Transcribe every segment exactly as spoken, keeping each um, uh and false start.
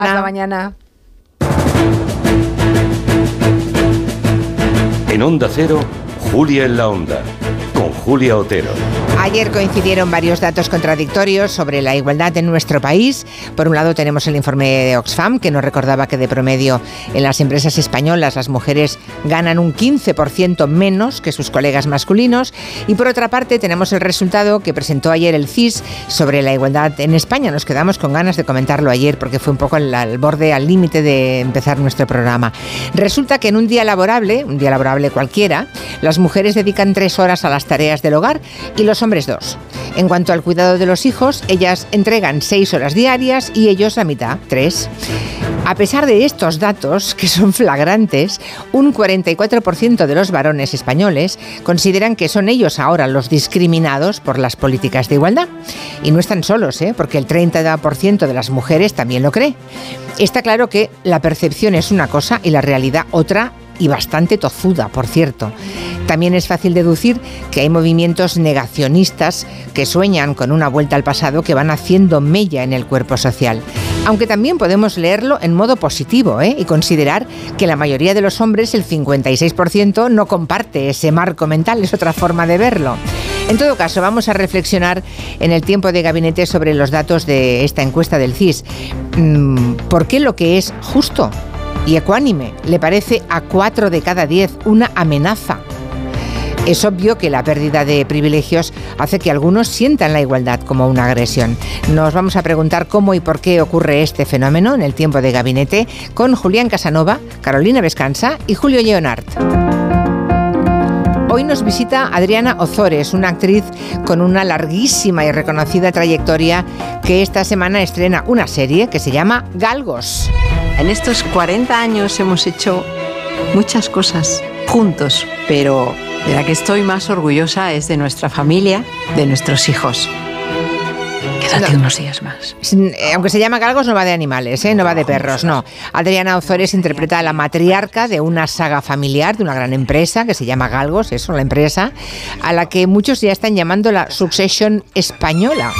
Hasta mañana. En Onda Cero, Julia en la Onda, con Julia Otero. Ayer coincidieron varios datos contradictorios sobre la igualdad en nuestro país. Por un lado tenemos el informe de Oxfam, que nos recordaba que de promedio en las empresas españolas las mujeres ganan un quince por ciento menos que sus colegas masculinos. Y por otra parte tenemos el resultado que presentó ayer el C I S sobre la igualdad en España. Nos quedamos con ganas de comentarlo ayer porque fue un poco al, al borde, al límite de empezar nuestro programa. Resulta que en un día laborable, un día laborable cualquiera, las mujeres dedican tres horas a las tareas del hogar y los hombres dos. En cuanto al cuidado de los hijos, ellas entregan seis horas diarias y ellos la mitad, tres. A pesar de estos datos, que son flagrantes, un cuarenta y cuatro por ciento de los varones españoles consideran que son ellos ahora los discriminados por las políticas de igualdad. Y no están solos, ¿eh? Porque el treinta por ciento de las mujeres también lo cree. Está claro que la percepción es una cosa y la realidad otra, y bastante tozuda, por cierto. También es fácil deducir que hay movimientos negacionistas que sueñan con una vuelta al pasado que van haciendo mella en el cuerpo social. Aunque también podemos leerlo en modo positivo, ¿eh? Y considerar que la mayoría de los hombres, el cincuenta y seis por ciento, no comparte ese marco mental, es otra forma de verlo. En todo caso, vamos a reflexionar en el tiempo de gabinete sobre los datos de esta encuesta del C I S. ¿Por qué lo que es justo y ecuánime le parece a cuatro de cada diez una amenaza? Es obvio que la pérdida de privilegios hace que algunos sientan la igualdad como una agresión. Nos vamos a preguntar cómo y por qué ocurre este fenómeno en el tiempo de gabinete con Julián Casanova, Carolina Vescanza y Julio Lleonart. Hoy nos visita Adriana Ozores, una actriz con una larguísima y reconocida trayectoria que esta semana estrena una serie que se llama Galgos. En estos cuarenta años hemos hecho muchas cosas juntos, pero de la que estoy más orgullosa es de nuestra familia, de nuestros hijos. Quédate no. unos días más. Aunque se llama Galgos, no va de animales, ¿eh? No va de perros, no. Adriana Ozores interpreta a la matriarca de una saga familiar, de una gran empresa que se llama Galgos, eso, la empresa, a la que muchos ya están llamando la Succession española.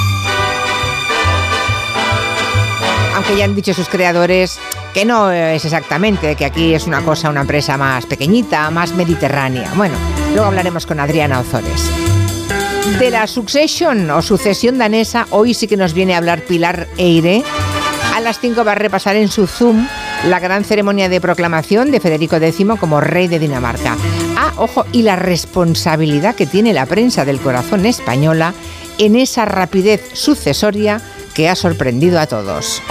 Aunque ya han dicho sus creadores que no es exactamente, que aquí es una cosa, una empresa más pequeñita, más mediterránea. Bueno, luego hablaremos con Adriana Ozores. De la Succession o sucesión danesa, hoy sí que nos viene a hablar Pilar Eire. A las cinco va a repasar en su Zoom la gran ceremonia de proclamación de Federico décimo como rey de Dinamarca. Ah, ojo, y la responsabilidad que tiene la prensa del corazón española en esa rapidez sucesoria que ha sorprendido a todos.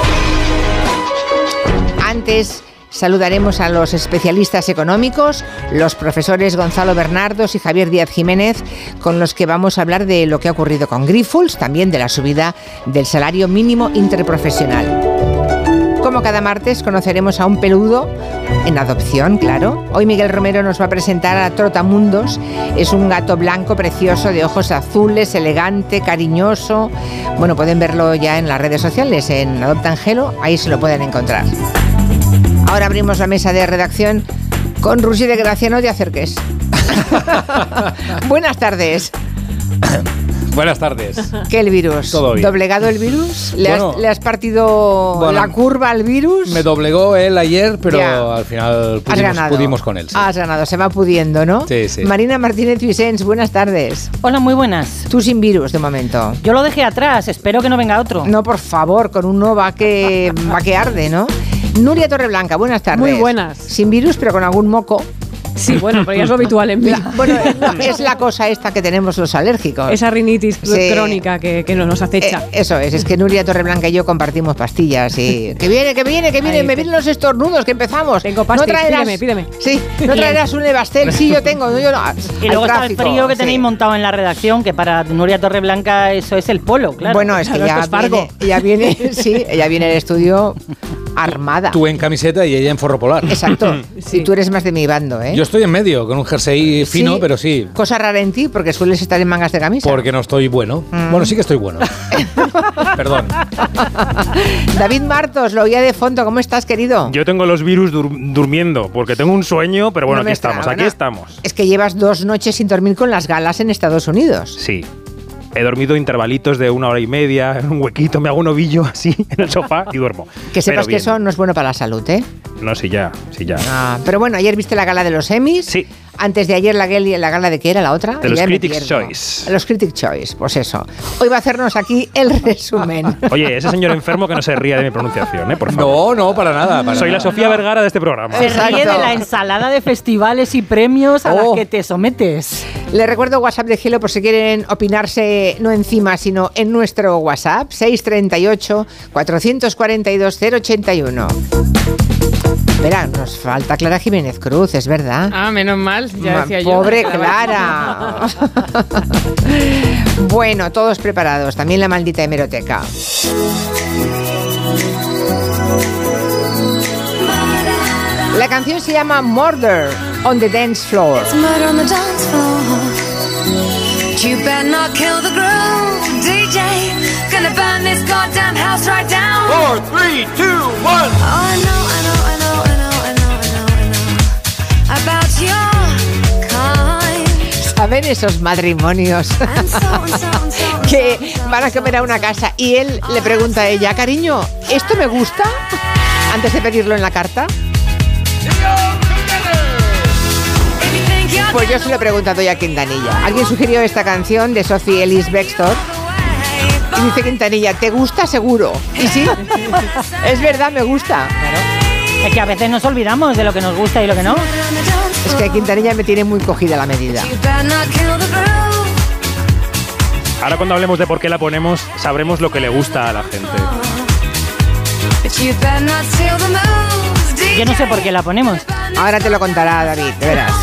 Antes saludaremos a los especialistas económicos, los profesores Gonzalo Bernardos y Javier Díaz Jiménez, con los que vamos a hablar de lo que ha ocurrido con Grifols, también de la subida del salario mínimo interprofesional. Como cada martes, conoceremos a un peludo en adopción, claro. Hoy Miguel Romero nos va a presentar a Trotamundos. Es un gato blanco precioso, de ojos azules, elegante, cariñoso. Bueno, pueden verlo ya en las redes sociales, en Adopta Angelo, ahí se lo pueden encontrar. Ahora abrimos la mesa de redacción con Rusi de Gracia, no te acerques. Buenas tardes. Buenas tardes. ¿Qué el virus? Todo bien. ¿Doblegado el virus? ¿Le, bueno, has, ¿Le has partido bueno, la curva al virus? Me doblegó él ayer, pero ya. Al final pudimos, pudimos con él. Sí. Has ganado, se va pudiendo, ¿no? Sí, sí. Marina Martínez Vicens, buenas tardes. Hola, muy buenas. Tú sin virus de momento. Yo lo dejé atrás, espero que no venga otro. No, por favor, con uno va que, va que arde, ¿no? Nuria Torreblanca, buenas tardes. Muy buenas. Sin virus, pero con algún moco. Sí, bueno, pero ya es lo habitual en mí. La, bueno, es la cosa esta que tenemos los alérgicos. Esa rinitis sí. crónica que, que nos acecha. Eh, eso es, es que Nuria Torreblanca y yo compartimos pastillas y... Que viene, que viene, que viene, Ay, me vienen los estornudos, que empezamos. Tengo pastillas, ¿No pídeme, pídeme. Sí, ¿no traerás un Evastel? Sí, yo tengo. Yo no. Y luego está el frío que tenéis sí. montado en la redacción, que para Nuria Torreblanca eso es el polo, claro. Bueno, es que claro, ya, viene, ella viene, sí, ella viene al estudio armada. Tú en camiseta y ella en forro polar. Exacto. Sí. Y tú eres más de mi bando, ¿eh? Yo estoy en medio, con un jersey fino, sí, pero sí. Cosa rara en ti, porque sueles estar en mangas de camisa. Porque no estoy bueno. Mm. Bueno, sí que estoy bueno. Perdón. David Martos, lo oía de fondo. ¿Cómo estás, querido? Yo tengo los virus dur- durmiendo, porque tengo un sueño, pero bueno, no aquí estamos, aquí ¿no? estamos. Es que llevas dos noches sin dormir con las galas en Estados Unidos. Sí. he dormido intervalitos de una hora y media, en un huequito, me hago un ovillo así en el sofá y duermo. Que sepas que eso no es bueno para la salud, ¿eh? No, sí ya, sí ya. Ah, pero bueno, ayer viste la gala de los Emmys. Sí. Antes de ayer la, la gala de qué era la otra. De los Critics' Choice. Los Critics' Choice, pues eso. Hoy va a hacernos aquí el resumen. Oye, ese señor enfermo que no se ría de mi pronunciación, ¿eh? Por favor. No, no, para nada. Para Soy nada. la Sofía Vergara de este programa. Se ríe de la ensalada de festivales y premios a Oh. la que te sometes. Les recuerdo WhatsApp de Gelo por si quieren opinarse no encima, sino en nuestro WhatsApp, seis treinta y ocho, cuatrocientos cuarenta y dos, cero ochenta y uno. Verá, nos falta Clara Jiménez Cruz, es verdad. Ah, menos mal, ya Ma- decía yo. Pobre Clara. Bueno, todos preparados, también la maldita hemeroteca. La canción se llama Murder on the Dance Floor. Murder on the dance floor. You better not kill the groove, D J. Gonna burn this goddamn house right down. Four, three, two, one. Oh, I know, I know, I know, I know, I know, I know, I know about your kind. ¿Saben esos matrimonios And so, and so, and so, and que so, van a comer a una casa y él le pregunta a ella, cariño, ¿esto me gusta? Antes de pedirlo en la carta. Pues yo se lo he preguntado ya a Quintanilla. Alguien sugirió esta canción de Sophie Ellis Bextor y dice Quintanilla, ¿te gusta seguro? Y sí, es verdad, me gusta. Es que a veces nos olvidamos de lo que nos gusta y lo que no. Es que Quintanilla me tiene muy cogida la medida. you better not kill the groove. Ahora cuando hablemos de por qué la ponemos, sabremos lo que le gusta a la gente. But you better not steal the moves, D J. Yo no sé por qué la ponemos. Ahora te lo contará David, de veras.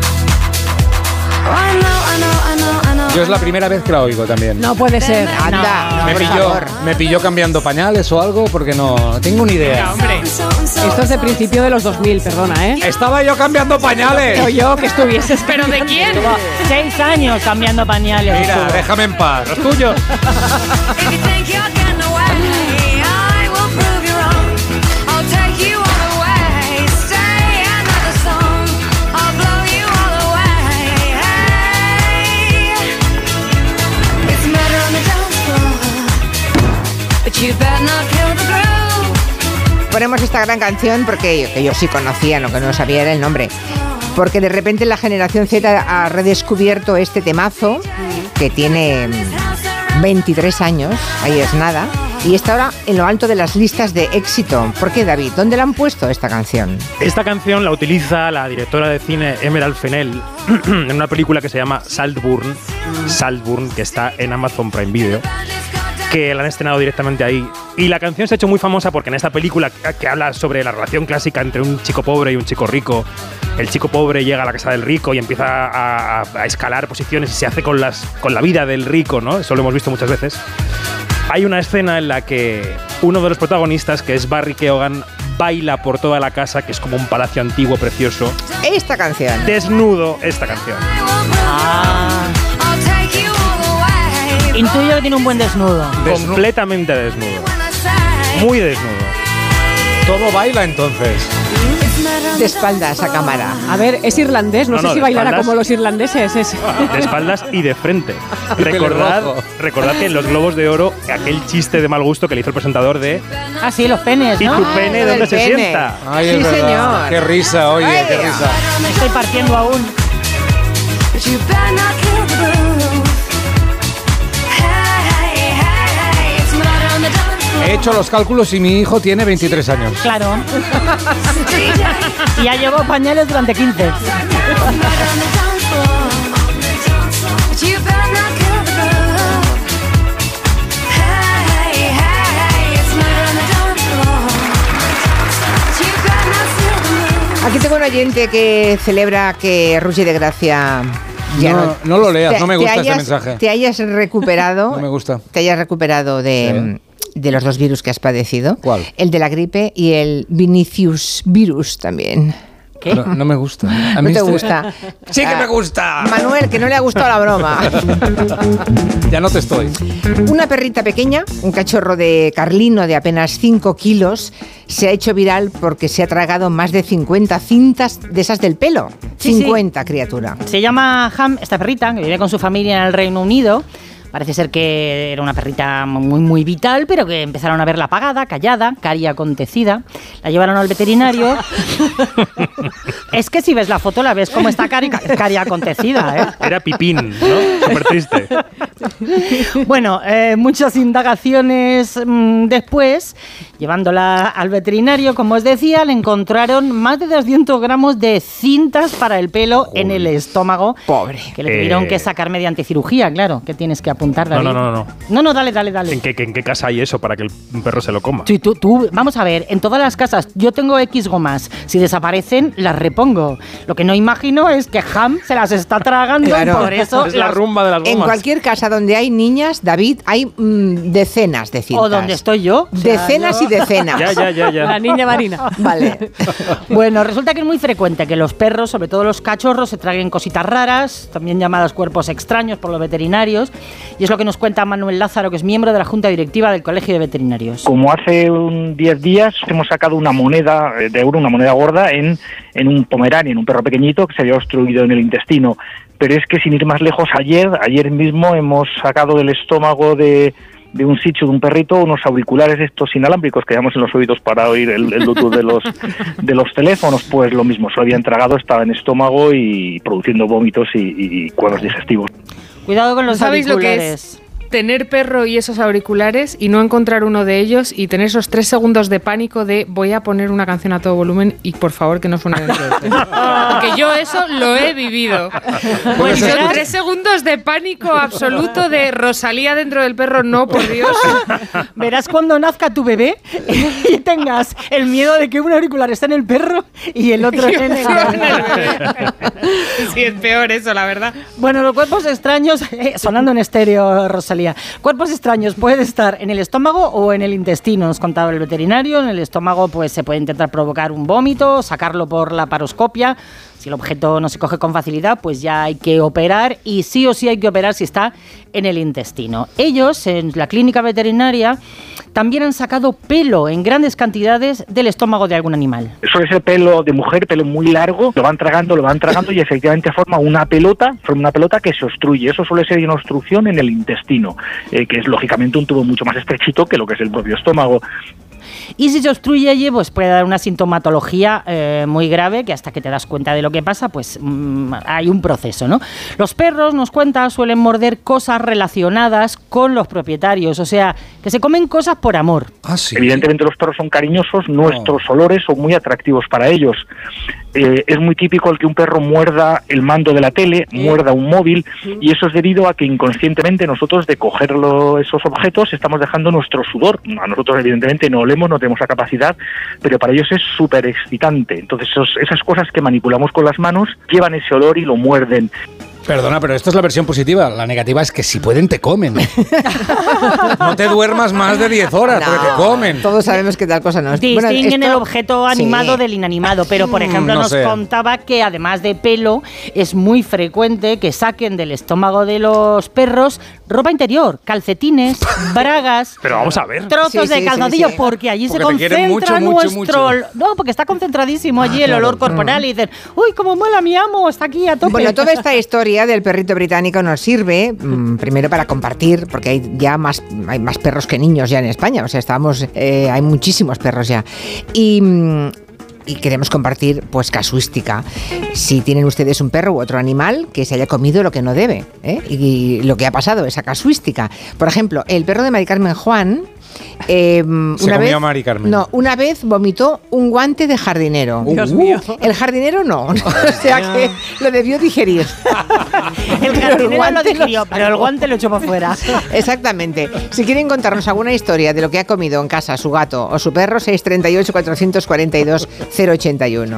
Oh, I know, I know, I know, I know. Yo es la primera vez que la oigo también. No puede ser. Anda, No, no, me, por pilló, favor. me pilló cambiando pañales o algo porque no, no tengo ni idea. And so, and so, Esto es de principio de los dos mil, perdona, ¿eh? Estaba yo cambiando pañales. Pero yo que estuvieses. ¿Pero de quién? Llevo seis años cambiando pañales. Mira, déjame en paz. Los tuyos. if you think you're getting away, I will prove you wrong. I'll take you all the way. Stay another song. I'll blow you all away. Hey, it's murder on the dance floor. But you better not kill the groove. Ponemos esta gran canción porque yo, que yo sí conocía, lo que no sabía era el nombre. Porque de repente la generación Z ha redescubierto este temazo que tiene mm, veintitrés años, ahí es nada, y está ahora en lo alto de las listas de éxito. ¿Por qué, David? ¿Dónde la han puesto esta canción? Esta canción la utiliza la directora de cine Emerald Fennell en una película que se llama Saltburn, Saltburn, que está en Amazon Prime Video, que la han estrenado directamente ahí. Y la canción se ha hecho muy famosa porque en esta película que, que habla sobre la relación clásica entre un chico pobre y un chico rico, el chico pobre llega a la casa del rico y empieza a, a, a escalar posiciones y se hace con, las, con la vida del rico, ¿no? Eso lo hemos visto muchas veces. Hay una escena en la que uno de los protagonistas, que es Barry Keoghan, baila por toda la casa, que es como un palacio antiguo precioso, Esta canción. desnudo esta canción. Ah, I'll take you all the way. intuyo que tiene un buen desnudo. Completamente desnudo. When I say Muy desnudo. Todo baila entonces. it's murder on De the espaldas a cámara. A ver, es irlandés, no, No, sé no, si de bailará espaldas. como los irlandeses. Es... De espaldas y de frente. Y Recordad, pelirrojo. recordad que en los Globos de Oro, aquel chiste de mal gusto que le hizo el presentador de Ah, sí, los penes, ¿y ¿no? tu pene lo dónde del se pene. sienta? Ay, Sí, es verdad. señor. Qué risa, oye, Ay, qué Dios. risa. Me estoy partiendo aún. But you better not kill the groove. Hey, hey, hey, it's murder on the dance floor. He hecho los cálculos y mi hijo tiene veintitrés años. Claro. D J, Y ya llevo pañales durante quince. it's murder on the dance floor. But you better not kill the groove. Hey, hey, it's murder on the dance floor. But you better not steal the moves. Aquí tengo un oyente que celebra que Rugi de Gracia ya No, no, no lo leas, te- no me te gusta este hayas- mensaje. Te hayas recuperado. No me gusta. Te hayas recuperado de, de los dos virus que has padecido. ¿Cuál? El de la gripe y el Vinicius virus también. ¿Qué? No, no me gusta. A No mí te este- gusta. Sí que Ah, me gusta. Manuel, que no le ha gustado la broma. Ya no te estoy. Una perrita pequeña, un cachorro de Carlino de apenas cinco kilos, se ha hecho viral porque se ha tragado más de cincuenta cintas de esas del pelo. Sí, sí. cincuenta, criatura. Se llama Ham, esta perrita, que vive con su familia en el Reino Unido, Parece ser que era una perrita muy, muy vital, pero que empezaron a verla apagada, callada, cari acontecida. La llevaron al veterinario. Es que si ves la foto la ves como está cari, cari acontecida, ¿eh? Era Pipín, ¿no? Súper triste. Bueno, eh, muchas indagaciones mmm, después, llevándola al veterinario, como os decía, le encontraron más de doscientos gramos de cintas para el pelo Uy. en el estómago. Pobre. Que le tuvieron eh... que sacar mediante cirugía, claro. ¿Qué tienes que apuntar, David? No, no, no, no. No, no, dale, dale, dale. ¿En qué, ¿En qué casa hay eso para que el perro se lo coma? Sí, tú, tú, vamos a ver, en todas las casas yo tengo X gomas. Si desaparecen, las repongo. Lo que no imagino es que Ham se las está tragando, claro. Por eso... Es la rumba de las gomas. En cualquier casa donde hay niñas, David, hay mmm, decenas de cintas. ¿O donde estoy yo? Decenas o sea, y decenas. Ya, ya, ya, ya. La niña Marina. Vale. Bueno, resulta que es muy frecuente que los perros, sobre todo los cachorros, se traguen cositas raras, también llamadas cuerpos extraños por los veterinarios, y es lo que nos cuenta Manuel Lázaro, que es miembro de la Junta Directiva del Colegio de Veterinarios. Como hace un diez días hemos sacado una moneda de euro, una moneda gorda, en, en un pomeranian, un perro pequeñito que se había obstruido en el intestino. Pero es que sin ir más lejos, ayer, ayer mismo hemos sacado del estómago de, de un sitio de un perrito unos auriculares estos inalámbricos que llevamos en los oídos para oír el, el Bluetooth de los, de los teléfonos. Pues lo mismo, se lo habían tragado, estaba en estómago y produciendo vómitos y, y cuadros digestivos. Cuidado con los ¿Sabéis auriculares. Lo que es tener perro y esos auriculares y no encontrar uno de ellos y tener esos tres segundos de pánico de voy a poner una canción a todo volumen y por favor que no suene dentro del perro? Porque yo eso lo he vivido. Pues son tres segundos de pánico absoluto de Rosalía dentro del perro, no, por Dios. Verás cuando nazca tu bebé y tengas el miedo de que un auricular esté en el perro y el otro en el bebé. Sí, es peor eso, la verdad. Bueno, los cuerpos extraños, eh, sonando en estéreo, Rosalía. Cuerpos extraños pueden estar en el estómago o en el intestino, nos contaba el veterinario. En el estómago pues se puede intentar provocar un vómito, sacarlo por la paroscopia. Si el objeto no se coge con facilidad, pues ya hay que operar y sí o sí hay que operar si está en el intestino. Ellos, en la clínica veterinaria, también han sacado pelo en grandes cantidades del estómago de algún animal. Suele ser pelo de mujer, pelo muy largo, lo van tragando, lo van tragando y efectivamente forma una pelota, forma una pelota que se obstruye. Eso suele ser una obstrucción en el intestino, eh, que es lógicamente un tubo mucho más estrechito que lo que es el propio estómago. Y si se obstruye allí, pues puede dar una sintomatología eh, muy grave, que hasta que te das cuenta de lo que pasa, pues mmm, hay un proceso, ¿no? Los perros, nos cuenta, suelen morder cosas relacionadas con los propietarios, o sea, que se comen cosas por amor. Ah, ¿sí? Evidentemente los perros son cariñosos, nuestros oh. olores son muy atractivos para ellos. Eh, es muy típico el que un perro muerda el mando de la tele, ¿Sí? muerda un móvil, ¿Sí? y eso es debido a que inconscientemente nosotros de cogerlo, esos objetos estamos dejando nuestro sudor. A nosotros evidentemente no olemos, no tenemos la capacidad, pero para ellos es súper excitante. Entonces esos, esas cosas que manipulamos con las manos llevan ese olor y lo muerden. Perdona, pero esto es la versión positiva. La negativa es que si pueden te comen. No te duermas más de diez horas, no, porque te comen. Todos sabemos que tal cosa no es. Distinguen bueno, esto, el objeto animado sí. del inanimado, pero por ejemplo no nos sé. contaba que además de pelo es muy frecuente que saquen del estómago de los perros ropa interior, calcetines, bragas, pero vamos a ver. trozos sí, de sí, calzoncillo, sí, sí. porque allí porque se concentra mucho, nuestro... mucho, mucho. No, porque está concentradísimo allí ah, el claro. olor corporal mm. y dicen, uy, cómo mola mi amo, está aquí a tope. Bueno, toda esta historia del perrito británico nos sirve mmm, primero para compartir, porque hay ya más, hay más perros que niños ya en España, o sea, estamos, eh, hay muchísimos perros ya. Y... Mmm, y queremos compartir pues casuística. Si tienen ustedes un perro u otro animal que se haya comido lo que no debe, ¿eh? y, y lo que ha pasado, esa casuística. Por ejemplo, el perro de Mari Carmen Juan eh, se una comió vez, a Mari Carmen. No, una vez vomitó un guante de jardinero. Dios uh, mío. El jardinero no, o sea que lo debió digerir. El jardinero lo digirió, pero el guante lo echó para afuera. Exactamente. Si quieren contarnos alguna historia de lo que ha comido en casa su gato o su perro, seis tres ocho, cuatro cuatro dos, cero ocho uno.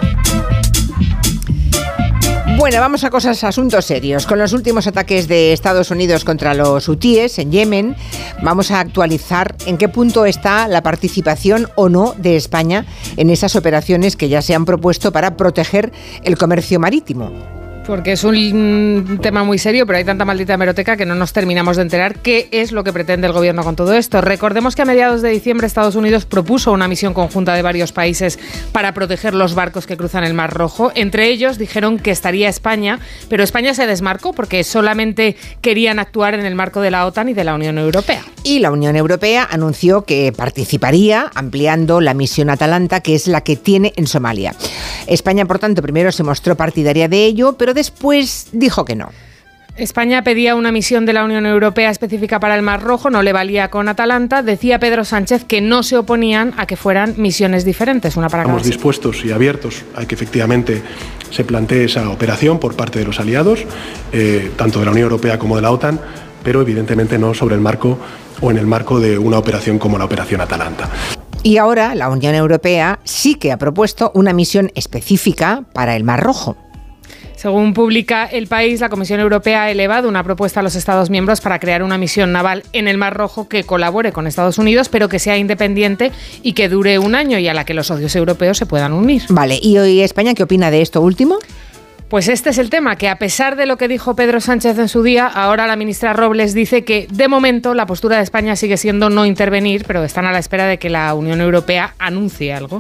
Bueno, vamos a cosas, asuntos serios. Con los últimos ataques de Estados Unidos contra los hutíes en Yemen, vamos a actualizar en qué punto está la participación o no de España en esas operaciones que ya se han propuesto para proteger el comercio marítimo. Porque es un tema muy serio, pero hay tanta maldita hemeroteca que no nos terminamos de enterar qué es lo que pretende el gobierno con todo esto. Recordemos que a mediados de diciembre Estados Unidos propuso una misión conjunta de varios países para proteger los barcos que cruzan el Mar Rojo. Entre ellos dijeron que estaría España, pero España se desmarcó porque solamente querían actuar en el marco de la OTAN y de la Unión Europea. Y la Unión Europea anunció que participaría ampliando la misión Atalanta, que es la que tiene en Somalia. España, por tanto, primero se mostró partidaria de ello, pero después dijo que no. España pedía una misión de la Unión Europea específica para el Mar Rojo, no le valía con Atalanta. Decía Pedro Sánchez que no se oponían a que fueran misiones diferentes, una para cada. Estamos dispuestos y abiertos a que efectivamente se plantee esa operación por parte de los aliados, eh, tanto de la Unión Europea como de la OTAN, pero evidentemente no sobre el marco o en el marco de una operación como la Operación Atalanta. Y ahora la Unión Europea sí que ha propuesto una misión específica para el Mar Rojo. Según publica El País, la Comisión Europea ha elevado una propuesta a los Estados miembros para crear una misión naval en el Mar Rojo que colabore con Estados Unidos, pero que sea independiente y que dure un año y a la que los socios europeos se puedan unir. Vale, ¿y hoy España qué opina de esto último? Pues este es el tema, que a pesar de lo que dijo Pedro Sánchez en su día, ahora la ministra Robles dice que de momento la postura de España sigue siendo no intervenir, pero están a la espera de que la Unión Europea anuncie algo.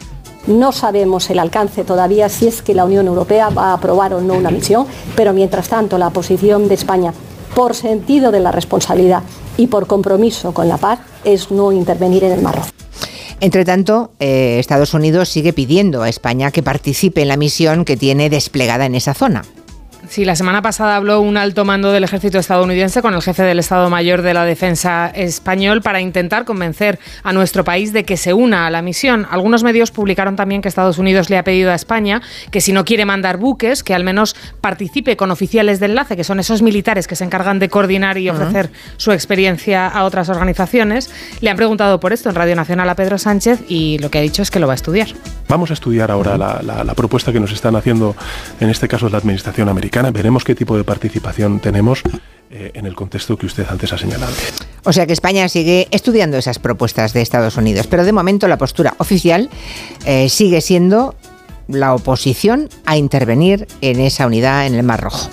No sabemos el alcance todavía si es que la Unión Europea va a aprobar o no una misión, pero mientras tanto la posición de España, por sentido de la responsabilidad y por compromiso con la paz, es no intervenir en el Mar Rojo. Entre tanto, eh, Estados Unidos sigue pidiendo a España que participe en la misión que tiene desplegada en esa zona. Sí, la semana pasada habló un alto mando del ejército estadounidense con el jefe del Estado Mayor de la Defensa español para intentar convencer a nuestro país de que se una a la misión. Algunos medios publicaron también que Estados Unidos le ha pedido a España que si no quiere mandar buques, que al menos participe con oficiales de enlace, que son esos militares que se encargan de coordinar y ofrecer uh-huh. su experiencia a otras organizaciones. Le han preguntado por esto en Radio Nacional a Pedro Sánchez y lo que ha dicho es que lo va a estudiar. Vamos a estudiar ahora la, la, la propuesta que nos están haciendo, en este caso es la Administración americana. Veremos qué tipo de participación tenemos eh, en el contexto que usted antes ha señalado. O sea que España sigue estudiando esas propuestas de Estados Unidos, pero de momento la postura oficial eh, sigue siendo la oposición a intervenir en esa unidad en el Mar Rojo.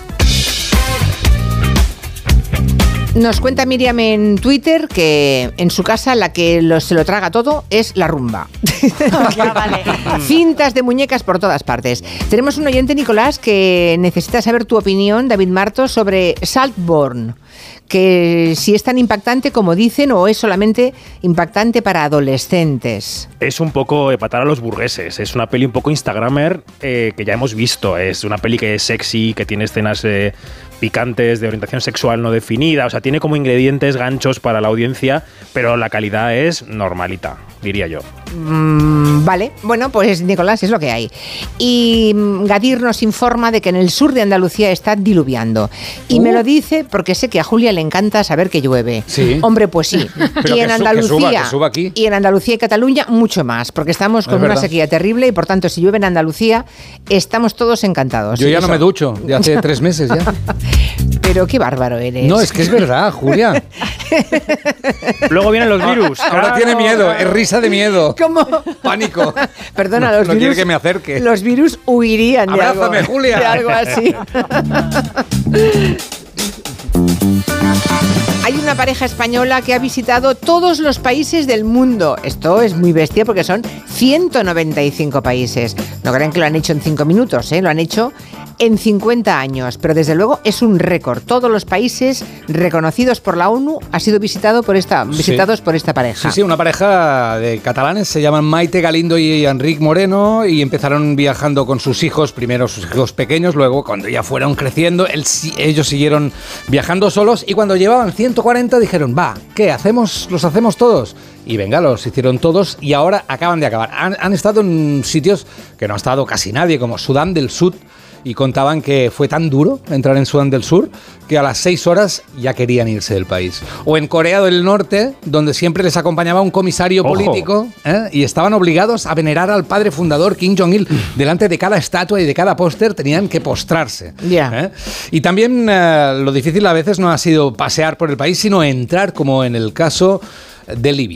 Nos cuenta Miriam en Twitter que en su casa la que lo, se lo traga todo es la rumba. Ya, vale. Cintas de muñecas por todas partes. Tenemos un oyente, Nicolás, que necesita saber tu opinión, David Martos, sobre Saltburn. Que si es tan impactante como dicen o es solamente impactante para adolescentes. Es un poco epatar a los burgueses. Es una peli un poco instagramer eh, que ya hemos visto. Es una peli que es sexy, que tiene escenas eh, picantes de orientación sexual no definida. O sea, tiene como ingredientes ganchos para la audiencia, pero la calidad es normalita, diría yo. Mm, vale, bueno, pues Nicolás, es lo que hay. Y Gadir nos informa de que en el sur de Andalucía está diluviando. Y uh. me lo dice porque sé que a Julia le encanta saber que llueve. Sí. Hombre, pues sí. Pero y en que Andalucía su, que suba, que suba aquí. Y en Andalucía y Cataluña mucho más, porque estamos con es una verdad. sequía terrible y por tanto si llueve en Andalucía estamos todos encantados. Yo ya Eso. no me ducho, de hace tres meses ya. Pero qué bárbaro eres. No, es que es verdad, Julia. Luego vienen los virus. Ahora claro, tiene miedo, claro. es risa de miedo. ¿Cómo? Pánico. Perdona, no, los no virus. quiere que me acerque. Los virus huirían de algo, Abrázame, Julia. de algo así. Hay una pareja española que ha visitado todos los países del mundo. Esto es muy bestia porque son ciento noventa y cinco países. No crean que lo han hecho en cinco minutos, ¿eh? Lo han hecho en cincuenta años, pero desde luego es un récord. Todos los países reconocidos por la ONU han sido visitado por esta, visitados sí. por esta pareja. Sí, sí, una pareja de catalanes, se llaman Maite Galindo y Enric Moreno, y empezaron viajando con sus hijos, primero sus hijos pequeños, luego cuando ya fueron creciendo, él, ellos siguieron viajando solos, y cuando llevaban ciento cuarenta dijeron, va, ¿qué? ¿Hacemos, los hacemos todos? Y venga, los hicieron todos y ahora acaban de acabar. Han, han estado en sitios que no ha estado casi nadie, como Sudán del Sur, y contaban que fue tan duro entrar en Sudán del Sur que a las seis horas ya querían irse del país. O en Corea del Norte, donde siempre les acompañaba un comisario Ojo. político, ¿eh? Y estaban obligados a venerar al padre fundador Kim Jong-il. Delante de cada estatua y de cada póster tenían que postrarse. Ya. ¿eh? Y también eh, lo difícil a veces no ha sido pasear por el país, sino entrar, como en el caso de Libia.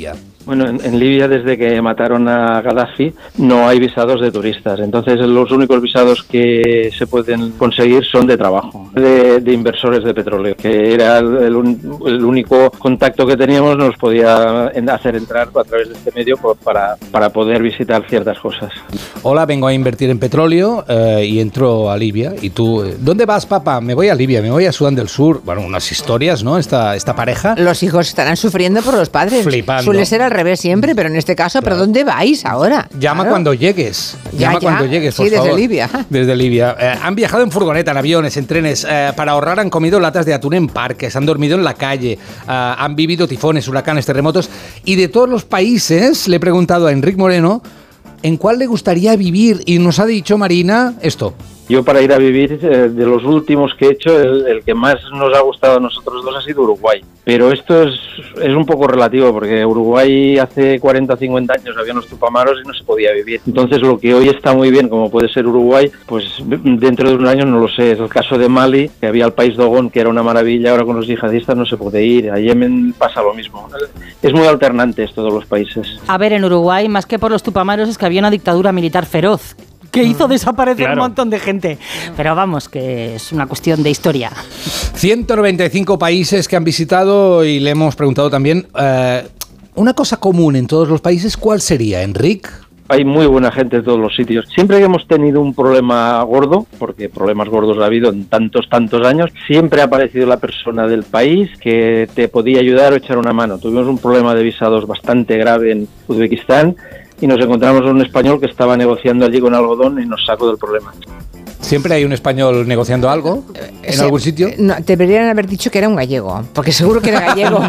Bueno, en, en Libia, desde que mataron a Gaddafi, no hay visados de turistas. Entonces, los únicos visados que se pueden conseguir son de trabajo, de, de inversores de petróleo, que era el, el, el único contacto que teníamos, nos podía hacer entrar a través de este medio por, para, para poder visitar ciertas cosas. Hola, vengo a invertir en petróleo eh, y entro a Libia. ¿Y tú, dónde vas, papá? Me voy a Libia, me voy a Sudán del Sur. Bueno, unas historias, ¿no? Esta, esta pareja. Los hijos estarán sufriendo por los padres. Flipando. Suele ser al revés siempre, pero en este caso, Claro. ¿pero dónde vais ahora? Llama Claro. cuando llegues. Ya, Llama ya. cuando llegues, por Sí, desde favor. Libia. Desde Libia. Eh, han viajado en furgoneta, en aviones, en trenes. Eh, para ahorrar han comido latas de atún en parques, han dormido en la calle, eh, han vivido tifones, huracanes, terremotos. Y de todos los países, le he preguntado a Enric Moreno, ¿en cuál le gustaría vivir? Y nos ha dicho Marina esto. Yo para ir a vivir, eh, de los últimos que he hecho, el, el que más nos ha gustado a nosotros dos ha sido Uruguay. Pero esto es, es un poco relativo, porque Uruguay hace cuarenta o cincuenta años había unos tupamaros y no se podía vivir. Entonces lo que hoy está muy bien, como puede ser Uruguay, pues dentro de un año no lo sé. Es el caso de Mali, que había el país Dogón, que era una maravilla, ahora con los yihadistas no se puede ir. A Yemen pasa lo mismo. Es muy alternante esto de los países. A ver, en Uruguay, más que por los tupamaros, es que había una dictadura militar feroz que hizo desaparecer Claro. un montón de gente. Pero vamos, que es una cuestión de historia. ciento noventa y cinco países que han visitado y le hemos preguntado también, eh, una cosa común en todos los países, ¿cuál sería, Enric? Hay muy buena gente en todos los sitios. Siempre que hemos tenido un problema gordo, porque problemas gordos ha habido en tantos, tantos años, siempre ha aparecido la persona del país que te podía ayudar o echar una mano. Tuvimos un problema de visados bastante grave en Uzbekistán y nos encontramos un español que estaba negociando allí con algodón y nos sacó del problema. Siempre hay un español negociando algo en Ese- algún sitio. No, deberían haber dicho que era un gallego, porque seguro que era gallego.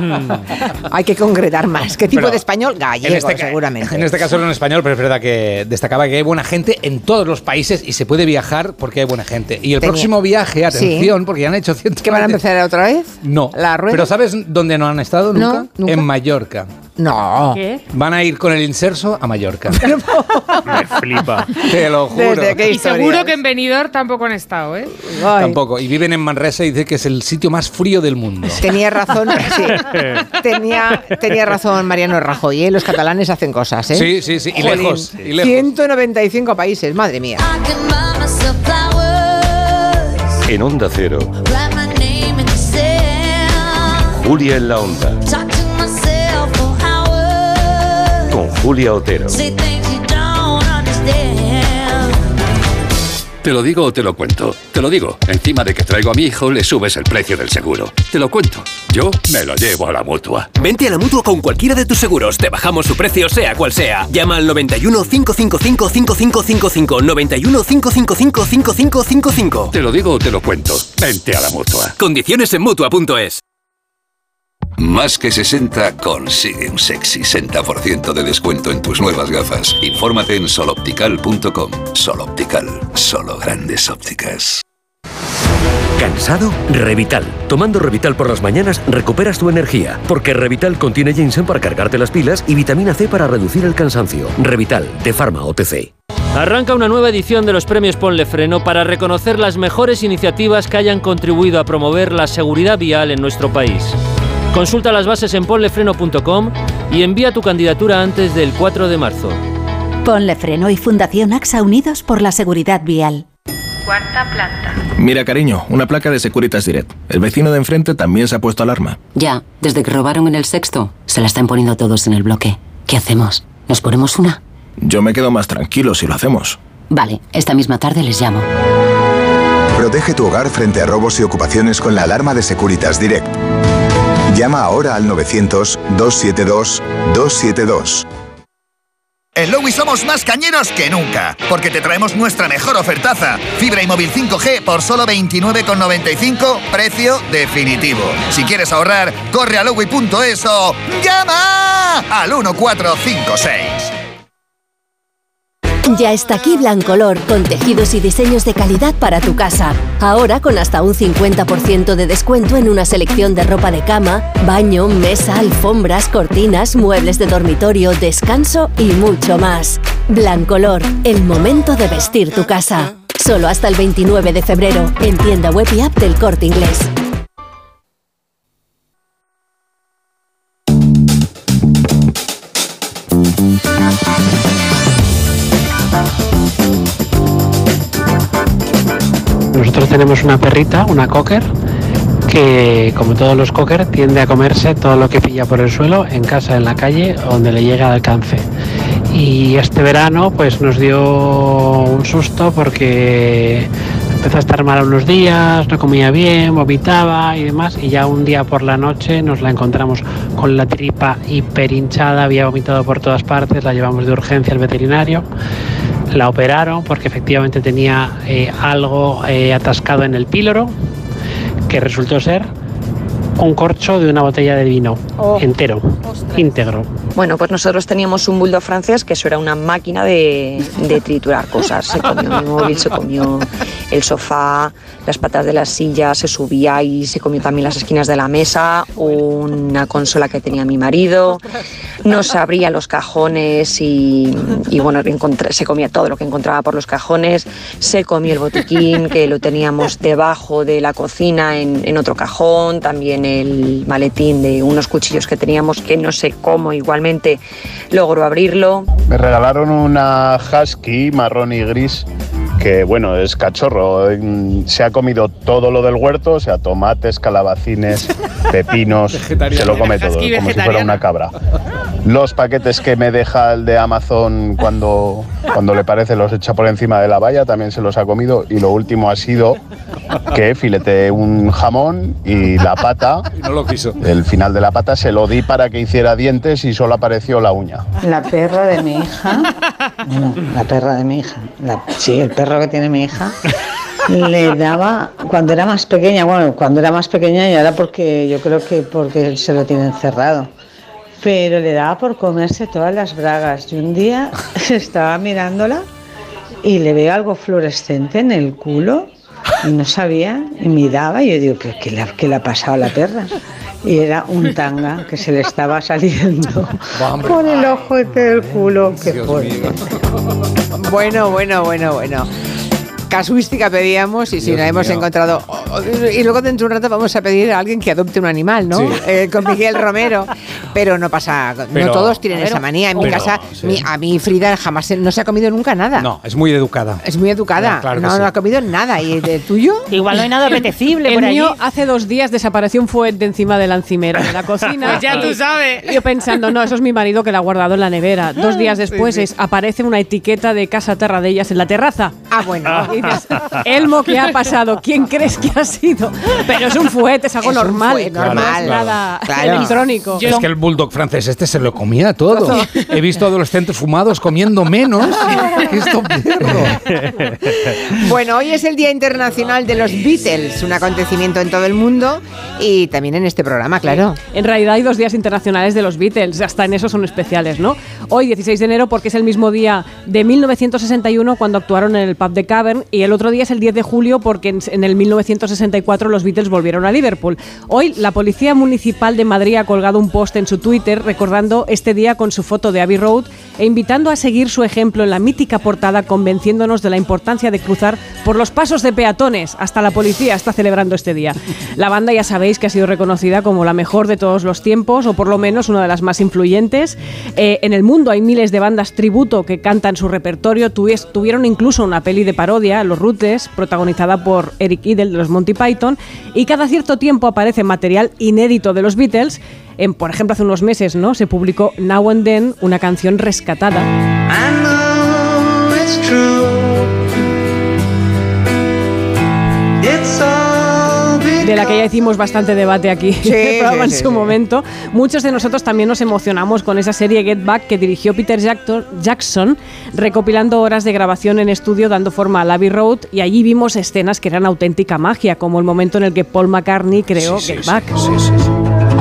Hay que concretar más. ¿Qué tipo Pero de español? Gallego, en este ca- seguramente. En este caso era un español, pero es verdad que destacaba que hay buena gente en todos los países y se puede viajar porque hay buena gente. Y el Tenía- próximo viaje, atención, Sí. porque ya han hecho ciento. ¿Que van a empezar otra vez? No. ¿La rueda? Pero ¿sabes dónde no han estado No, nunca? nunca. En Mallorca. No. ¿Qué? Van a ir con el inserso a Mallorca. Me flipa. Te lo juro. Desde qué Y seguro historias. que en Benidorm tampoco han estado, ¿eh? Ay. Tampoco. Y viven en Manresa y dice que es el sitio más frío del mundo. Tenía razón, sí. tenía, tenía razón Mariano Rajoy, ¿eh? Los catalanes hacen cosas, ¿eh? Sí, sí, sí. Y Jolín. lejos. Y lejos. ciento noventa y cinco países, madre mía. En Onda Cero, Julia en la Onda, con Julia Otero. Te lo digo o te lo cuento. Te lo digo. Encima de que traigo a mi hijo, le subes el precio del seguro. Te lo cuento. Yo me lo llevo a la Mutua. Vente a la Mutua con cualquiera de tus seguros. Te bajamos su precio, sea cual sea. Llama al noventa y uno, cinco cinco cinco, cinco cinco cinco cinco. noventa y uno, cinco cinco cinco, cinco cinco cinco cinco. Te lo digo o te lo cuento. Vente a la Mutua. Condiciones en Mutua punto es. Más que sesenta consigue un sexy sesenta por ciento de descuento en tus nuevas gafas. Infórmate en sol optical punto com. Sol Optical, solo grandes ópticas. ¿Cansado? Revital. Tomando Revital por las mañanas recuperas tu energía, porque Revital contiene ginseng para cargarte las pilas y vitamina C para reducir el cansancio. Revital, de Pharma O T C. Arranca una nueva edición de los premios Ponle Freno para reconocer las mejores iniciativas que hayan contribuido a promover la seguridad vial en nuestro país. Consulta las bases en ponle freno punto com y envía tu candidatura antes del cuatro de marzo. Ponle Freno y Fundación AXA unidos por la seguridad vial. Cuarta planta. Mira, cariño, una placa de Securitas Direct. El vecino de enfrente también se ha puesto alarma. Ya, desde que robaron en el sexto, se la están poniendo todos en el bloque. ¿Qué hacemos? ¿Nos ponemos una? Yo me quedo más tranquilo si lo hacemos. Vale, esta misma tarde les llamo. Protege tu hogar frente a robos y ocupaciones con la alarma de Securitas Direct. Llama ahora al novecientos, doscientos setenta y dos, doscientos setenta y dos. En Lowy somos más cañeros que nunca, porque te traemos nuestra mejor ofertaza. Fibra y móvil cinco G por solo veintinueve con noventa y cinco, precio definitivo. Si quieres ahorrar, corre a lowy punto es o llama al uno cuatro cinco seis. Ya está aquí Blancolor, con tejidos y diseños de calidad para tu casa. Ahora con hasta un cincuenta por ciento de descuento en una selección de ropa de cama, baño, mesa, alfombras, cortinas, muebles de dormitorio, descanso y mucho más. Blancolor, el momento de vestir tu casa. Solo hasta el veintinueve de febrero, en tienda web y app del Corte Inglés. Nosotros tenemos una perrita, una cocker, que como todos los cocker tiende a comerse todo lo que pilla por el suelo, en casa, en la calle, donde le llega al alcance. Y este verano pues nos dio un susto porque empezó a estar mal unos días, no comía bien, vomitaba y demás, y ya un día por la noche nos la encontramos con la tripa hiper hinchada, había vomitado por todas partes, la llevamos de urgencia al veterinario, la operaron porque efectivamente tenía eh, algo eh, atascado en el píloro, que resultó ser un corcho de una botella de vino oh. entero, Ostras. íntegro. Bueno, pues nosotros teníamos un bulldog francés que eso era una máquina de, de triturar cosas. Se comió mi móvil, se comió el sofá, las patas de la silla, se subía y se comió también las esquinas de la mesa, una consola que tenía mi marido, nos abría los cajones y, y bueno, se comía todo lo que encontraba por los cajones, se comió el botiquín que lo teníamos debajo de la cocina en, en otro cajón, también el maletín de unos cuchillos que teníamos que no sé cómo igualmente logró abrirlo. Me regalaron una husky marrón y gris que bueno, es cachorro, se ha comido todo lo del huerto, o sea, tomates, calabacines, pepinos, se lo come todo, como si fuera una cabra. Los paquetes que me deja el de Amazon cuando, cuando le parece los echa por encima de la valla, también se los ha comido. Y lo último ha sido que fileteé un jamón y la pata, y no lo quiso. El final de la pata se lo di para que hiciera dientes y solo apareció la uña. La perra de mi hija, no, la perra de mi hija, la, sí, el perro que tiene mi hija, le daba, cuando era más pequeña, bueno, cuando era más pequeña y ahora porque yo creo que porque él se lo tiene encerrado, pero le daba por comerse todas las bragas. Y un día estaba mirándola y le veo algo fluorescente en el culo y no sabía, y miraba y yo digo, ¿qué, qué, le, qué le ha pasado a la perra? Y era un tanga que se le estaba saliendo por el ojo del culo. Qué fuerte. Bueno, bueno, bueno, bueno. Casuística pedíamos y si la hemos encontrado. Y luego dentro de un rato vamos a pedir a alguien que adopte un animal, ¿no? Sí. Eh, con Miguel Romero. Pero no pasa, pero, no todos tienen esa manía. En mi pero, casa, sí. mi, a mí Frida jamás se, no se ha comido nunca nada. No, es muy educada. Es muy educada. No, claro no, sí. no ha comido nada. ¿Y el tuyo? Igual no hay nada apetecible el por allí. El mío hace dos días desapareció un fuet de encima de la encimera de la cocina. Pues ya tú sabes. Yo pensando, no, eso es mi marido que la ha guardado en la nevera. Dos días después sí, sí. Es, aparece una etiqueta de Casa Terradellas en la terraza. Ah, bueno. Y dices, Elmo, ¿qué ha pasado? ¿Quién crees que ha sido? Pero es un fuet, es algo es normal. Fuet, normal. No es nada claro. electrónico. Es que el bulldog francés este se lo comía todo. He visto adolescentes fumados comiendo menos que esto perro. Bueno, hoy es el Día Internacional de los Beatles, un acontecimiento en todo el mundo y también en este programa, claro. En realidad hay dos días internacionales de los Beatles, hasta en eso son especiales, ¿no? Hoy, dieciséis de enero, porque es el mismo día de mil novecientos sesenta y uno cuando actuaron en el pub de Cavern, y el otro día es el diez de julio porque en, en el mil novecientos sesenta y cuatro los Beatles volvieron a Liverpool. Hoy la Policía Municipal de Madrid ha colgado un post en su Twitter recordando este día con su foto de Abbey Road e invitando a seguir su ejemplo en la mítica portada, convenciéndonos de la importancia de cruzar por los pasos de peatones. Hasta la policía está celebrando este día. La banda ya sabéis que ha sido reconocida como la mejor de todos los tiempos, o por lo menos una de las más influyentes. Eh, en el mundo hay miles de bandas tributo que cantan su repertorio. Tuvies, tuvieron incluso una peli de parodia, Los Roots, protagonizada por Eric Idle de los Monty Python, y cada cierto tiempo aparece material inédito de los Beatles. En, por ejemplo, hace unos meses, ¿no?, se publicó Now and Then, una canción rescatada. I know it's true. It's all de la que ya hicimos bastante debate aquí sí, en sí, su sí, momento. Sí. Muchos de nosotros también nos emocionamos con esa serie Get Back que dirigió Peter Jackson, recopilando horas de grabación en estudio, dando forma a Abbey Road, y allí vimos escenas que eran auténtica magia, como el momento en el que Paul McCartney creó sí, Get sí, Back. Sí, sí, sí.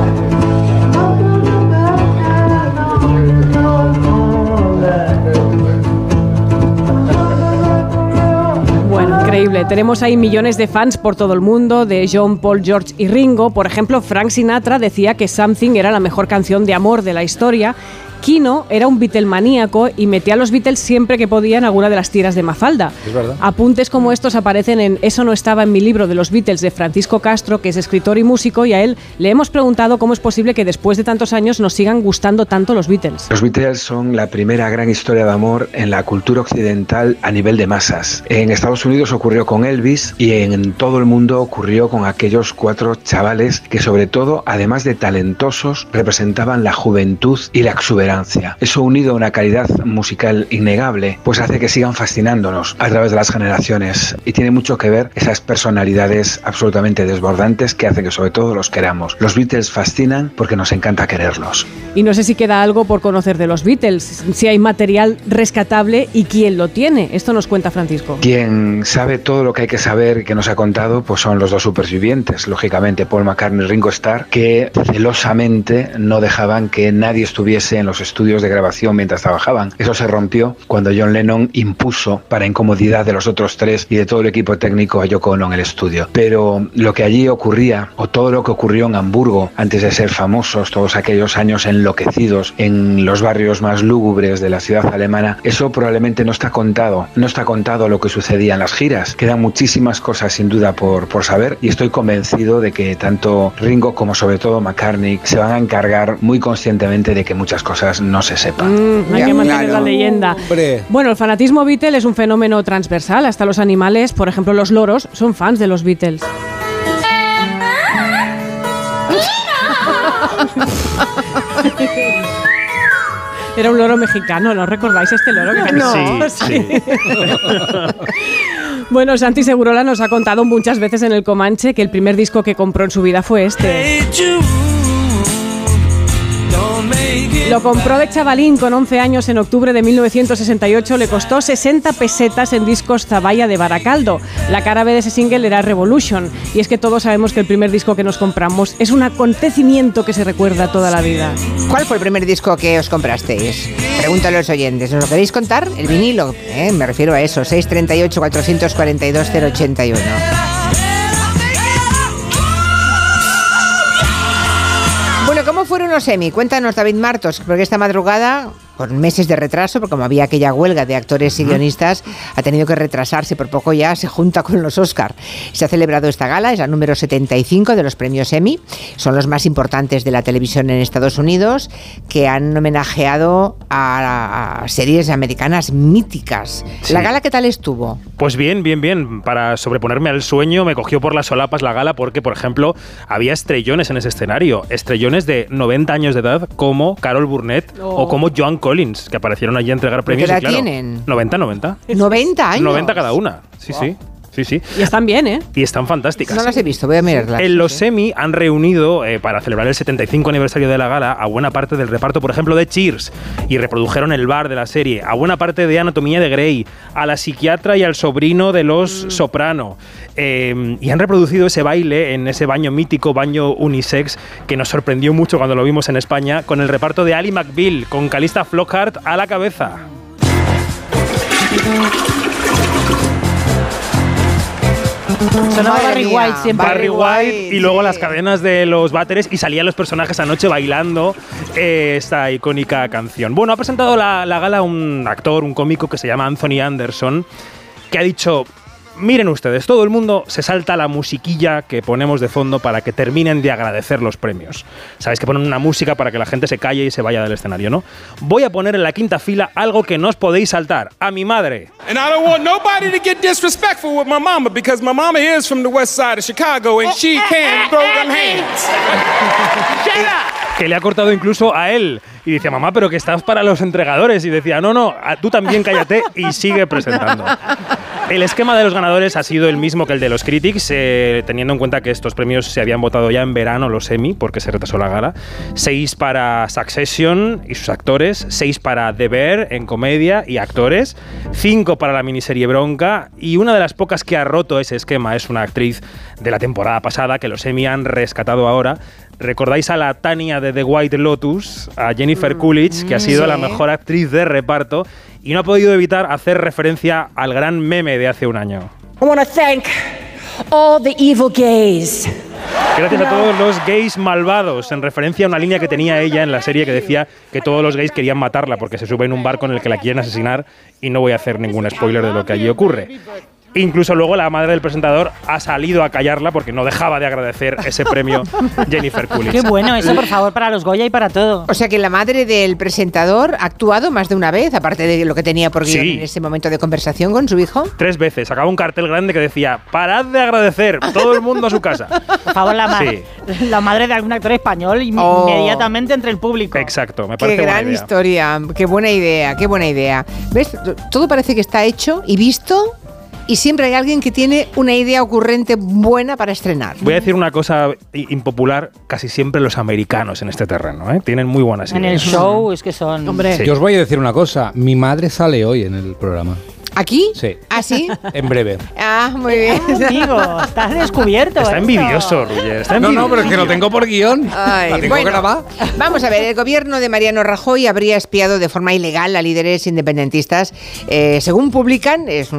Increíble. Tenemos ahí millones de fans por todo el mundo, de John, Paul, George y Ringo. Por ejemplo, Frank Sinatra decía que Something era la mejor canción de amor de la historia. Kino era un Beatlemaníaco y metía a los Beatles siempre que podía en alguna de las tiras de Mafalda. Es verdad. Apuntes como estos aparecen en Eso no estaba en mi libro de los Beatles de Francisco Castro, que es escritor y músico, y a él le hemos preguntado cómo es posible que después de tantos años nos sigan gustando tanto los Beatles. Los Beatles son la primera gran historia de amor en la cultura occidental a nivel de masas. En Estados Unidos ocurrió con Elvis y en todo el mundo ocurrió con aquellos cuatro chavales que, sobre todo, además de talentosos, representaban la juventud y la exuberancia. Eso, unido a una calidad musical innegable, pues hace que sigan fascinándonos a través de las generaciones, y tiene mucho que ver esas personalidades absolutamente desbordantes que hacen que sobre todo los queramos. Los Beatles fascinan porque nos encanta quererlos. Y no sé si queda algo por conocer de los Beatles, si hay material rescatable y quién lo tiene. Esto nos cuenta Francisco. Quien sabe todo lo que hay que saber y que nos ha contado, pues son los dos supervivientes, lógicamente Paul McCartney y Ringo Starr, que celosamente no dejaban que nadie estuviese en los estudios de grabación mientras trabajaban. Eso se rompió cuando John Lennon impuso, para incomodidad de los otros tres y de todo el equipo técnico, a Yoko Ono en el estudio. Pero lo que allí ocurría, o todo lo que ocurrió en Hamburgo antes de ser famosos, todos aquellos años enloquecidos en los barrios más lúgubres de la ciudad alemana, eso probablemente no está contado. No está contado lo que sucedía en las giras. Quedan muchísimas cosas sin duda por, por saber, y estoy convencido de que tanto Ringo como sobre todo McCartney se van a encargar muy conscientemente de que muchas cosas no se sepan. Mm, hay ya, que mantener claro. la leyenda. Hombre. Bueno, el fanatismo Beatle es un fenómeno transversal. Hasta los animales, por ejemplo los loros, son fans de los Beatles. Era un loro mexicano, ¿no recordáis este loro? Que no, sí, sí. Bueno, Santi Segurola nos ha contado muchas veces en el Comanche que el primer disco que compró en su vida fue este. Lo compró de chavalín con once años en octubre de mil novecientos sesenta y ocho. Le costó sesenta pesetas en Discos Zaballa de Baracaldo. La cara B de ese single era Revolution. Y es que todos sabemos que el primer disco que nos compramos es un acontecimiento que se recuerda toda la vida. ¿Cuál fue el primer disco que os comprasteis? Pregúntalo a los oyentes. ¿Nos lo queréis contar? El vinilo, ¿eh? Me refiero a eso. seis treinta y ocho, cuatrocientos cuarenta y dos, cero ochenta y uno. Bueno, ¿cómo fueron los Emmy? Cuéntanos, David Martos, porque esta madrugada, con meses de retraso, porque como había aquella huelga de actores y guionistas, ha tenido que retrasarse, por poco ya se junta con los Oscar. Se ha celebrado esta gala, es la número setenta y cinco de los premios Emmy, son los más importantes de la televisión en Estados Unidos, que han homenajeado a, a series americanas míticas. Sí. ¿La gala qué tal estuvo? Pues bien, bien, bien. Para sobreponerme al sueño me cogió por las solapas la gala porque, por ejemplo, había estrellones en ese escenario, estrellones de noventa años de edad como Carol Burnett oh. o como Joan Collins, que aparecieron allí a entregar premios. ¿Qué edad y, claro, tienen? noventa, noventa. ¿noventa años? noventa cada una, sí, wow. sí. Sí, sí. Y están bien, ¿eh? Y están fantásticas. No las he visto, voy a mirarlas. En los Emmy han reunido, eh, para celebrar el setenta y cinco aniversario de la gala, a buena parte del reparto, por ejemplo, de Cheers, y reprodujeron el bar de la serie, a buena parte de Anatomía de Grey, a la psiquiatra y al sobrino de los mm. Soprano. Eh, y han reproducido ese baile en ese baño mítico, baño unisex, que nos sorprendió mucho cuando lo vimos en España, con el reparto de Ally McBeal, con Calista Flockhart a la cabeza. Sonaba Barry White siempre. Barry White y luego las cadenas de los váteres y salían los personajes anoche bailando eh, esta icónica canción. Bueno, ha presentado la, la gala un actor, un cómico que se llama Anthony Anderson, que ha dicho: miren ustedes, todo el mundo se salta la musiquilla que ponemos de fondo para que terminen de agradecer los premios. Sabéis que ponen una música para que la gente se calle y se vaya del escenario, ¿no? Voy a poner en la quinta fila algo que no os podéis saltar: a mi madre. And I don't want nobody to get disrespectful with my mama, because my mama is from the west side of Chicago and she can throw them hands. Shut up. Que le ha cortado incluso a él. Y dice: mamá, pero que estás para los entregadores. Y decía: no, no, tú también cállate, y sigue presentando. El esquema de los ganadores ha sido el mismo que el de los Critics, eh, teniendo en cuenta que estos premios se habían votado ya en verano, los Emmy, porque se retrasó la gala. Seis para Succession y sus actores, seis para The Bear en comedia y actores, cinco para la miniserie Bronca, y una de las pocas que ha roto ese esquema es una actriz de la temporada pasada que los Emmy han rescatado ahora. ¿Recordáis a la Tania de The White Lotus, a Jennifer Coolidge, que ha sido sí. la mejor actriz de reparto, y no ha podido evitar hacer referencia al gran meme de hace un año? I want to thank all the evil gays Gracias a todos los gays malvados, en referencia a una línea que tenía ella en la serie que decía que todos los gays querían matarla porque se sube en un barco en el que la quieren asesinar, y no voy a hacer ningún spoiler de lo que allí ocurre. Incluso luego la madre del presentador ha salido a callarla porque no dejaba de agradecer ese premio Jennifer Coolidge. Qué bueno eso, por favor, para los Goya y para todo. O sea que la madre del presentador ha actuado más de una vez, aparte de lo que tenía por guión Sí. en ese momento de conversación con su hijo. Tres veces. Sacaba un cartel grande que decía: parad de agradecer, todo el mundo a su casa. Por favor, la, ma- Sí. la madre de algún actor español im- Oh. inmediatamente entre el público. Exacto, me Qué parece buena gran idea. historia, qué buena idea, qué buena idea. ¿Ves? Todo parece que está hecho y visto, y siempre hay alguien que tiene una idea ocurrente buena para estrenar. Voy a decir una cosa i- impopular, casi siempre los americanos en este terreno, ¿eh? Tienen muy buenas En ideas. el show es que son... Hombre, Sí. Yo os voy a decir una cosa. Mi madre sale hoy en el programa. ¿Aquí? Sí. ¿Ah, sí? En breve. Ah, muy bien. Amigo, estás descubierto. Está esto. envidioso, Roger. Está No, envidioso. no, pero es que lo tengo por guión. Ay, La tengo bueno, grabada. vamos a ver, el gobierno de Mariano Rajoy habría espiado de forma ilegal a líderes independentistas. Eh, según publican, es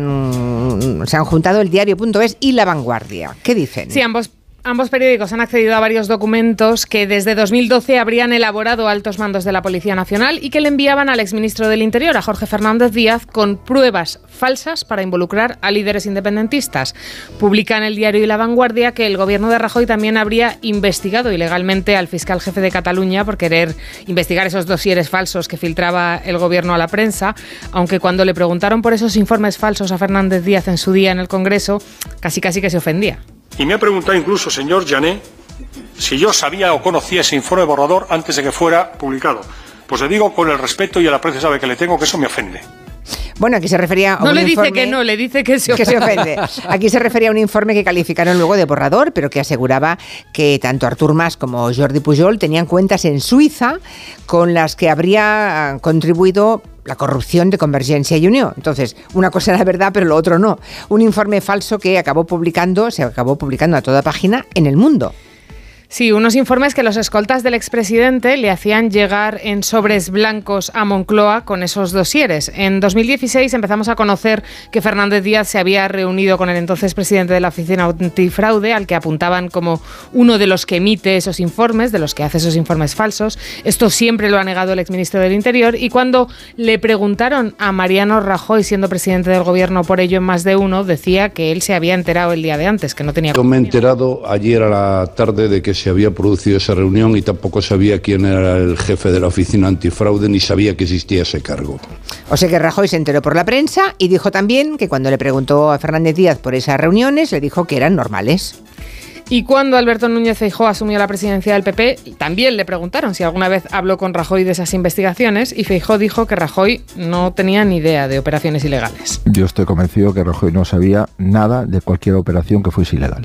un- se han juntado el diario punto es y La Vanguardia. ¿Qué dicen? Sí, ambos Ambos periódicos han accedido a varios documentos que desde dos mil doce habrían elaborado altos mandos de la Policía Nacional y que le enviaban al exministro del Interior, a Jorge Fernández Díaz, con pruebas falsas para involucrar a líderes independentistas. Publica en el diario y La Vanguardia que el gobierno de Rajoy también habría investigado ilegalmente al fiscal jefe de Cataluña por querer investigar esos dosieres falsos que filtraba el gobierno a la prensa, aunque cuando le preguntaron por esos informes falsos a Fernández Díaz en su día en el Congreso, casi casi que se ofendía. Y me ha preguntado incluso, señor Jané, si yo sabía o conocía ese informe borrador antes de que fuera publicado. Pues le digo con el respeto y el aprecio sabe que le tengo que eso me ofende. Bueno, aquí se refería a No un le dice informe que no, le dice que se que se ofende. ofende. Aquí se refería a un informe que calificaron luego de borrador, pero que aseguraba que tanto Artur Mas como Jordi Pujol tenían cuentas en Suiza con las que habría contribuido la corrupción de Convergencia y Unió. Entonces, una cosa era verdad, pero lo otro no. Un informe falso que acabó publicando, se acabó publicando a toda página en El Mundo. Sí, unos informes que los escoltas del expresidente le hacían llegar en sobres blancos a Moncloa con esos dosieres. En dos mil dieciséis empezamos a conocer que Fernández Díaz se había reunido con el entonces presidente de la Oficina Antifraude, al que apuntaban como uno de los que emite esos informes, de los que hace esos informes falsos. Esto siempre lo ha negado el exministro del Interior, y cuando le preguntaron a Mariano Rajoy, siendo presidente del gobierno, por ello en Más de Uno, decía que él se había enterado el día de antes, que no tenía... Yo me he enterado ayer a la tarde de que se había producido esa reunión y tampoco sabía quién era el jefe de la Oficina Antifraude ni sabía que existía ese cargo. O sea que Rajoy se enteró por la prensa y dijo también que cuando le preguntó a Fernández Díaz por esas reuniones, le dijo que eran normales. Y cuando Alberto Núñez Feijóo asumió la presidencia del P P, también le preguntaron si alguna vez habló con Rajoy de esas investigaciones, y Feijóo dijo que Rajoy no tenía ni idea de operaciones ilegales. Yo estoy convencido que Rajoy no sabía nada de cualquier operación que fuese ilegal.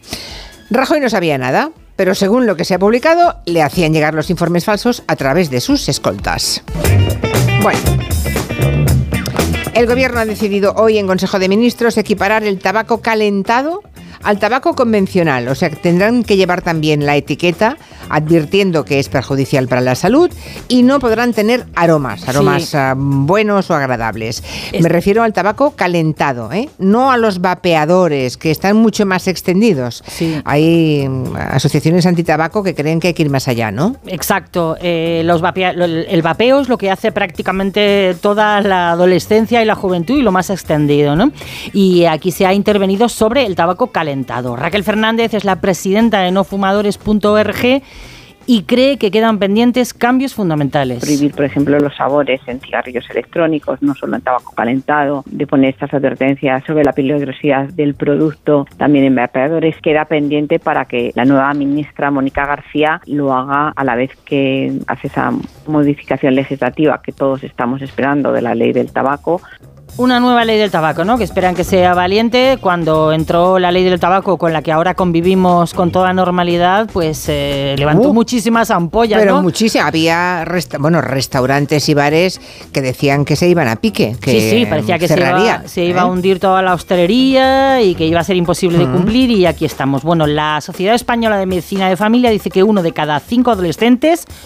Rajoy no sabía nada, pero según lo que se ha publicado, le hacían llegar los informes falsos a través de sus escoltas. Bueno, el gobierno ha decidido hoy en Consejo de Ministros equiparar el tabaco calentado al tabaco convencional, o sea que tendrán que llevar también la etiqueta advirtiendo que es perjudicial para la salud, y no podrán tener aromas, aromas Sí. uh, buenos o agradables. Me refiero al tabaco calentado, ¿eh? No a los vapeadores, que están mucho más extendidos. Sí. Hay um, asociaciones antitabaco que creen que hay que ir más allá, ¿no? Exacto. Eh, los vapea- lo- el vapeo es lo que hace prácticamente toda la adolescencia y la juventud, y lo más extendido, ¿no? Y aquí se ha intervenido sobre el tabaco calentado. Raquel Fernández es la presidenta de no fumadores punto org y cree que quedan pendientes cambios fundamentales. Prohibir, por ejemplo, los sabores en cigarrillos electrónicos, no solo en tabaco calentado, de poner estas advertencias sobre la peligrosidad del producto, también en vapeadores, queda pendiente para que la nueva ministra Mónica García lo haga a la vez que hace esa modificación legislativa que todos estamos esperando de la ley del tabaco. Una nueva ley del tabaco, ¿no? Que esperan que sea valiente. Cuando entró la ley del tabaco, con la que ahora convivimos con toda normalidad, pues eh, levantó Uh, muchísimas ampollas, Pero ¿no? muchísimas. Había resta- bueno, restaurantes y bares que decían que se iban a pique, que Sí, sí, parecía que se cerrarían, iba, se iba a ¿eh? hundir toda la hostelería y que iba a ser imposible de Mm. cumplir, y aquí estamos. Bueno, la Sociedad Española de Medicina de Familia dice que uno de cada cinco adolescentes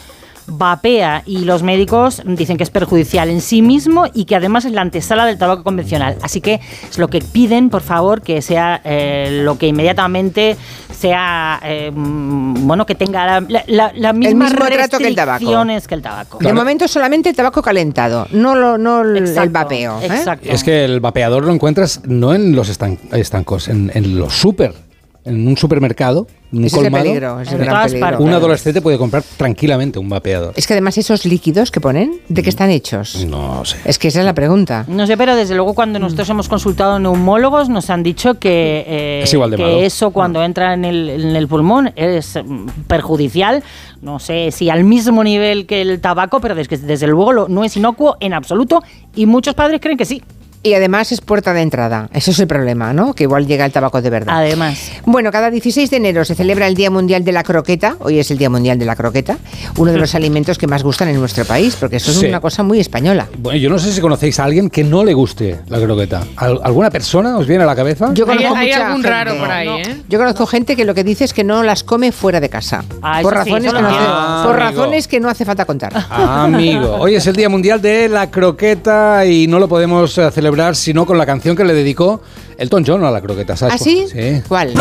vapea y los médicos dicen que es perjudicial en sí mismo y que además es la antesala del tabaco convencional. Así que es lo que piden, por favor, que sea eh, lo que inmediatamente sea, eh, bueno, que tenga la, la, la misma el mismo trato que el tabaco. que el tabaco. De momento solamente el tabaco calentado, no, lo, no el, exacto, el vapeo. ¿eh? Exacto. Es que el vapeador lo encuentras no en los estan- estancos, en, en los súper. En un supermercado, un ese colmado, es el peligro, es el gran peligro. Un adolescente puede comprar tranquilamente un vapeador. Es que además esos líquidos que ponen, ¿de qué están hechos? No sé. Es que esa es la pregunta. No sé, pero desde luego cuando nosotros hemos consultado neumólogos nos han dicho que, eh, es igual de que malo. eso cuando entra en el, en el pulmón es perjudicial. No sé si al mismo nivel que el tabaco, pero desde, desde luego lo, no es inocuo en absoluto y muchos padres creen que sí. Y además es puerta de entrada. Eso es el problema, ¿no? Que igual llega el tabaco de verdad. Además. Bueno, cada dieciséis de enero se celebra el Día Mundial de la Croqueta. Hoy es el Día Mundial de la Croqueta. Uno de los alimentos que más gustan en nuestro país, porque eso es Sí. una cosa muy española. Bueno, yo no sé si conocéis a alguien que no le guste la croqueta. ¿Al- ¿Alguna persona os viene a la cabeza? Yo conozco Hay, hay mucha algún gente. raro por ahí, No. ¿eh? Yo conozco gente que lo que dice es que no las come fuera de casa. Ah, por eso sí, razones, eso que, lo no hace, entiendo. por Ah, amigo. razones que no hace falta contar. Amigo, hoy es el Día Mundial de la Croqueta y no lo podemos eh, celebrar sino con la canción que le dedicó Elton John a la croqueta. ¿Sabes ¿Ah, cuál? sí? Sí. ¿Cuál?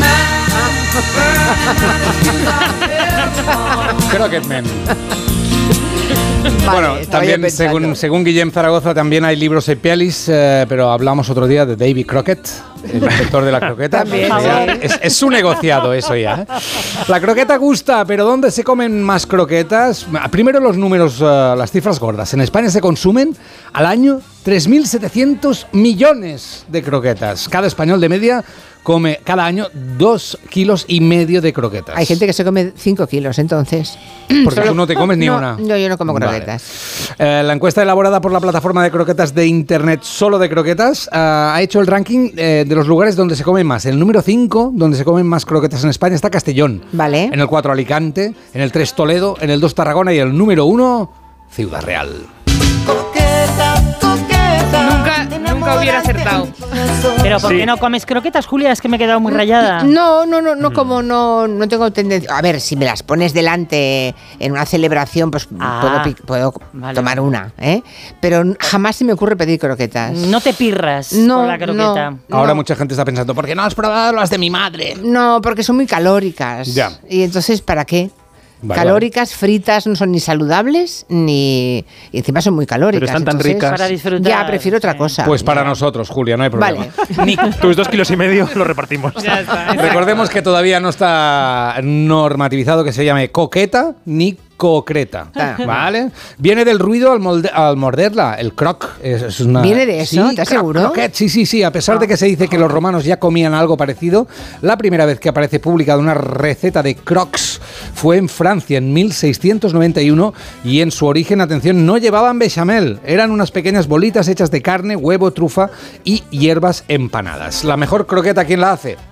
Croquetman. Vale, Bueno, estaba también yo pensando. según, según Guillem Zaragoza también hay libros y pelis, eh, pero hablamos otro día de Davy Crockett, el inventor de la croqueta. También, Ya, sí. es, es un negociado eso ya. ¿eh? La croqueta gusta, pero ¿dónde se comen más croquetas? Primero los números, eh, las cifras gordas. En España se consumen al año tres mil setecientos millones de croquetas. Cada español de media come cada año dos kilos y medio de croquetas. Hay gente que se come cinco kilos, entonces. Porque tú no te comes ni no, una. No, yo no como Vale. croquetas. Eh, la encuesta elaborada por la plataforma de croquetas de internet Solo de Croquetas eh, ha hecho el ranking eh, de los lugares donde se comen más. En el número cinco, donde se comen más croquetas en España, está Castellón. Vale. En el cuatro, Alicante. En el tres, Toledo. En el dos, Tarragona. Y el número uno, Ciudad Real. Nunca, nunca hubiera acertado. Pero ¿por Sí. qué no comes croquetas, Julia? Es que me he quedado muy rayada. No, no, no, no como no, no tengo tendencia. A ver, si me las pones delante en una celebración, pues Ah, puedo, pi- puedo vale. tomar una, ¿eh? Pero n- jamás se me ocurre pedir croquetas. No te pirras No, con la croqueta. no. Ahora mucha gente está pensando, ¿por qué no has probado las de mi madre? No, porque son muy calóricas. Ya. Y entonces, ¿para qué? Vale, calóricas, fritas, no son ni saludables, ni... Y encima son muy calóricas. Pero están tan entonces, ricas. Para disfrutar. Ya, prefiero otra cosa. Pues para nosotros, Julia, no hay problema. Vale. Ni tus dos kilos y medio los repartimos. Ya está. Recordemos que todavía no está normativizado que se llame coqueta ni concreta, Ah. ¿vale? Viene del ruido al, molde- al morderla, el croc. Es, es una, ¿Viene de eso? Sí, ¿Estás croc, seguro? croquet, sí, sí, sí. A pesar de que se dice que los romanos ya comían algo parecido, la primera vez que aparece publicada una receta de crocs fue en Francia en mil seiscientos noventa y uno y en su origen, atención, no llevaban bechamel. Eran unas pequeñas bolitas hechas de carne, huevo, trufa y hierbas empanadas. La mejor croqueta, ¿quién la hace?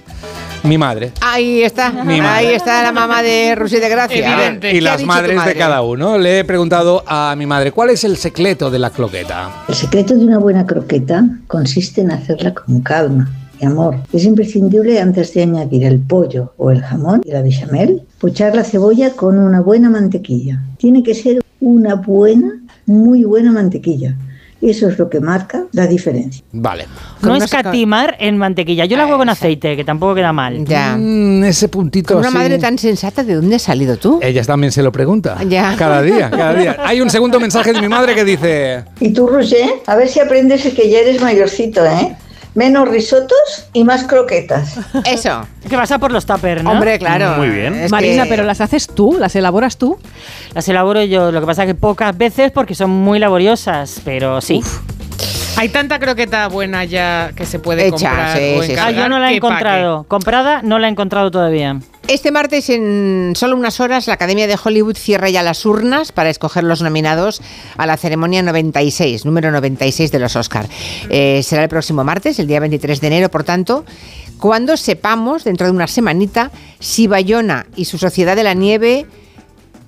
Mi madre. Ahí está, Mi madre. ahí está la mamá de Rusy de Gracia. Evidente. ¿Qué Y ha las dicho tu madres madre? de cada uno. Le he preguntado a mi madre, ¿cuál es el secreto de la croqueta? El secreto de una buena croqueta consiste en hacerla con calma y amor. Es imprescindible, antes de añadir el pollo o el jamón y la bechamel, pochar la cebolla con una buena mantequilla. Tiene que ser una buena, muy buena mantequilla. Eso es lo que marca la diferencia. Vale. No Con una escatimar en mantequilla. Yo la hago con aceite, que tampoco queda mal. Ya. Mm, ese puntito Con una así. madre tan sensata, ¿de dónde has salido tú? Ella también se lo pregunta. Ya. Cada día, cada día. Hay un segundo mensaje de mi madre que dice... Y tú, Roger, a ver si aprendes que ya eres mayorcito, ¿eh? Menos risotos y más croquetas. Eso. Que vas a por los tuppers, ¿no? Hombre, claro. Muy bien. Es Marina, que- ¿pero las haces tú? ¿Las elaboras tú? Las elaboro yo, lo que pasa que pocas veces porque son muy laboriosas, pero sí. Hay tanta croqueta buena ya que se puede Hecha, comprar sí, o sí, sí. encargar. Ah, yo no la he que pa' qué. encontrado. Comprada no la he encontrado todavía. Este martes, en solo unas horas, la Academia de Hollywood cierra ya las urnas para escoger los nominados a la ceremonia noventa y seis, número noventa y seis de los Oscar. Eh, será el próximo martes, el día veintitrés de enero, por tanto, cuando sepamos, dentro de una semanita, si Bayona y su Sociedad de la Nieve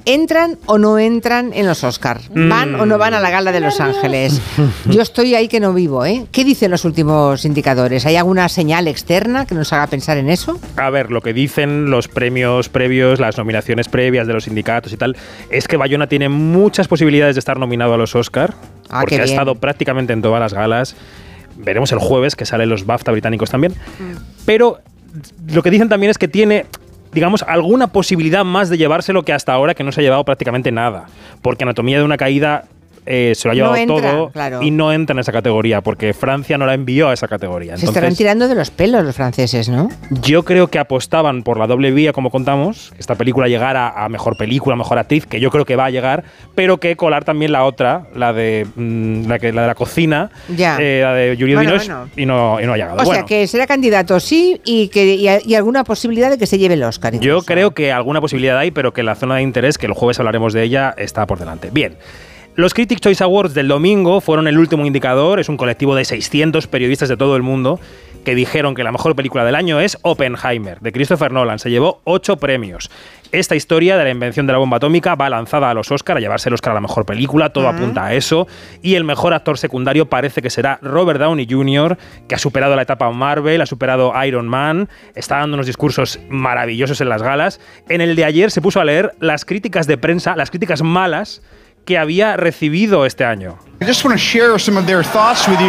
¿Entran o no entran en los Oscar? ¿Van mm. o no van a la gala de Los Ángeles? Yo estoy ahí que no vivo, ¿eh? ¿Qué dicen los últimos indicadores? ¿Hay alguna señal externa que nos haga pensar en eso? A ver, lo que dicen los premios previos, las nominaciones previas de los sindicatos y tal, es que Bayona tiene muchas posibilidades de estar nominado a los Oscar, ah, porque ha bien. estado prácticamente en todas las galas. Veremos el jueves, que salen los BAFTA británicos también. Mm. Pero lo que dicen también es que tiene, digamos, alguna posibilidad más de llevárselo que hasta ahora, que no se ha llevado prácticamente nada. Porque Anatomía de una caída eh, se lo ha llevado no entra, todo claro. y no entra en esa categoría, porque Francia no la envió a esa categoría. Se Entonces, estarán tirando de los pelos los franceses, ¿no? Yo creo que apostaban por la doble vía, como contamos, que esta película llegara a mejor película, mejor actriz, que yo creo que va a llegar, pero que colar también la otra, la de mmm, la, que, la de la cocina, ya. Eh, la de Juliette bueno, Binoche, bueno. Y, no, y no ha llegado. O bueno, sea, que será candidato, sí, y, que, y, y alguna posibilidad de que se lleve el Oscar. Incluso. Yo creo que alguna posibilidad hay, pero que la zona de interés, que el jueves hablaremos de ella, está por delante. Bien. Los Critics' Choice Awards del domingo fueron el último indicador. Es un colectivo de seiscientos periodistas de todo el mundo que dijeron que la mejor película del año es Oppenheimer, de Christopher Nolan. Se llevó ocho premios. Esta historia de la invención de la bomba atómica va lanzada a los Oscar, a llevarse el Oscar a la mejor película, todo uh-huh. apunta a eso. Y el mejor actor secundario parece que será Robert Downey junior, que ha superado la etapa Marvel, ha superado Iron Man, está dando unos discursos maravillosos en las galas. En el de ayer se puso a leer las críticas de prensa, las críticas malas que había recibido este año. I just want to share some of their thoughts with you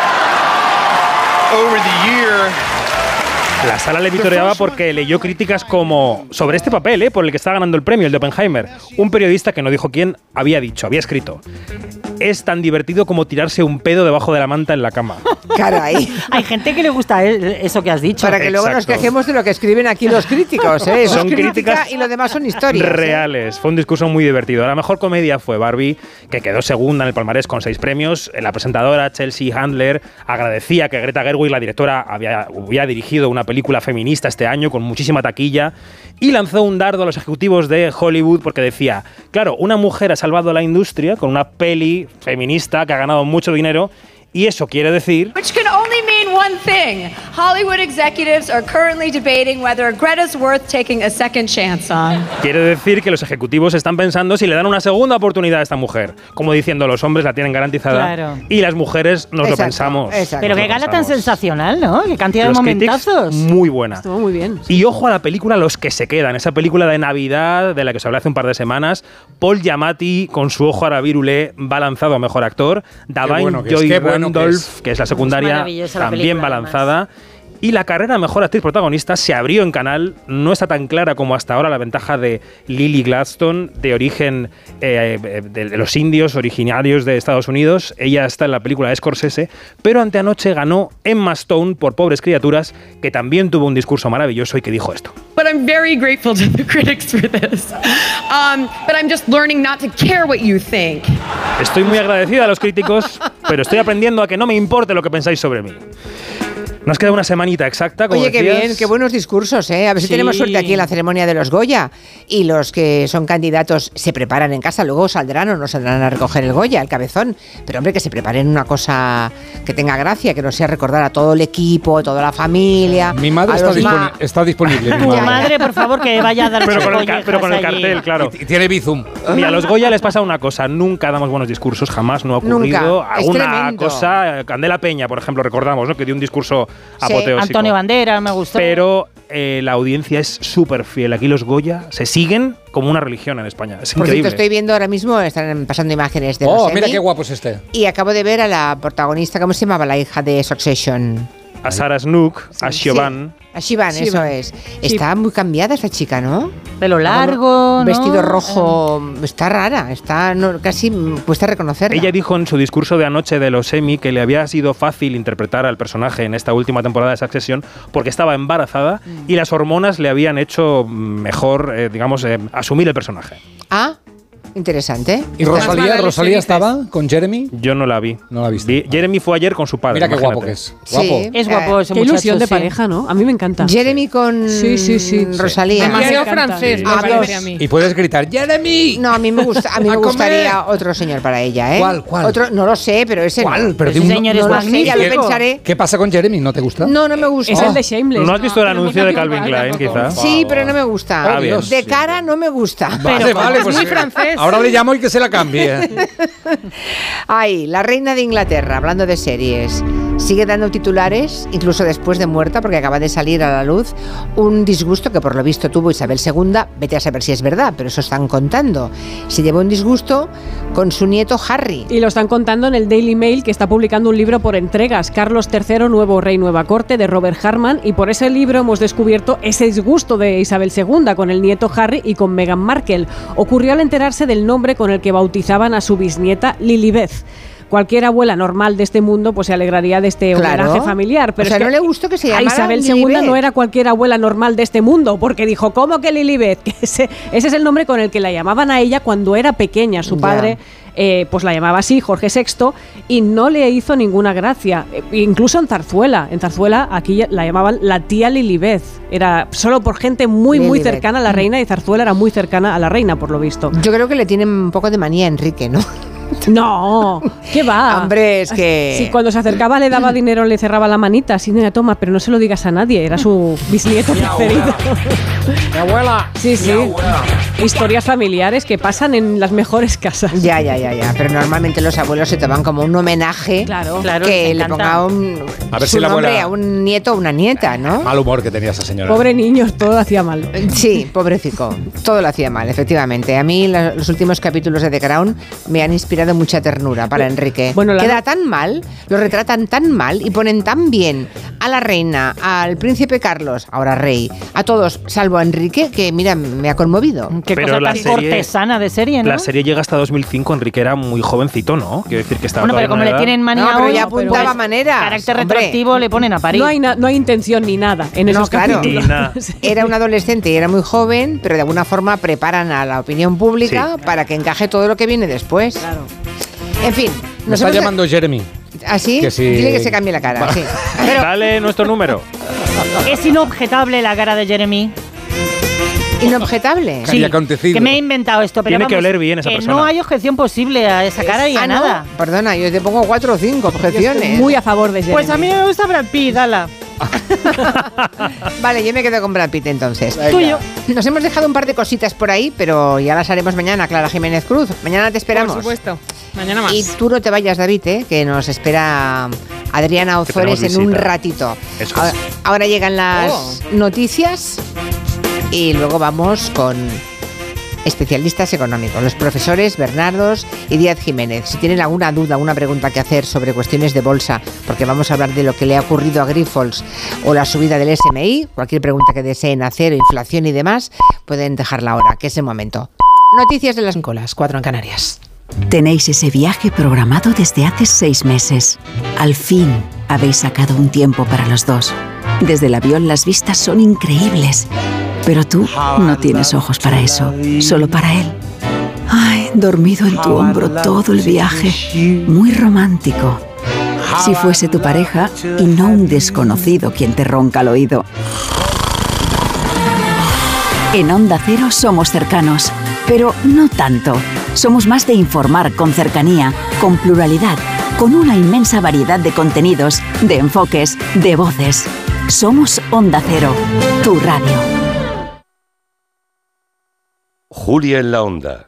over the year. La sala le vitoreaba porque leyó críticas como sobre este papel, ¿eh? por el que está ganando el premio, el de Oppenheimer. Un periodista que no dijo quién había dicho, había escrito: es tan divertido como tirarse un pedo debajo de la manta en la cama. Caray. Hay gente que le gusta eso que has dicho. Para que Exacto. luego nos quejemos de lo que escriben aquí los críticos, ¿eh? Son críticas y lo demás son historias. Reales. ¿eh? Fue un discurso muy divertido. La mejor comedia fue Barbie, que quedó segunda en el palmarés con seis premios. La presentadora Chelsea Handler agradecía que Greta Gerwig, la directora, había, había dirigido una película feminista este año con muchísima taquilla, y lanzó un dardo a los ejecutivos de Hollywood porque decía, claro, una mujer ha salvado a la industria con una peli feminista que ha ganado mucho dinero, y eso quiere decir... Which can only mean one thing. Hollywood executives are currently debating whether Greta's worth taking a second chance on. Quiere decir que los ejecutivos están pensando si le dan una segunda oportunidad a esta mujer. Como diciendo, los hombres la tienen garantizada, claro. y las mujeres nos exacto, lo pensamos. Exacto. Pero qué gala tan sensacional, ¿no? Qué cantidad los de momentazos. Muy buena. Estuvo muy bien. Y ojo a la película Los que se quedan, esa película de Navidad de la que os hablé hace un par de semanas. Paul Giamatti, con su ojo aravirulé, va lanzado a mejor actor. Davine bueno Joy es, bueno Randolph, que es. que es la secundaria, la también va lanzada. Y la carrera de mejor actriz protagonista se abrió en Canal. No está tan clara como hasta ahora la ventaja de Lily Gladstone, de origen eh, de, de los indios originarios de Estados Unidos. Ella está en la película de Scorsese, pero anteanoche ganó Emma Stone por Pobres Criaturas, que también tuvo un discurso maravilloso y que dijo esto. But I'm very grateful to the critics for this. Um, but I'm just learning not to care what you think. Estoy muy agradecida a los críticos, pero estoy aprendiendo a que no me importe lo que pensáis sobre mí. Nos queda una semanita exacta, como Oye, qué decías. bien, qué buenos discursos, ¿eh? A ver si Sí. tenemos suerte aquí en la ceremonia de los Goya. Y los que son candidatos se preparan en casa, luego saldrán o no saldrán a recoger el Goya, el cabezón. Pero hombre, que se preparen una cosa que tenga gracia, que no sea recordar a todo el equipo, a toda la familia. Mi madre está, disponi ma está disponible. Tu madre, por favor, que vaya a dar pero con, el, pero con el cartel, claro. Y tiene Bizum. Mira, a los Goya les pasa una cosa. Nunca damos buenos discursos, jamás no ha ocurrido. Nunca. Es Alguna tremendo. cosa, Candela Peña, por ejemplo, recordamos, ¿no? Que dio un discurso Sí, apoteósico. Antonio Banderas, me gustó. Pero eh, la audiencia es súper fiel. Aquí los Goya se siguen como una religión en España. Es Por increíble. cierto, estoy viendo ahora mismo, están pasando imágenes de Oh, los mira Emmy, qué guapo es este. y acabo de ver a la protagonista, ¿cómo se llamaba la hija de Succession? A Sarah Snook, a Siobhan. Sí, a Siobhan, eso Siobhan. es. Está muy cambiada esta chica, ¿no? Pelo largo, Un ¿no? vestido rojo. Está rara, está no, casi cuesta reconocerla. Ella dijo en su discurso de anoche de los Emmy que le había sido fácil interpretar al personaje en esta última temporada de Succession porque estaba embarazada mm. y las hormonas le habían hecho mejor, eh, digamos, eh, asumir el personaje. Ah, Interesante. ¿Y Rosalía, Rosalía estaba con Jeremy? Yo no la vi. No la viste. Vi- Jeremy fue ayer con su padre. Mira qué guapo imagínate. que es. Sí. Guapo. Es guapo ese Qué muchacho, ilusión de sí. pareja, ¿no? A mí me encanta. Jeremy con Sí, sí, sí. Rosalía. Demasiado Me encanta. francés, me Ah, parece dos. a mí. Y puedes gritar, ¡Jeremy! No, a mí me gusta, a mí A me comer. gustaría otro señor para ella, ¿eh? ¿Cuál, cuál? Otro, no lo sé, pero ese ¿Cuál? no. Pero Ese de un- señor es no lo sé, ya magnífico. lo ¿Qué- pensaré. ¿Qué pasa con Jeremy? ¿No te gusta? No, no me gusta. Es el de Shameless. ¿No has visto el anuncio de Calvin Ay, Klein, tampoco. quizá? Sí, pero no me gusta. Ah, bien. De cara no me gusta. Vale, vale, pues muy eh, francés. ahora le llamo y que se la cambie. Ay, la reina de Inglaterra, hablando de series, sigue dando titulares, incluso después de muerta, porque acaba de salir a la luz un disgusto que por lo visto tuvo Isabel segunda, vete a saber si es verdad, pero eso están contando. Se llevó un disgusto con su nieto Harry. Y lo están contando en el Daily Mail, que está publicando un libro por entregas, Carlos tercero, Nuevo Rey, Nueva Corte, de Robert Hartman, y por ese libro hemos descubierto ese disgusto de Isabel segunda con el nieto Harry y con Meghan Markle. Ocurrió al enterarse del nombre con el que bautizaban a su bisnieta Lilibet. Cualquier abuela normal de este mundo pues se alegraría de este Claro. homenaje familiar. Pero O sea, es que no le gustó que se a llamara Isabel segunda Lilibet. no era cualquier abuela normal de este mundo, porque dijo, ¿cómo que Lilibet? Que ese, ese es el nombre con el que la llamaban a ella cuando era pequeña. Su Ya. padre eh, pues la llamaba así, Jorge sexto, y no le hizo ninguna gracia. Eh, incluso en Zarzuela. En Zarzuela aquí la llamaban la tía Lilibet. Era solo por gente muy, muy Lilibet. cercana a la reina, y Zarzuela era muy cercana a la reina, por lo visto. Yo creo que le tienen un poco de manía a Enrique, ¿no? No, ¿qué va? Hombre, es que... Sí, cuando se acercaba le daba dinero, le cerraba la manita, así, mira, toma, pero no se lo digas a nadie, era su bisnieto preferido. ¡Mi abuela! Sí, sí. Historias familiares que pasan en las mejores casas. Ya, ya, ya, ya. Pero normalmente los abuelos se toman como un homenaje Claro, Claro, que les le encanta. ponga un, A ver su si la nombre abuela- a un nieto o una nieta, ¿no? Mal humor que tenía esa señora. Pobre niño, todo hacía mal. Sí, pobrecito. Todo lo hacía mal, efectivamente. A mí la- los últimos capítulos de The Crown me han inspirado mucha ternura para Enrique. Bueno, la- Queda tan mal, lo retratan tan mal y ponen tan bien a la reina, al príncipe Carlos, ahora rey, a todos, salvo a Enrique, que mira, me ha conmovido. Qué Pero cosa la tan serie- cortesana de serie, ¿no? La serie llega hasta dos mil cinco, Enrique era muy jovencito, ¿no? Quiero decir que estaba Bueno, todavía pero como en le una tienen edad- manía No, pero hoy, ya apuntaba pues, maneras, carácter hombre. retroactivo le ponen a París. No hay, na- no hay intención ni nada en No, esos claro. capítulos. Ni nada. Sí. Era un adolescente y era muy joven, pero de alguna forma preparan a la opinión pública para que encaje todo lo que viene después. Claro. En fin, Me nos está hemos- llamando Jeremy. ¿Así? Que sí. Dile que se cambie la cara, sí. Pero Dale nuestro número. Es inobjetable la cara de Jeremy. inobjetable. ¿Qué había acontecido? Que me he inventado esto, pero Tiene que vamos, oler bien esa que persona. no hay objeción posible a esa cara y a Ah, ¿no? nada. Perdona, yo te pongo cuatro o cinco Yo objeciones. estoy muy a favor de Jeremy. Pues a mí me gusta Brad Pitt, ala. Vale, yo me quedo con Brad Pitt entonces. Tuyo. Nos hemos dejado un par de cositas por ahí, pero ya las haremos mañana, Clara Jiménez Cruz. Mañana te esperamos. Por supuesto. Mañana más. Y tú no te vayas, David, ¿eh? Que nos espera Adriana Ozores en tenemos un visita. ratito. Eso ahora, es. ahora llegan las Oh. noticias y luego vamos con especialistas económicos, los profesores Bernardos y Díaz Jiménez. Si tienen alguna duda, alguna pregunta que hacer sobre cuestiones de bolsa, porque vamos a hablar de lo que le ha ocurrido a Grifols o la subida del S M I, cualquier pregunta que deseen hacer, inflación y demás, pueden dejarla ahora, que es el momento. Noticias de las Con las cuatro en Canarias. Tenéis ese viaje programado desde hace seis meses. Al fin habéis sacado un tiempo para los dos. Desde el avión las vistas son increíbles. Pero tú no tienes ojos para eso, solo para él. Ay, dormido en tu hombro todo el viaje. Muy romántico. Si fuese tu pareja y no un desconocido quien te ronca al oído. En Onda Cero somos cercanos, pero no tanto. Somos más de informar con cercanía, con pluralidad, con una inmensa variedad de contenidos, de enfoques, de voces. Somos Onda Cero, tu radio. Julia en la Onda.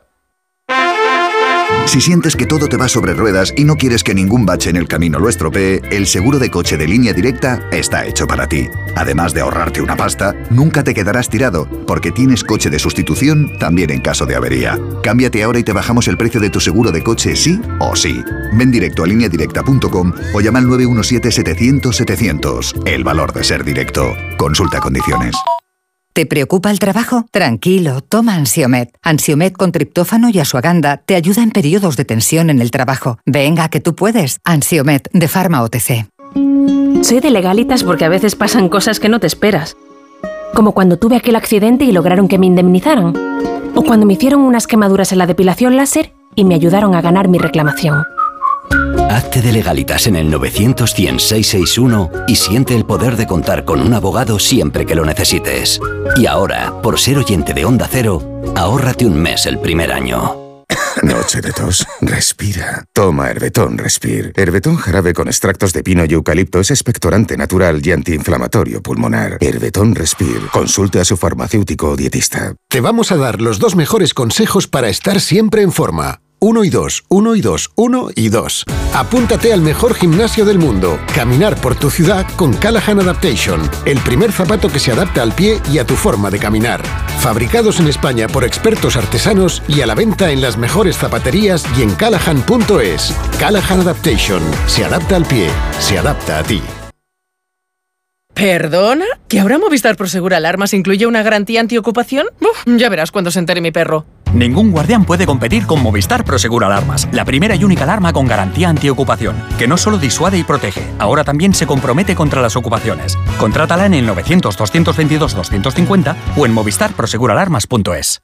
Si sientes que todo te va sobre ruedas y no quieres que ningún bache en el camino lo estropee, el seguro de coche de Línea Directa está hecho para ti. Además de ahorrarte una pasta, nunca te quedarás tirado, porque tienes coche de sustitución también en caso de avería. Cámbiate ahora y te bajamos el precio de tu seguro de coche sí o sí. Ven directo a línea directa punto com o llama al nueve uno siete, setecientos, setecientos. El valor de ser directo. Consulta condiciones. ¿Te preocupa el trabajo? Tranquilo, toma Ansiomed. Ansiomed con triptófano y asuaganda te ayuda en periodos de tensión en el trabajo. Venga, que tú puedes. Ansiomed, de Pharma O T C. Soy de Legalitas porque a veces pasan cosas que no te esperas. Como cuando tuve aquel accidente y lograron que me indemnizaran. O cuando me hicieron unas quemaduras en la depilación láser y me ayudaron a ganar mi reclamación. Hazte de Legalitas en el novecientos cien seiscientos sesenta y uno y siente el poder de contar con un abogado siempre que lo necesites. Y ahora, por ser oyente de Onda Cero, ahórrate un mes el primer año. Noche de tos. Respira. Toma Herbetón Respir. Herbetón jarabe con extractos de pino y eucalipto es expectorante natural y antiinflamatorio pulmonar. Herbetón Respir. Consulte a su farmacéutico o dietista. Te vamos a dar los dos mejores consejos para estar siempre en forma. Uno y dos, uno y dos, uno y dos. Apúntate al mejor gimnasio del mundo. Caminar por tu ciudad con Callahan Adaptation. El primer zapato que se adapta al pie y a tu forma de caminar. Fabricados en España por expertos artesanos y a la venta en las mejores zapaterías y en callahan punto es. Callahan Adaptation. Se adapta al pie. Se adapta a ti. ¿Perdona? ¿Que ahora Movistar Prosegur Alarmas incluye una garantía antiocupación? Uf, ya verás cuando se entere mi perro. Ningún guardián puede competir con Movistar Prosegur Alarmas, la primera y única alarma con garantía antiocupación, que no solo disuade y protege, ahora también se compromete contra las ocupaciones. Contrátala en el novecientos, doscientos veintidós, doscientos cincuenta o en movistar prosegur alarmas punto es.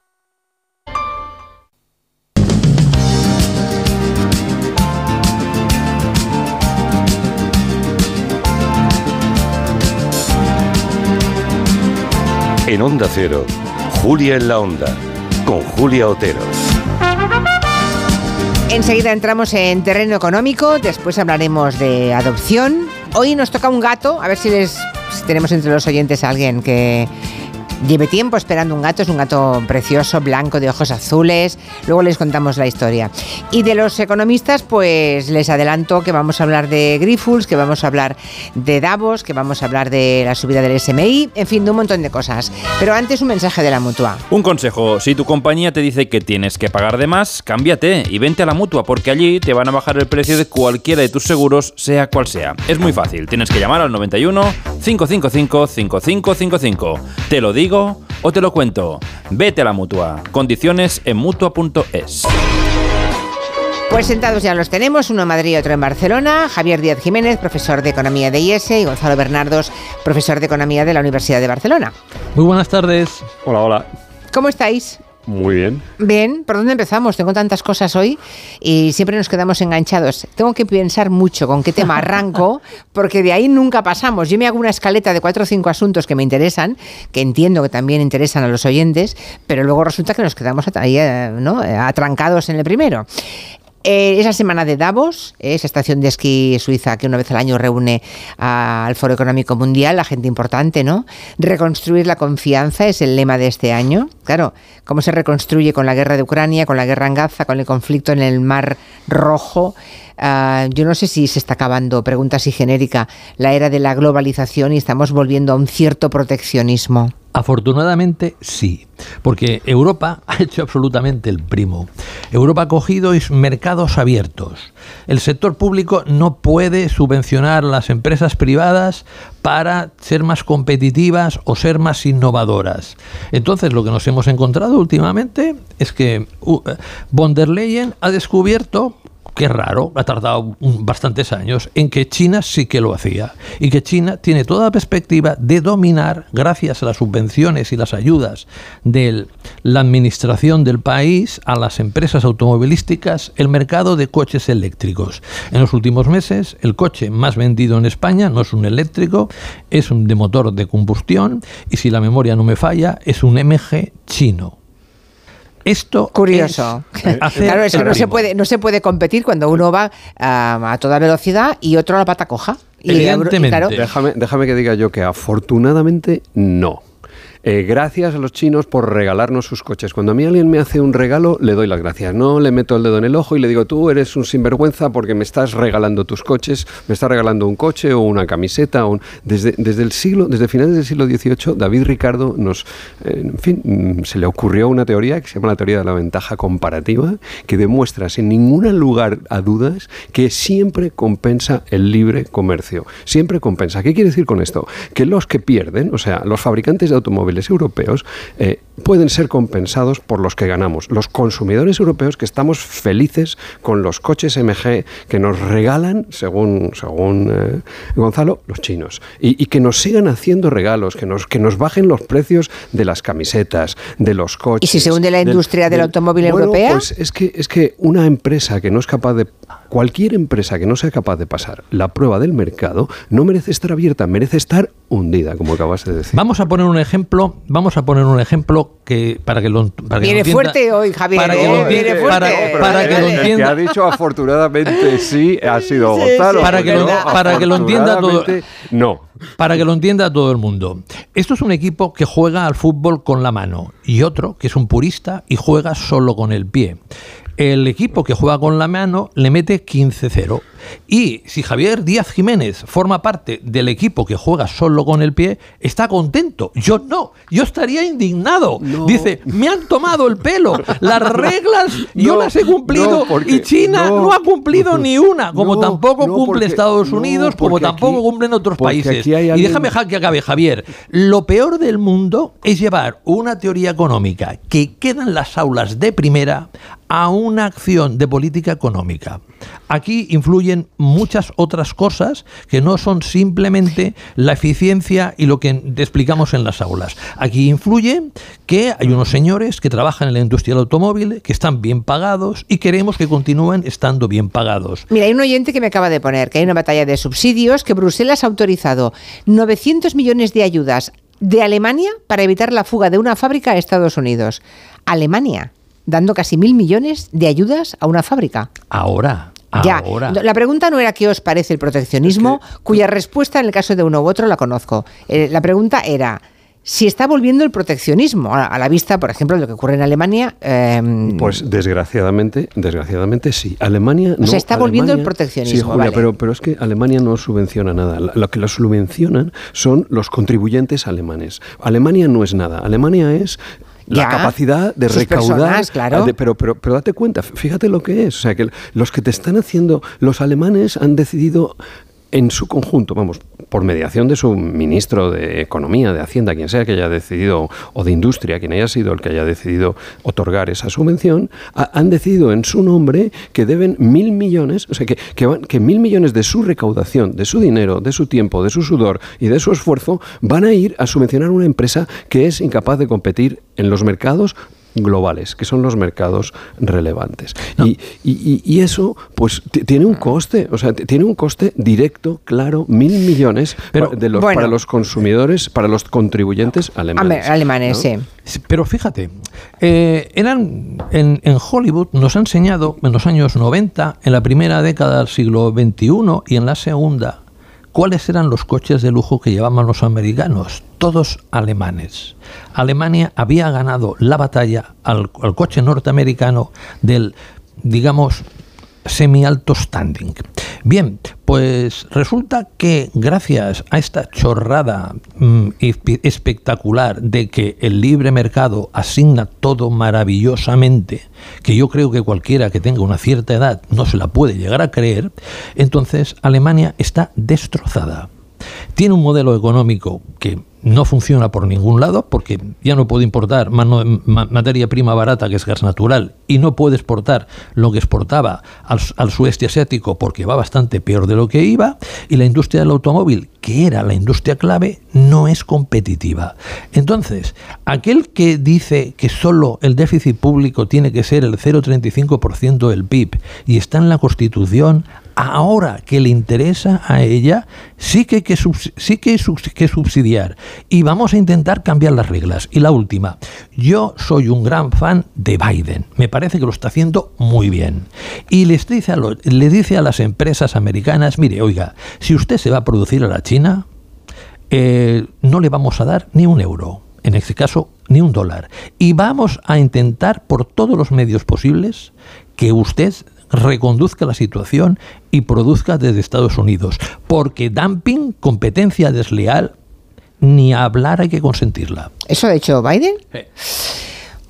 En Onda Cero, Julia en la Onda, con Julia Otero. Enseguida entramos en terreno económico, después hablaremos de adopción. Hoy nos toca un gato, a ver si les si tenemos entre los oyentes a alguien que lleve tiempo esperando un gato. Es un gato precioso, blanco, de ojos azules. Luego les contamos la historia. Y de los economistas, pues les adelanto que vamos a hablar de Grifols, que vamos a hablar de Davos, que vamos a hablar de la subida del S M I, en fin, de un montón de cosas. Pero antes un mensaje de la Mutua. Un consejo, si tu compañía te dice que tienes que pagar de más, cámbiate y vente a la Mutua, porque allí te van a bajar el precio de cualquiera de tus seguros, sea cual sea. Es muy fácil, tienes que llamar al noventa y uno, cinco cinco cinco, cinco cinco cinco cinco. Te lo digo o te lo cuento. Vete a la Mutua. Condiciones en mutua punto es. Pues sentados ya los tenemos, uno en Madrid y otro en Barcelona. Javier Díaz Jiménez, profesor de Economía de I E S E, y Gonzalo Bernardos, profesor de Economía de la Universidad de Barcelona. Muy buenas tardes. Hola, hola. ¿Cómo estáis? Muy bien. Bien, ¿por dónde empezamos? Tengo tantas cosas hoy y siempre nos quedamos enganchados. Tengo que pensar mucho con qué tema arranco, porque de ahí nunca pasamos. Yo me hago una escaleta de cuatro o cinco asuntos que me interesan, que entiendo que también interesan a los oyentes, pero luego resulta que nos quedamos ahí, ¿no?, atrancados en el primero. Eh, es la semana de Davos, eh, esa estación de esquí suiza que una vez al año reúne a, al Foro Económico Mundial, a gente importante, ¿no? Reconstruir la confianza es el lema de este año. Claro, ¿cómo se reconstruye con la guerra de Ucrania, con la guerra en Gaza, con el conflicto en el Mar Rojo? Uh, yo no sé si se está acabando, pregunta así genérica, la era de la globalización y estamos volviendo a un cierto proteccionismo. Afortunadamente sí, porque Europa ha hecho absolutamente el primo. Europa ha cogido mercados abiertos. El sector público no puede subvencionar a las empresas privadas para ser más competitivas o ser más innovadoras. Entonces lo que nos hemos encontrado últimamente es que uh, von der Leyen ha descubierto, qué raro, ha tardado bastantes años, en que China sí que lo hacía y que China tiene toda la perspectiva de dominar, gracias a las subvenciones y las ayudas de la administración del país a las empresas automovilísticas, el mercado de coches eléctricos. En los últimos meses, el coche más vendido en España no es un eléctrico, es un de motor de combustión y, si la memoria no me falla, es un M G chino. Esto curioso. Es claro, es que no se puede no se puede competir cuando uno va a, a toda velocidad y otro a la pata coja. Evidentemente. Y, claro, déjame, déjame que diga yo que afortunadamente no. Eh, gracias a los chinos por regalarnos sus coches. Cuando a mí alguien me hace un regalo, le doy las gracias. No le meto el dedo en el ojo y le digo, tú eres un sinvergüenza porque me estás regalando tus coches, me estás regalando un coche o una camiseta. O un... desde, desde el siglo, desde finales del siglo dieciocho, David Ricardo nos, eh, en fin, se le ocurrió una teoría que se llama la teoría de la ventaja comparativa, que demuestra sin ningún lugar a dudas que siempre compensa el libre comercio. Siempre compensa. ¿Qué quiere decir con esto? Que los que pierden, o sea, los fabricantes de automóviles automóviles europeos eh, pueden ser compensados por los que ganamos, los consumidores europeos, que estamos felices con los coches M G que nos regalan, según, según eh, Gonzalo, los chinos, y, y que nos sigan haciendo regalos, que nos, que nos bajen los precios de las camisetas, de los coches. ¿Y si se hunde la industria del, del, del automóvil bueno, europea? Pues es que, es que una empresa que no es capaz de... Cualquier empresa que no sea capaz de pasar la prueba del mercado no merece estar abierta, merece estar hundida, como acabas de decir. Vamos a poner un ejemplo, vamos a poner un ejemplo que para que lo para que viene lo entienda, fuerte hoy, Javier. Para que lo entienda, viene fuerte. para, para que lo entienda. Que ha dicho afortunadamente sí ha sido Sí, Gonzalo. sí, para que lo, no, para que lo entienda todo. No. Para que lo entienda todo el mundo. Esto es un equipo que juega al fútbol con la mano y otro que es un purista y juega solo con el pie. El equipo que juega con la mano le mete quince cero. Y si Javier Díaz Jiménez forma parte del equipo que juega solo con el pie, está contento. Yo no, yo estaría indignado. No. Dice, me han tomado el pelo. Las reglas yo no, las he cumplido no, porque, y China no, no ha cumplido ni una, como no, tampoco no, cumple porque, Estados Unidos, no, como tampoco aquí, cumplen otros países. Alguien... Y déjame que acabe, Javier. Lo peor del mundo es llevar una teoría económica que queda en las aulas de primera a una acción de política económica. Aquí influyen muchas otras cosas que no son simplemente la eficiencia y lo que explicamos en las aulas. Aquí influye que hay unos señores que trabajan en la industria del automóvil, que están bien pagados y queremos que continúen estando bien pagados. Mira, hay un oyente que me acaba de poner que hay una batalla de subsidios, que Bruselas ha autorizado novecientos millones de ayudas de Alemania para evitar la fuga de una fábrica a Estados Unidos. Alemania, dando casi mil millones de ayudas a una fábrica. Ahora... Ya, Ahora. La pregunta no era qué os parece el proteccionismo, es que... cuya respuesta en el caso de uno u otro la conozco. Eh, la pregunta era si está volviendo el proteccionismo a, a la vista, por ejemplo, de lo que ocurre en Alemania. Eh, pues desgraciadamente, desgraciadamente sí. Alemania no. Se está Alemania, volviendo el proteccionismo. Sí, Julia, vale. pero, pero es que Alemania no subvenciona nada. Lo que lo subvencionan son los contribuyentes alemanes. Alemania no es nada. Alemania es la ya, capacidad de recaudar, personas, claro. de, pero, pero, pero date cuenta, fíjate lo que es, o sea que los que te están haciendo, los alemanes han decidido en su conjunto, vamos, por mediación de su ministro de Economía, de Hacienda, quien sea que haya decidido, o de Industria, quien haya sido el que haya decidido otorgar esa subvención, ha, han decidido en su nombre que deben mil millones, o sea, que, que, van, que mil millones de su recaudación, de su dinero, de su tiempo, de su sudor y de su esfuerzo, van a ir a subvencionar una empresa que es incapaz de competir en los mercados globales, que son los mercados relevantes. No. Y, y, y eso, pues, t- tiene un coste, o sea, t- tiene un coste directo, claro, mil millones Pero, pa- de los, bueno, para los consumidores, para los contribuyentes alemanes. Alemanes, ¿no? sí. Pero fíjate, eh, eran en, en Hollywood nos ha enseñado en los años noventa, en la primera década del siglo veintiuno y en la segunda, ¿cuáles eran los coches de lujo que llevaban los americanos? Todos alemanes. Alemania había ganado la batalla al, al coche norteamericano del, digamos, semi-alto standing. Bien, pues resulta que gracias a esta chorrada mmm, espectacular de que el libre mercado asigna todo maravillosamente, que yo creo que cualquiera que tenga una cierta edad no se la puede llegar a creer, entonces Alemania está destrozada. Tiene un modelo económico que no funciona por ningún lado porque ya no puede importar mano, ma, materia prima barata, que es gas natural, y no puede exportar lo que exportaba al, al sudeste asiático porque va bastante peor de lo que iba, y la industria del automóvil, que era la industria clave, no es competitiva. Entonces, aquel que dice que solo el déficit público tiene que ser el cero coma treinta y cinco por ciento del P I B y está en la Constitución, ahora que le interesa a ella, sí que hay que, subs- sí que, hay subs- que subsidiar. Y vamos a intentar cambiar las reglas. Y la última, yo soy un gran fan de Biden. Me parece que lo está haciendo muy bien. Y les dice a lo, le dice a las empresas americanas, mire, oiga, si usted se va a producir a la China, eh, no le vamos a dar ni un euro. En este caso, ni un dólar. Y vamos a intentar por todos los medios posibles que usted reconduzca la situación y produzca desde Estados Unidos, porque dumping, competencia desleal, ni hablar hay que consentirla. ¿Eso ha hecho Biden? Sí.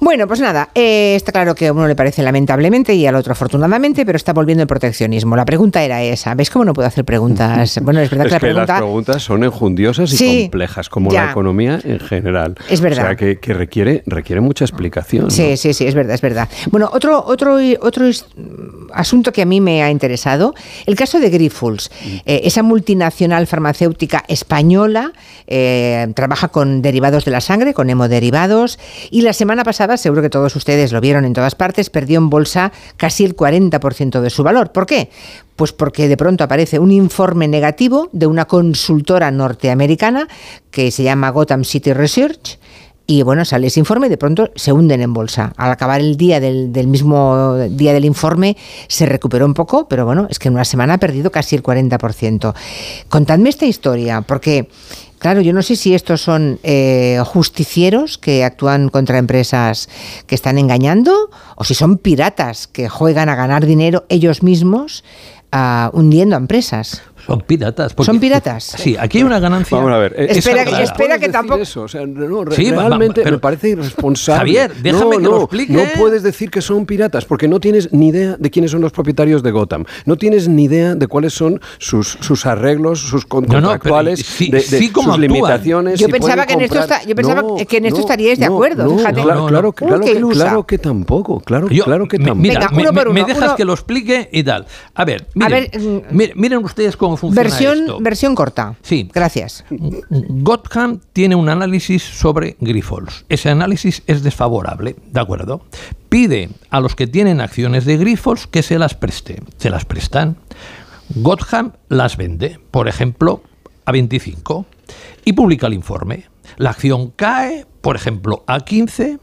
Bueno, pues nada, eh, está claro que a uno le parece lamentablemente y al otro afortunadamente, pero está volviendo el proteccionismo. La pregunta era esa. ¿Ves cómo no puedo hacer preguntas? Bueno, es verdad es que la que pregunta... las preguntas son enjundiosas y Sí, complejas, como ya. la economía en general. Es verdad. O sea, que, que requiere, requiere mucha explicación. Sí, ¿no? sí, sí, es verdad, es verdad. Bueno, otro, otro, otro es- asunto que a mí me ha interesado, el caso de Grifols. Eh, esa multinacional farmacéutica española eh, trabaja con derivados de la sangre, con hemoderivados, y la semana pasada, seguro que todos ustedes lo vieron en todas partes, perdió en bolsa casi el cuarenta por ciento de su valor. ¿Por qué? Pues porque de pronto aparece un informe negativo de una consultora norteamericana que se llama Gotham City Research. Y bueno, sale ese informe y de pronto se hunden en bolsa. Al acabar el día del, del mismo día del informe se recuperó un poco, pero bueno, es que en una semana ha perdido casi el cuarenta por ciento. Contadme esta historia, porque claro, yo no sé si estos son eh, justicieros que actúan contra empresas que están engañando o si son piratas que juegan a ganar dinero ellos mismos uh, hundiendo a empresas. Son piratas. porque- ¿Son piratas? Sí, aquí hay una ganancia. Vamos a ver. eh, Espera, esa- que- espera que ¿puedes decir tampoco... eso? O sea, no, re- Sí, va- va- realmente pero- me parece irresponsable. Javier, déjame no, que lo no, explique. No puedes decir que son piratas porque no tienes ni idea de quiénes son los propietarios de Gotham. No tienes ni idea de cuáles son sus, sus arreglos, sus con- No, no, contractuales, pero sí- de, de sí cómo sus actúan. limitaciones. Yo si pensaba pueden que en esto comprar. está- yo pensaba No, que en esto no, estaríais de no, acuerdo, no, fíjate. Claro, No, claro, no. que- Uy, claro, qué que, ilusa. claro que tampoco. Claro, Yo- claro que mi- tampoco. Mira, Venga, me, uno por me- uno, me dejas uno- que lo explique y tal. A ver, miren, A ver, mm, mi- miren ustedes cómo funciona Versión, esto. versión corta. Sí. Gracias. Gotham tiene un análisis sobre Grifols. Ese análisis es desfavorable, ¿de acuerdo? Pide a los que tienen acciones de Grifols que se las preste. Se las prestan. Gotham las vende, por ejemplo, a veinticinco y publica el informe. La acción cae, por ejemplo, a quince,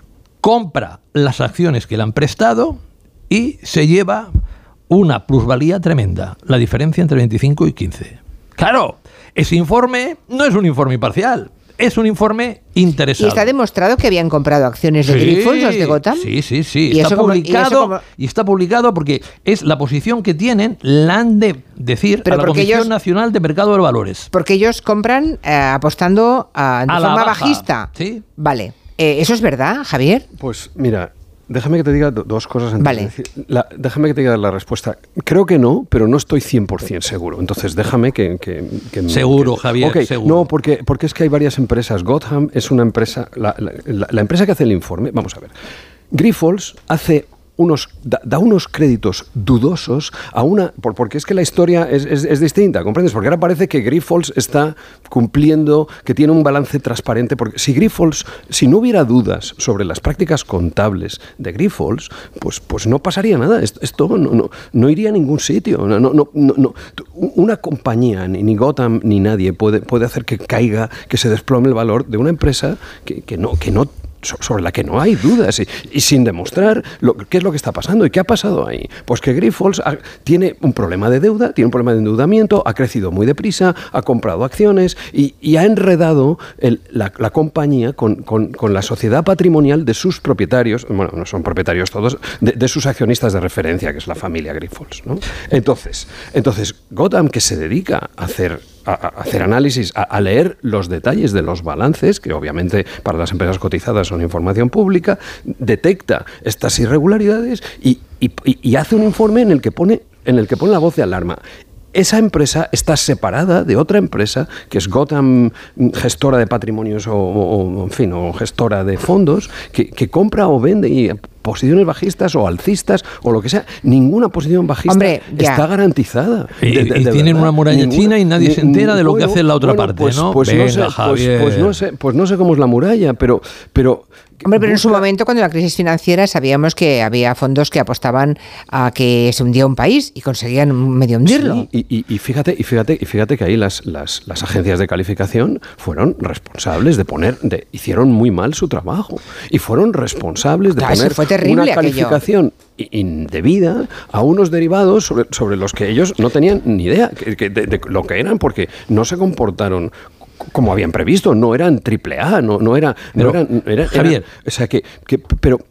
compra las acciones que le han prestado y se lleva una plusvalía tremenda, la diferencia entre veinticinco y quince. Claro, ese informe no es un informe imparcial, es un informe ¿Y interesado. está demostrado que habían comprado acciones de Sí, Grifols, los de Gotham? Sí, sí, sí. ¿Y Está eso cómo- y eso publicado y, cómo- está publicado porque es la posición que tienen, la han de decir Pero a la porque Comisión ellos- Nacional de Mercado de Valores. Porque ellos compran eh, apostando ah, de A la forma baja, bajista. sí. Vale. Eh, ¿Eso es verdad, Javier? Pues mira, déjame que te diga do- dos cosas antes Vale. de decir. La- déjame que te diga la respuesta. Creo que no, pero no estoy cien por ciento seguro. Entonces déjame que... que- que- Seguro, que- Javier, Ok, seguro. No, porque, porque es que hay varias empresas. Gotham es una empresa... La, la- la- la empresa que hace el informe... Vamos a ver. Grifols hace... Unos, da, da unos créditos dudosos a una... Por, porque es que la historia es, es- es distinta, ¿comprendes? Porque ahora parece que Grifols está cumpliendo, que tiene un balance transparente. Porque si Grifols, si no hubiera dudas sobre las prácticas contables de Grifols, pues, pues no pasaría nada. Esto, esto no, no, no iría a ningún sitio. No, no, no, no, no. Una compañía, ni, ni Gotham, ni nadie puede, puede hacer que caiga, que se desplome el valor de una empresa que, que no... Que no so- sobre la que no hay dudas y, y sin demostrar lo, qué es lo que está pasando y qué ha pasado ahí. Pues que Grifols ha- tiene un problema de deuda, tiene un problema de endeudamiento, ha crecido muy deprisa, ha comprado acciones y, y ha enredado el- la, la compañía con, con- con la sociedad patrimonial de sus propietarios, bueno, no son propietarios todos, de, de sus accionistas de referencia, que es la familia Grifols, ¿no? Entonces, entonces, Gotham, que se dedica a hacer a, a hacer análisis, a, a leer los detalles de los balances, que obviamente para las empresas cotizadas son información pública, detecta estas irregularidades y, y- y- y hace un informe en el que pone, en el que pone la voz de alarma. Esa empresa está separada de otra empresa, que es Gotham, gestora de patrimonios o, o- o, en fin, o gestora de fondos, que, que compra o vende y posiciones bajistas o alcistas o lo que sea. Ninguna posición bajista Hombre, ya. está garantizada. Y, De- de- y de tienen verdad. una muralla Ninguna- china y nadie ni- se entera de lo bueno, que hace la otra bueno, parte, pues, ¿no? Pues, no Venga, sé, pues, Javier. pues no sé, pues no sé cómo es la muralla, pero... pero Hombre, pero en su momento, cuando la crisis financiera, sabíamos que había fondos que apostaban a que se hundía un país y conseguían medio hundirlo. Sí, y, y- y fíjate, y fíjate, y fíjate que ahí las, las, las agencias de calificación fueron responsables de poner, de, hicieron muy mal su trabajo y fueron responsables de Claro, eso poner fue terrible una aquello. calificación i- indebida a unos derivados sobre, sobre los que ellos no tenían ni idea que- que- de, de lo que eran, porque no se comportaron como habían previsto, no eran triple A, no, no era, no Pero, eran, era- Javier. era- o sea que, que- pero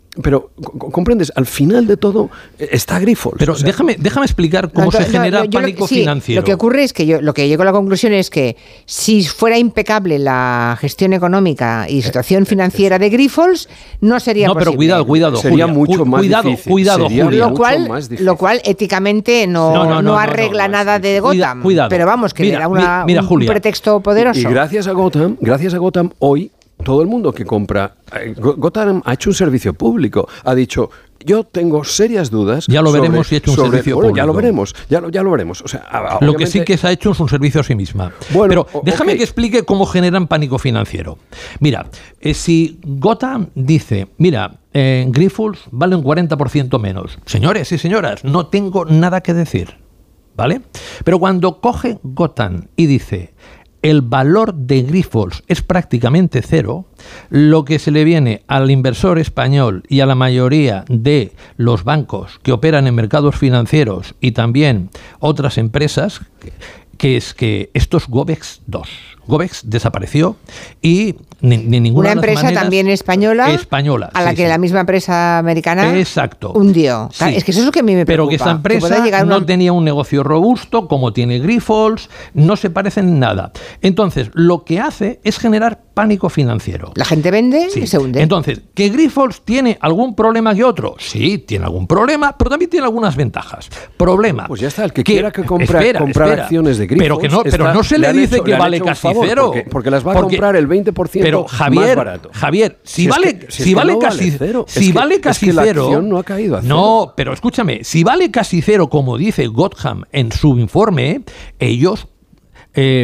pero comprendes, al final de todo está Grifols. Pero o sea, déjame, déjame explicar cómo No, se no, genera yo pánico lo, sí, financiero. Lo que ocurre es que yo lo que llego a la conclusión es que si fuera impecable la gestión económica y situación financiera de Grifols, no sería no, posible. pero cuidado, cuidado, sería Julia, mucho más cuidado, difícil. Cuidado, Sería Julia. Lo cual, mucho más difícil. lo cual éticamente no, No, no, no, no no, arregla no, nada de Gotham. Cuidado. Pero vamos, que Mira, le da una, mira, un, Julia. un pretexto poderoso. Y gracias a Gotham, gracias a Gotham, hoy todo el mundo que compra, eh, Gotham ha hecho un servicio público, ha dicho, yo tengo serias dudas. Ya lo sobre, veremos si ha hecho un sobre, servicio bueno, público. Ya lo veremos, ya lo, ya lo veremos. O sea, lo que sí que se ha hecho es un servicio a sí misma. Bueno, Pero déjame okay. que explique cómo generan pánico financiero. Mira, eh, si Gotham dice, mira, eh, Grifols vale un cuarenta por ciento menos. Señores y señoras, no tengo nada que decir, ¿vale? Pero cuando coge Gotham y dice, el valor de Grifols es prácticamente cero, lo que se le viene al inversor español y a la mayoría de los bancos que operan en mercados financieros y también otras empresas, que es que esto es Gobex dos. Gobex desapareció y ni, ni ninguna Una empresa de las maneras, también española, española a la sí, que sí. la misma empresa americana Exacto. hundió. Sí. Es que eso es lo que a mí me preocupa. Pero que esta empresa pueda llegar no una... tenía un negocio robusto como tiene Grifols, no se parecen en nada. Entonces, lo que hace es generar pánico financiero. La gente vende Sí. y se hunde. Entonces, ¿que Grifols tiene algún problema que otro? Sí, tiene algún problema, pero también tiene algunas ventajas. Problema. Pues ya está, el que, quiera que compra, espera, comprar espera. acciones de Grifols. Pero, que no, pero está- no se le, han dice hecho- que le han vale hecho un casi favor, cero. Porque, porque las va a Porque- comprar el veinte por ciento pero, Javier, más barato. Javier, si, Si es vale, que- si si es que vale no casi vale cero. si Es que- vale es casi que la cero, acción no ha caído a cero. No, pero escúchame, si vale casi cero, como dice Gotham en su informe, ellos eh,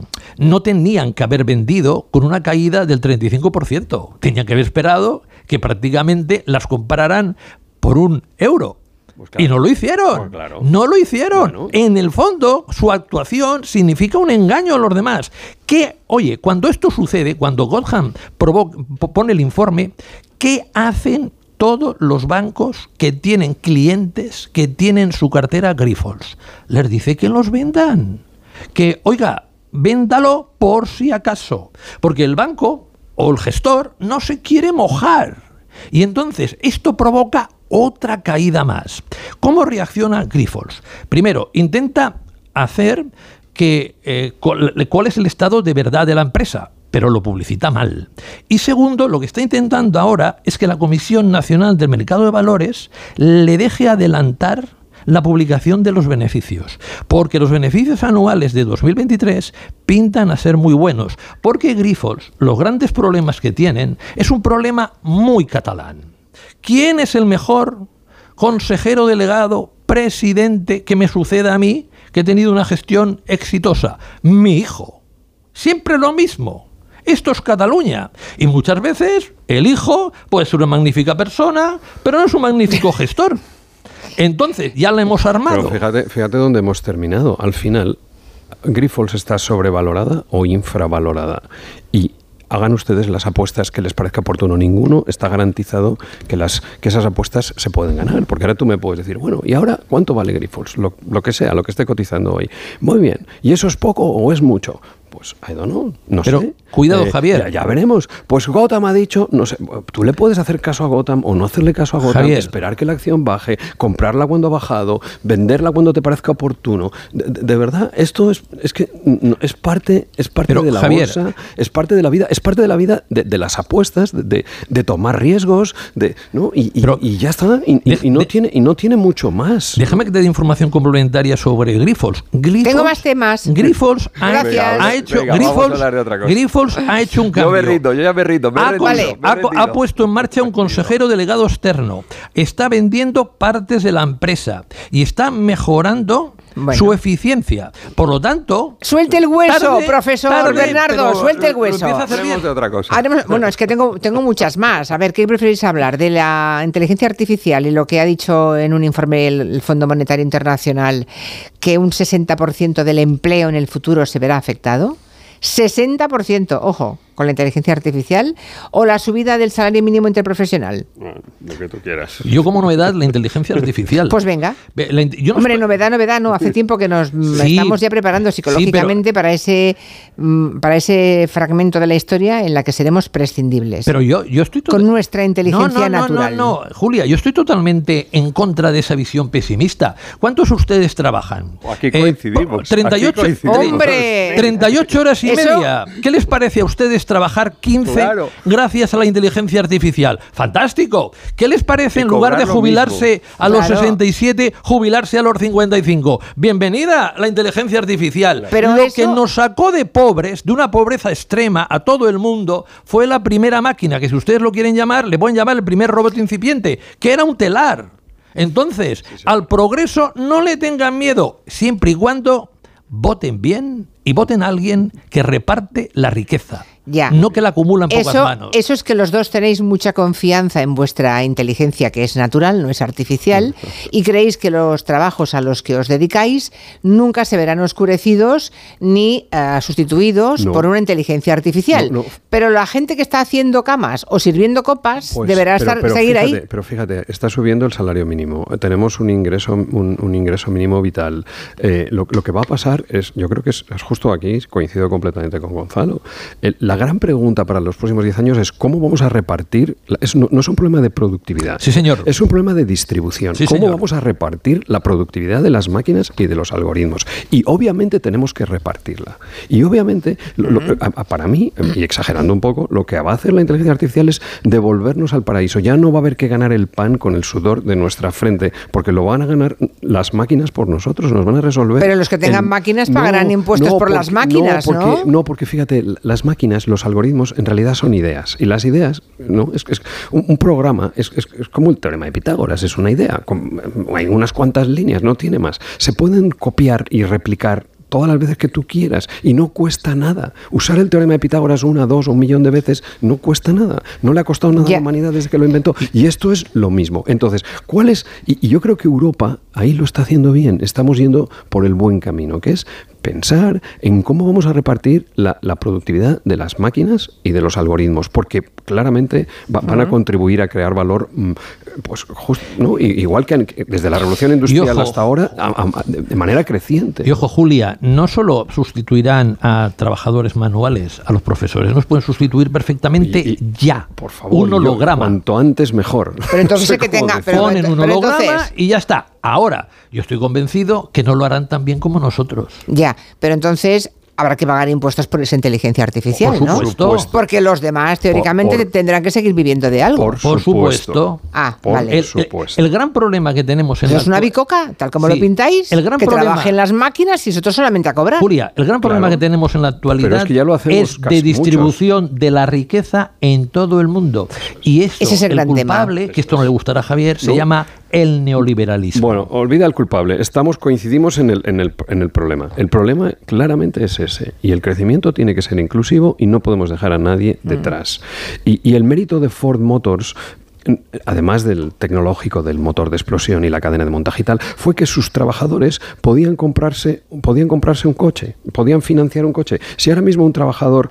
no tenían que haber vendido con una caída del treinta y cinco por ciento. Tenían que haber esperado que prácticamente las compraran por un euro. Pues claro. Y no lo hicieron. Pues claro. No lo hicieron. Bueno. En el fondo, su actuación significa un engaño a los demás. Que, oye, cuando esto sucede, cuando Gotham provo- pone el informe, ¿qué hacen todos los bancos que tienen clientes que tienen su cartera Grifols? Les dice que los vendan. Que, oiga, véndalo por si acaso. Porque el banco o el gestor no se quiere mojar. Y entonces esto provoca otra caída más. ¿Cómo reacciona Grifols? Primero, intenta hacer que eh, cuál, cuál es el estado de verdad de la empresa, pero lo publicita mal. Y segundo, lo que está intentando ahora es que la Comisión Nacional del Mercado de Valores le deje adelantar la publicación de los beneficios, porque los beneficios anuales de dos mil veintitrés pintan a ser muy buenos, porque Grifols, los grandes problemas que tienen, es un problema muy catalán. ¿Quién es el mejor consejero delegado, presidente que me suceda a mí, que he tenido una gestión exitosa? Mi hijo. Siempre lo mismo. Esto es Cataluña. Y muchas veces el hijo puede ser una magnífica persona, pero no es un magnífico gestor. Entonces, ya la hemos armado. Pero fíjate, fíjate dónde hemos terminado. Al final, Grifols está sobrevalorada o infravalorada. Y hagan ustedes las apuestas que les parezca oportuno. Ninguno está garantizado que, las, que esas apuestas se pueden ganar. Porque ahora tú me puedes decir, bueno, ¿y ahora cuánto vale Grifols? Lo, lo que sea, lo que esté cotizando hoy. Muy bien. ¿Y eso es poco o es mucho? Pues, I don't know, no Pero, sé. cuidado, Eh, Javier. Ya, ya veremos. Pues Gotham ha dicho, no sé, tú le puedes hacer caso a Gotham o no hacerle caso a Gotham, Javier. esperar que la acción baje, comprarla cuando ha bajado, venderla cuando te parezca oportuno. De, de- de verdad, esto es, es que no, es parte, es parte Pero, de la Javier. bolsa, es parte de la vida, es parte de la vida de, de las apuestas, de, de- de tomar riesgos, de, ¿no? Y, y- y ya está, y, y- y no tiene, y no tiene mucho más. Déjame que te dé información complementaria sobre Grifols. Grifols Tengo más temas. Grifols ha, Gracias. ha hecho Venga, vamos a Grifols, hablar de otra cosa. Grifols ha hecho un Yo cambio. me rindo, yo ya me rindo, me he ha, rendido, vale, me he ha, rendido. ha puesto en marcha un consejero delegado externo. Está vendiendo partes de la empresa y está mejorando Bueno. su eficiencia. Por lo tanto, Suelte el hueso, tarde, profesor tarde, Bernardo, pero suelte el Lo hueso. empieza a hacer bien. de otra cosa. Haremos- bueno, es que tengo, tengo muchas más. A ver, ¿qué preferís hablar? ¿De la inteligencia artificial y lo que ha dicho en un informe el, el Fondo Monetario Internacional, que un sesenta por ciento del empleo en el futuro se verá afectado? sesenta por ciento, ojo. con la inteligencia artificial o la subida del salario mínimo interprofesional? Bueno, lo que tú quieras. Yo como novedad, la inteligencia artificial. Pues venga. La, yo no Hombre, novedad, novedad, no. Hace tiempo que nos sí, estamos ya preparando psicológicamente sí, pero, para ese para ese fragmento de la historia en la que seremos prescindibles. Pero yo, yo estoy... Con nuestra inteligencia no, no, natural. No, no, no, Julia, yo estoy totalmente en contra de esa visión pesimista. ¿Cuántos de ustedes trabajan? Aquí coincidimos. Eh, treinta y ocho, aquí coincidimos. ¡Hombre! treinta y ocho horas y ¿Eso? media. ¿Qué les parece a ustedes trabajar quince claro. gracias a la inteligencia artificial? ¡Fantástico! ¿Qué les parece en lugar de jubilarse a los claro. sesenta y siete, jubilarse a los cincuenta y cinco? Bienvenida la inteligencia artificial. Pero lo eso... que nos sacó de pobres, de una pobreza extrema a todo el mundo, fue la primera máquina, que si ustedes lo quieren llamar, le pueden llamar el primer robot incipiente, que era un telar. Entonces, sí, sí. al progreso no le tengan miedo, siempre y cuando voten bien y voten a alguien que reparte la riqueza. Ya. No que la acumulan pocas eso, manos. Eso es que los dos tenéis mucha confianza en vuestra inteligencia, que es natural, no es artificial, y creéis que los trabajos a los que os dedicáis nunca se verán oscurecidos ni uh, sustituidos no. por una inteligencia artificial. No, no. Pero la gente que está haciendo camas o sirviendo copas pues, deberá pero, estar, pero seguir fíjate, ahí. Pero fíjate, está subiendo el salario mínimo. Tenemos un ingreso, un, un ingreso mínimo vital. Eh, lo, lo que va a pasar es, yo creo que es, es justo aquí, coincido completamente con Gonzalo. El, la La gran pregunta para los próximos diez años es cómo vamos a repartir, es, no, no es un problema de productividad, sí, señor. es un problema de distribución. Sí, ¿Cómo señor. vamos a repartir la productividad de las máquinas y de los algoritmos? Y obviamente tenemos que repartirla. Y obviamente, lo, lo, a, a, para mí, y exagerando un poco, lo que va a hacer la inteligencia artificial es devolvernos al paraíso. Ya no va a haber que ganar el pan con el sudor de nuestra frente, porque lo van a ganar las máquinas por nosotros, nos van a resolver. Pero los que tengan el, máquinas pagarán no, impuestos no, por porque, las máquinas, no, porque, ¿no? No, porque fíjate, las máquinas, los algoritmos en realidad son ideas, y las ideas, ¿no? Es, es un, un programa es, es, es como el teorema de Pitágoras, es una idea, con, hay unas cuantas líneas, no tiene más. Se pueden copiar y replicar todas las veces que tú quieras y no cuesta nada. Usar el teorema de Pitágoras una, dos o un millón de veces no cuesta nada. No le ha costado nada yeah. a la humanidad desde que lo inventó. Y esto es lo mismo. Entonces, ¿cuál es? Y, y yo creo que Europa ahí lo está haciendo bien. Estamos yendo por el buen camino, que es pensar en cómo vamos a repartir la, la productividad de las máquinas y de los algoritmos, porque claramente va, van a contribuir a crear valor, pues justo, ¿no? igual que desde la revolución industrial ojo, hasta ahora, a, a, de manera creciente. Y ojo, Julia, no solo sustituirán a trabajadores manuales, a los profesores, nos pueden sustituir perfectamente y, y, ya. Por favor, un holograma. Yo, cuanto antes mejor. Pero entonces no sé que tenga, pero, ponen un pero holograma entonces, y ya está. Ahora, yo estoy convencido que no lo harán tan bien como nosotros. Ya, pero entonces habrá que pagar impuestos por esa inteligencia artificial, por ¿no? Supuesto. Porque los demás, teóricamente, por, por, tendrán que seguir viviendo de algo. Por, por supuesto. Ah, por vale. El, el, el gran problema que tenemos en ¿No la... es una bicoca, tal como sí, lo pintáis? El gran que problema... trabajen las máquinas y nosotros solamente a cobrar. Julia, el gran problema claro. que tenemos en la actualidad es, que ya lo es de distribución muchos. de la riqueza en todo el mundo. Y eso, Ese es el, el gran culpable, tema. que esto no le gustará a Javier, ¿No? se llama el neoliberalismo. Bueno, olvida al culpable. Estamos, coincidimos en el, en el, en el problema. El problema claramente es ese. Y el crecimiento tiene que ser inclusivo y no podemos dejar a nadie detrás. Mm. Y, y el mérito de Ford Motors, además del tecnológico, del motor de explosión y la cadena de montaje y tal, fue que sus trabajadores podían comprarse, podían comprarse un coche, podían financiar un coche. Si ahora mismo un trabajador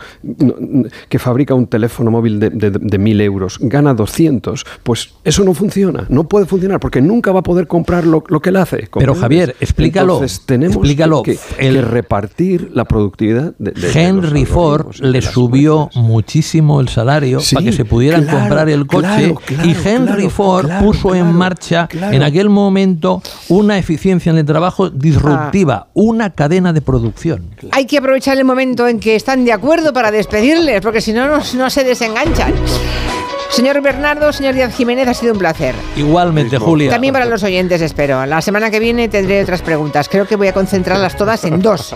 que fabrica un teléfono móvil de, de, de mil euros gana doscientos, pues eso no funciona, no puede funcionar, porque nunca va a poder comprar lo, lo que él hace. Pero Javier, explícalo. Entonces tenemos explícalo. Que, que, el, que repartir la productividad de, de Henry de Ford le subió máquinas. muchísimo el salario sí, para que se pudieran claro, comprar el coche. Claro, claro. Y Henry claro, Ford claro, puso claro, en marcha claro. en aquel momento una eficiencia en el trabajo disruptiva, ah. una cadena de producción. Hay que aprovechar el momento en que están de acuerdo para despedirles, porque si no, no, no se desenganchan. Señor Bernardo, señor Díaz Jiménez, ha sido un placer. Igualmente, Julia. También para los oyentes, espero. La semana que viene tendré otras preguntas. Creo que voy a concentrarlas todas en dos.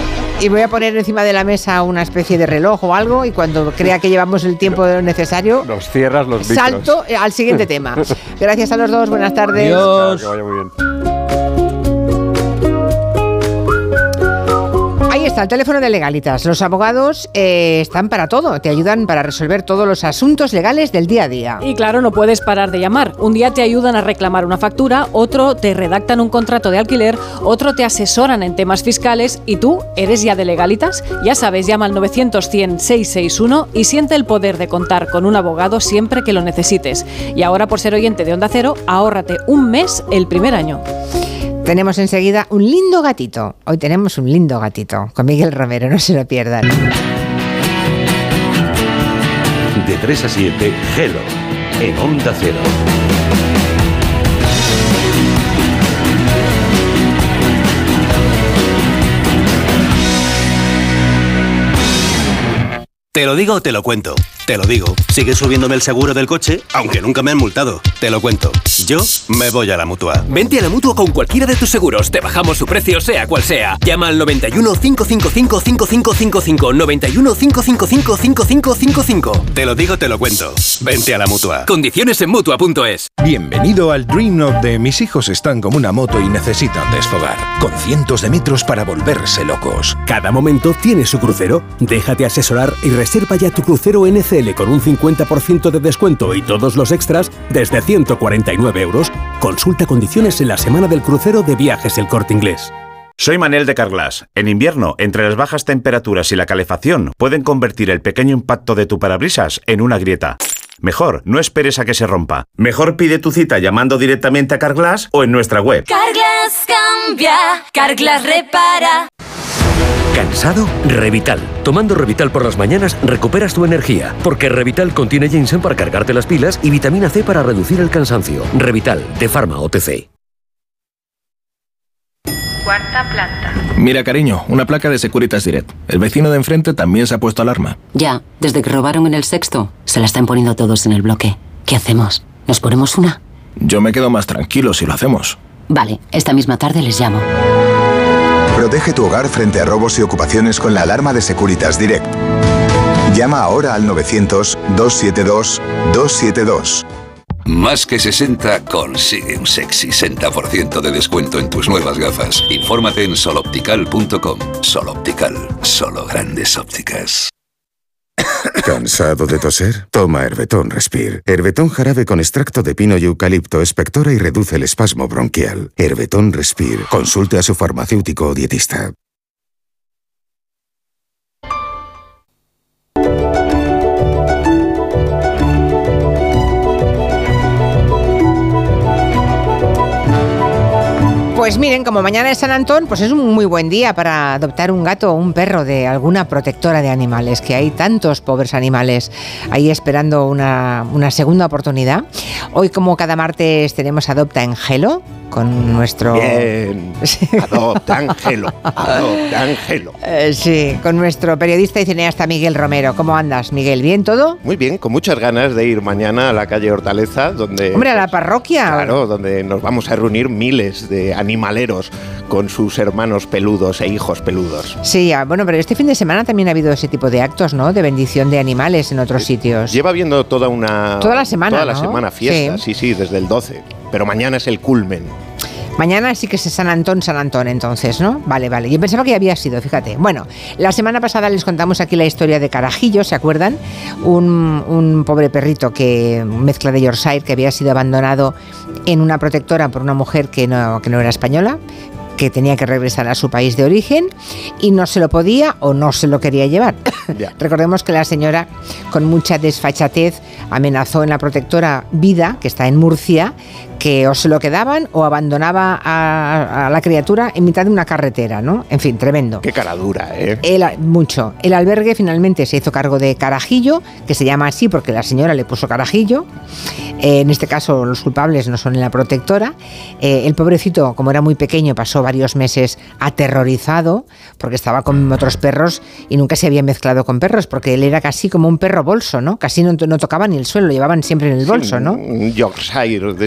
Y voy a poner encima de la mesa una especie de reloj o algo, y cuando crea que llevamos el tiempo necesario, nos cierras los micros. Salto al siguiente tema. Gracias a los dos, buenas tardes. Adiós. Que vaya muy bien. Ahí está. está el teléfono de Legalitas. Los abogados eh, están para todo, te ayudan para resolver todos los asuntos legales del día a día. Y claro, no puedes parar de llamar. Un día te ayudan a reclamar una factura, otro te redactan un contrato de alquiler, otro te asesoran en temas fiscales y tú, ¿eres ya de Legalitas? Ya sabes, llama al novecientos cien seiscientos sesenta y uno y siente el poder de contar con un abogado siempre que lo necesites. Y ahora, por ser oyente de Onda Cero, ahórrate un mes el primer año. Tenemos enseguida un lindo gatito. Hoy tenemos un lindo gatito con Miguel Romero, no se lo pierdan. De tres a siete, Hello, en Onda Cero. Te lo digo o te lo cuento. Te lo digo. Sigue subiéndome el seguro del coche, aunque nunca me han multado. Te lo cuento. Yo me voy a la Mutua. Vente a la Mutua con cualquiera de tus seguros. Te bajamos su precio, sea cual sea. Llama al noventa y uno, cinco cinco cinco, cinco cinco cinco cinco. noventa y uno, cinco cinco cinco, cinco cinco cinco cinco. Te lo digo, te lo cuento. Vente a la Mutua. Condiciones en Mutua punto es. Bienvenido al Dream Note de mis hijos están como una moto y necesitan desfogar. Con cientos de metros para volverse locos. Cada momento tiene su crucero. Déjate asesorar y reserva ya tu crucero N C L con un cincuenta por ciento de descuento y todos los extras desde ciento cuarenta y nueve euros. Consulta condiciones en la semana del crucero de Viajes El Corte Inglés. Soy Manel de Carglass. En invierno, entre las bajas temperaturas y la calefacción, pueden convertir el pequeño impacto de tu parabrisas en una grieta. Mejor, no esperes a que se rompa. Mejor pide tu cita llamando directamente a Carglass o en nuestra web. Carglass cambia, Carglass repara. ¿Cansado? Revital. Tomando Revital por las mañanas recuperas tu energía, porque Revital contiene ginseng para cargarte las pilas y vitamina C para reducir el cansancio. Revital, de Pharma O T C. Cuarta planta. Mira, cariño, una placa de Securitas Direct. El vecino de enfrente también se ha puesto alarma. Ya, desde que robaron en el sexto, se la están poniendo todos en el bloque. ¿Qué hacemos? ¿Nos ponemos una? Yo me quedo más tranquilo si lo hacemos. Vale, esta misma tarde les llamo. Protege tu hogar frente a robos y ocupaciones con la alarma de Securitas Direct. Llama ahora al novecientos, doscientos setenta y dos, doscientos setenta y dos. Más que sesenta consigue un sexy sesenta por ciento de descuento en tus nuevas gafas. Infórmate en soloptical punto com. Sol Optical, solo grandes ópticas. ¿Cansado de toser? Toma Herbetón Respire. Herbetón jarabe con extracto de pino y eucalipto expectora y reduce el espasmo bronquial. Herbetón Respire. Consulte a su farmacéutico o dietista. Pues miren, como mañana es San Antón, pues es un muy buen día para adoptar un gato o un perro de alguna protectora de animales, que hay tantos pobres animales ahí esperando una, una segunda oportunidad. Hoy, como cada martes, tenemos Adopta en Gelo con nuestro... Bien, Adopta en Gelo, Adopta en Gelo. Eh, sí, con nuestro periodista y cineasta Miguel Romero. ¿Cómo andas, Miguel? ¿Bien todo? Muy bien, con muchas ganas de ir mañana a la calle Hortaleza, donde... Hombre, a la parroquia. Claro, donde nos vamos a reunir miles de animaleros con sus hermanos peludos e hijos peludos. Sí, bueno, pero este fin de semana también ha habido ese tipo de actos, ¿no? De bendición de animales en otros sitios. Lleva habiendo toda una... Toda la semana, Toda ¿no? la semana fiesta, sí. sí, sí, desde el doce. Pero mañana es el culmen. Mañana sí que es San Antón, San Antón, entonces, ¿no? Vale, vale. Yo pensaba que ya había sido, fíjate. Bueno, la semana pasada les contamos aquí la historia de Carajillo, ¿se acuerdan? Un, un pobre perrito, que mezcla de Yorkshire, que había sido abandonado en una protectora por una mujer que no, que no era española, que tenía que regresar a su país de origen y no se lo podía o no se lo quería llevar. Yeah. Recordemos que la señora, con mucha desfachatez, amenazó en la protectora Vida, que está en Murcia, que o se lo quedaban o abandonaba a, a la criatura en mitad de una carretera, ¿no? En fin, tremendo. Qué cara dura, ¿eh? El, mucho. El albergue finalmente se hizo cargo de Carajillo, que se llama así porque la señora le puso Carajillo. Eh, en este caso los culpables no son en la protectora. Eh, el pobrecito, como era muy pequeño, pasó varios meses aterrorizado porque estaba con otros perros y nunca se había mezclado con perros, porque él era casi como un perro bolso, ¿no? Casi no, no tocaba ni el suelo, lo llevaban siempre en el bolso, sí, ¿no? Un Yorkshire de estos pequeños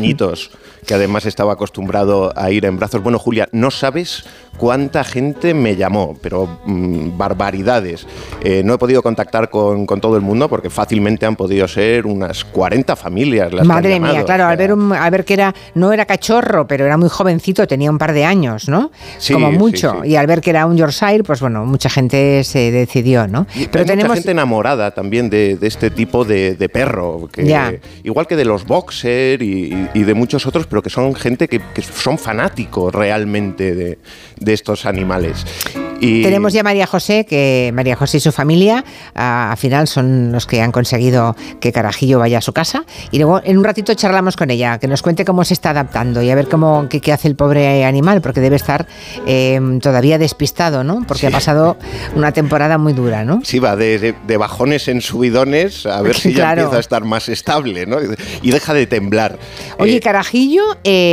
añitos, que además estaba acostumbrado a ir en brazos. Bueno, Julia, no sabes cuánta gente me llamó, pero mmm, barbaridades. Eh, no he podido contactar con, con todo el mundo porque fácilmente han podido ser unas cuarenta familias las Madre que han llamado. mía, claro, al ver, un, al ver que era, no era cachorro, pero era muy jovencito, tenía un par de años, ¿no? Sí, como mucho. sí, sí. Y al ver que era un Yorkshire, pues bueno, mucha gente se decidió, ¿no? Pero hay tenemos mucha gente enamorada también de, de este tipo de, de perro, que, ya. igual que de los boxer y, y de muchos otros, pero que son gente que, que son fanáticos realmente de, de estos animales. Y tenemos ya a María José, que María José y su familia al final son los que han conseguido que Carajillo vaya a su casa, y luego en un ratito charlamos con ella, que nos cuente cómo se está adaptando y a ver cómo qué, qué hace el pobre animal, porque debe estar eh, todavía despistado, ¿no? Porque sí. ha pasado una temporada muy dura, ¿no? Sí, va de, de, de bajones en subidones a ver si claro. ya empieza a estar más estable, ¿no? Y deja de temblar. Oye, eh, Carajillo,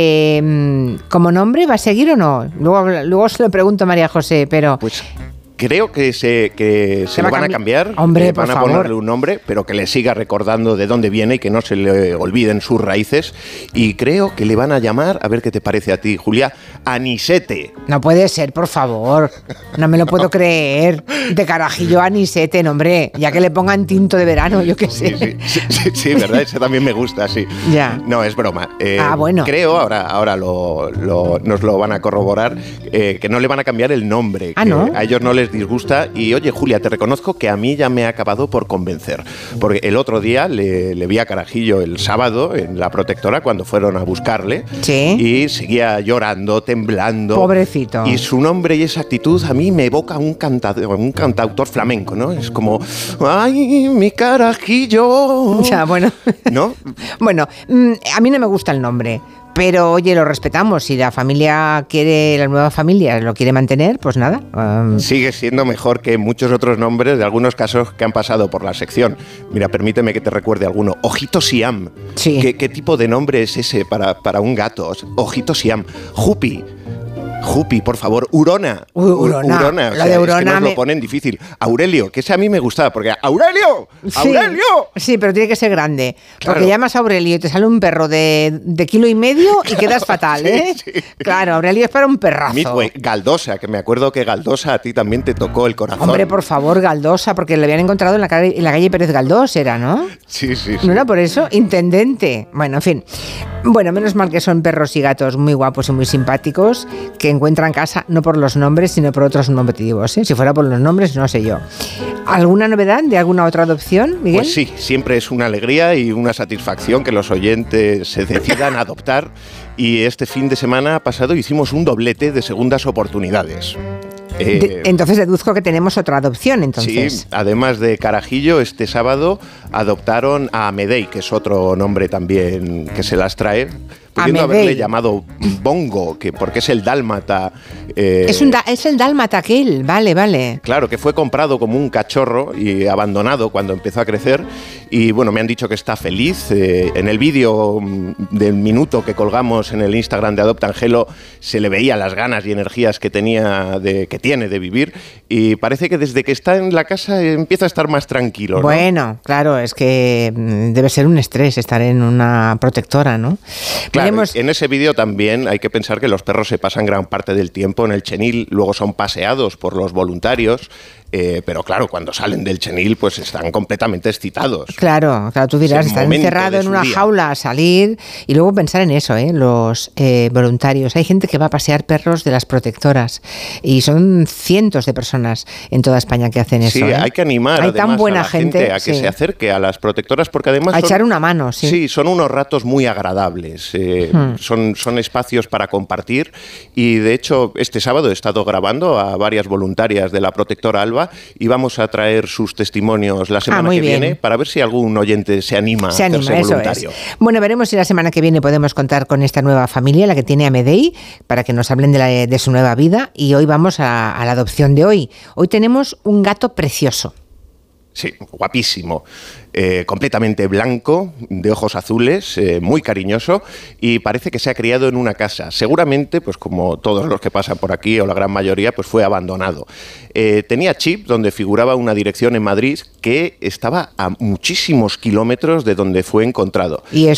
eh, ¿como nombre va a seguir o no? Luego, luego se lo pregunto a María José, pero... Pues creo que se, que se, se lo van a cambiar, Hombre, eh, por van a favor. ponerle un nombre, pero que le siga recordando de dónde viene y que no se le olviden sus raíces. Y creo que le van a llamar, a ver qué te parece a ti, Julia, Anisete. No puede ser, por favor. No me lo puedo creer. De Carajillo a Anisete, no, hombre. Ya que le pongan tinto de verano, yo qué sé. Sí, sí, sí, sí, sí, verdad, ese también me gusta, sí. Ya. No, es broma. Eh, ah, bueno. Creo, ahora, ahora lo, lo, nos lo van a corroborar, eh, que no le van a cambiar el nombre. Ah, que ¿no? A ellos no les disgusta. Y oye, Julia, te reconozco que a mí ya me ha acabado por convencer. Porque el otro día le, le vi a Carajillo el sábado en La Protectora cuando fueron a buscarle. Sí. Y seguía llorando, temblando. Pobrecito. Y su nombre y esa actitud a mí me evoca un, cantador, un cantautor flamenco, ¿no? Es como, ¡ay, mi Carajillo! Ya, bueno. ¿No? Bueno, a mí no me gusta el nombre. Pero, oye, lo respetamos. Si la familia quiere, la nueva familia lo quiere mantener, pues nada. Um... Sigue siendo mejor que muchos otros nombres de algunos casos que han pasado por la sección. Mira, permíteme que te recuerde alguno. Ojito Siam. Sí. ¿Qué, qué tipo de nombre es ese para, para un gato? Ojito Siam. Jupi. Jupi, por favor. Urona. U Urona. Urona. O la sea, de es Urona que nos me... lo ponen difícil. Aurelio, que ese a mí me gustaba, porque ¡Aurelio! ¡Aurelio! Sí, sí, pero tiene que ser grande. Claro. Porque llamas a Aurelio y te sale un perro de, de kilo y medio y quedas fatal, ¿eh? Sí, sí. Claro, Aurelio es para un perrazo. Midway, Galdosa, que me acuerdo que Galdosa a ti también te tocó el corazón. Hombre, por favor, Galdosa, porque le habían encontrado en la calle, en la calle Pérez Galdós, era, ¿no? Sí, sí, sí. ¿No era por eso? Intendente. Bueno, en fin. Bueno, menos mal que son perros y gatos muy guapos y muy simpáticos que encuentran casa no por los nombres, sino por otros motivos, ¿eh? Si fuera por los nombres, no sé yo. ¿Alguna novedad de alguna otra adopción, Miguel? Pues sí, siempre es una alegría y una satisfacción que los oyentes se decidan a adoptar. Y este fin de semana pasado hicimos un doblete de segundas oportunidades. Eh, de, entonces deduzco que tenemos otra adopción, entonces. Sí, además de Carajillo, este sábado adoptaron a Amedei, que es otro nombre también que se las trae, pudiendo Amedei. haberle llamado Bongo, que porque es el dálmata. Eh, es, un da, es el dálmata aquel, vale, vale. Claro, que fue comprado como un cachorro y abandonado cuando empezó a crecer. Y bueno, me han dicho que está feliz. Eh, en el vídeo del minuto que colgamos en el Instagram de Adopta Angelo se le veía las ganas y energías que tenía de, que tiene de vivir. Y parece que desde que está en la casa empieza a estar más tranquilo, ¿no? Bueno, claro, es que debe ser un estrés estar en una protectora, ¿no? Claro, Veremos... en ese vídeo también hay que pensar que los perros se pasan gran parte del tiempo en el chenil, luego son paseados por los voluntarios. Eh, pero claro, cuando salen del chenil pues están completamente excitados. Claro, claro, tú dirás, estar encerrado en una día. jaula, salir y luego pensar en eso, ¿eh? Los eh, voluntarios. Hay gente que va a pasear perros de las protectoras y son cientos de personas en toda España que hacen eso. Sí, ¿eh? hay que animar hay tan buena a la gente, gente a que sí. se acerque a las protectoras porque además... A son, echar una mano, sí. Sí, son unos ratos muy agradables. Eh, hmm. son, son espacios para compartir y de hecho este sábado he estado grabando a varias voluntarias de la protectora Alba y vamos a traer sus testimonios la semana ah, que bien. viene para ver si algún oyente se anima se a anima, hacerse eso voluntario. Es. Bueno, veremos si la semana que viene podemos contar con esta nueva familia, la que tiene Amedei, para que nos hablen de, la, de su nueva vida. Y hoy vamos a, a la adopción de hoy. Hoy tenemos un gato precioso. Sí, guapísimo, eh, completamente blanco, de ojos azules, eh, muy cariñoso y parece que se ha criado en una casa. Seguramente, pues como todos los que pasan por aquí o la gran mayoría, pues fue abandonado. Eh, tenía chip donde figuraba una dirección en Madrid que estaba a muchísimos kilómetros de donde fue encontrado. ¿Y eso?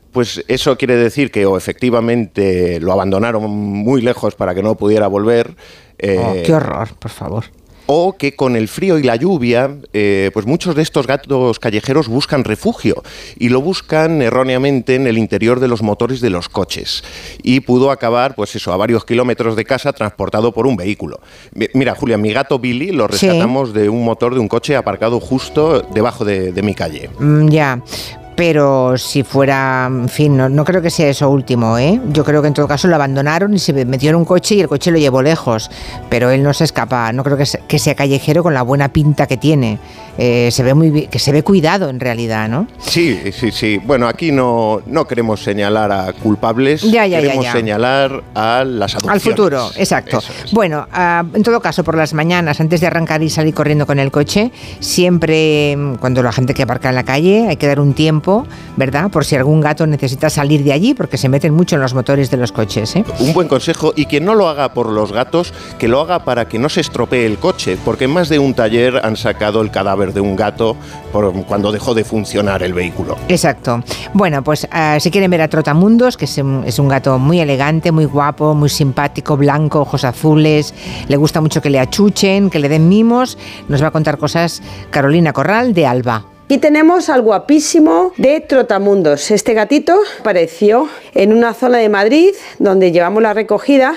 pues eso quiere decir que o efectivamente lo abandonaron muy lejos para que no pudiera volver. Eh, oh, ¡Qué horror, por favor! O que con el frío y la lluvia, eh, pues muchos de estos gatos callejeros buscan refugio y lo buscan erróneamente en el interior de los motores de los coches. Y pudo acabar, pues eso, a varios kilómetros de casa transportado por un vehículo. Mira, Julia, mi gato Billy lo rescatamos sí. de un motor de un coche aparcado justo debajo de, de mi calle. Mm, ya. Pero si fuera, en fin, no, no creo que sea eso último, ¿eh? Yo creo que en todo caso lo abandonaron y se metió en un coche y el coche lo llevó lejos. Pero él no se escapa, no creo que sea, que sea callejero con la buena pinta que tiene. Eh, se ve muy que se ve cuidado en realidad, ¿no? Sí, sí, sí. Bueno, aquí no, no queremos señalar a culpables, ya, ya, queremos ya, ya. señalar a las adopciones. Al futuro, exacto. Es. Bueno, uh, en todo caso, por las mañanas, antes de arrancar y salir corriendo con el coche, siempre cuando la gente que aparca en la calle hay que dar un tiempo, ¿verdad? Por si algún gato necesita salir de allí, porque se meten mucho en los motores de los coches, ¿eh? Un buen consejo, y quien no lo haga por los gatos, que lo haga para que no se estropee el coche, porque en más de un taller han sacado el cadáver de un gato por cuando dejó de funcionar el vehículo. Exacto. Bueno, pues uh, si quieren ver a Trotamundos, que es un, es un gato muy elegante, muy guapo, muy simpático, blanco, ojos azules, le gusta mucho que le achuchen, que le den mimos, nos va a contar cosas Carolina Corral de Alba. Aquí tenemos al guapísimo de Trotamundos. Este gatito apareció en una zona de Madrid donde llevamos la recogida,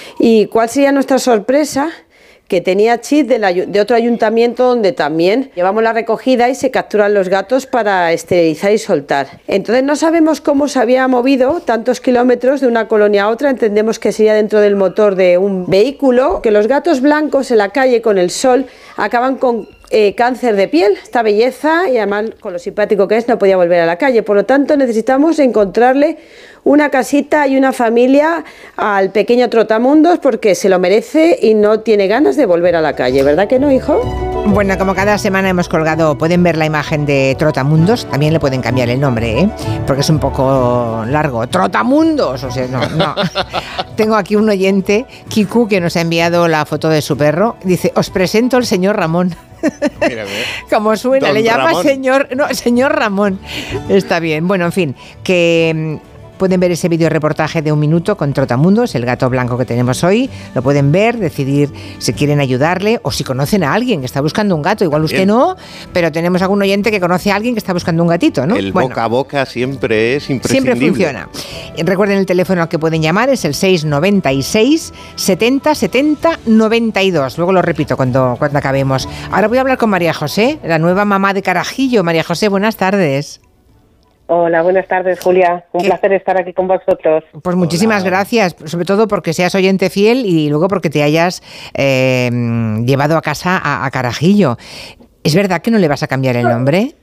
y ¿cuál sería nuestra sorpresa? Que tenía chip de, la, de otro ayuntamiento donde también llevamos la recogida y se capturan los gatos para esterilizar y soltar. Entonces no sabemos cómo se había movido tantos kilómetros de una colonia a otra, entendemos que sería dentro del motor de un vehículo, que los gatos blancos en la calle con el sol acaban con eh, cáncer de piel, esta belleza, y además con lo simpático que es no podía volver a la calle, por lo tanto necesitamos encontrarle una casita y una familia al pequeño Trotamundos porque se lo merece y no tiene ganas de volver a la calle, ¿verdad que no, hijo? Bueno, como cada semana hemos colgado, pueden ver la imagen de Trotamundos, también le pueden cambiar el nombre, ¿eh? Porque es un poco largo. ¡Trotamundos! O sea, no, no. Tengo aquí un oyente, Kiku, que nos ha enviado la foto de su perro. Dice, os presento al señor Ramón. Mírame. Como suena, Don le llama Ramón. señor, no, señor Ramón. Está bien. Bueno, en fin, que pueden ver ese vídeo reportaje de un minuto con Trotamundos, el gato blanco que tenemos hoy. Lo pueden ver, decidir si quieren ayudarle o si conocen a alguien que está buscando un gato. Igual usted Bien. no, pero tenemos algún oyente que conoce a alguien que está buscando un gatito, ¿no? El bueno, boca a boca siempre es imprescindible. Siempre funciona. Recuerden, el teléfono al que pueden llamar es el seis noventa y seis, setenta, setenta, noventa y dos. Luego lo repito cuando, cuando acabemos. Ahora voy a hablar con María José, la nueva mamá de Carajillo. María José, buenas tardes. Hola, buenas tardes, Julia. Un ¿Qué? placer estar aquí con vosotros. Pues muchísimas Hola. gracias, sobre todo porque seas oyente fiel y luego porque te hayas eh, llevado a casa a, a Carajillo. ¿Es verdad que no le vas a cambiar el nombre?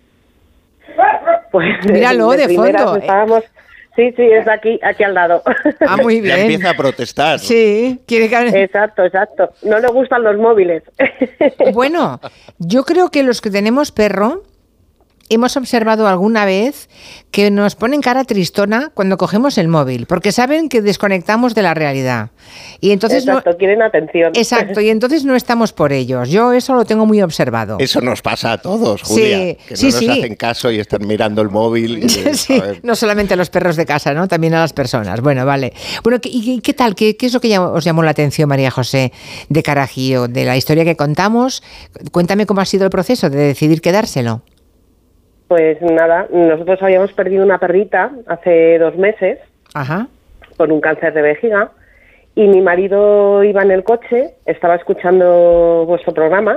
Pues míralo de, de fondo. Estábamos... Sí, sí, es aquí, aquí al lado. Ah, muy bien. Ya empieza a protestar. Sí, quiere que... Exacto, exacto. No le gustan los móviles. Bueno, yo creo que los que tenemos perro hemos observado alguna vez que nos ponen cara tristona cuando cogemos el móvil, porque saben que desconectamos de la realidad. Y entonces Exacto, no... quieren atención. Exacto, y entonces no estamos por ellos. Yo eso lo tengo muy observado. Eso nos pasa a todos, Julia, sí, que no sí, nos sí. hacen caso y están mirando el móvil. Y, sí, no solamente a los perros de casa, ¿no? También a las personas. Bueno, vale. Bueno, ¿y qué tal? ¿Qué, qué es lo que os llamó la atención, María José, de Carajillo, de la historia que contamos? Cuéntame cómo ha sido el proceso de decidir quedárselo. Pues nada, nosotros habíamos perdido una perrita hace dos meses Ajá. por un cáncer de vejiga y mi marido iba en el coche, estaba escuchando vuestro programa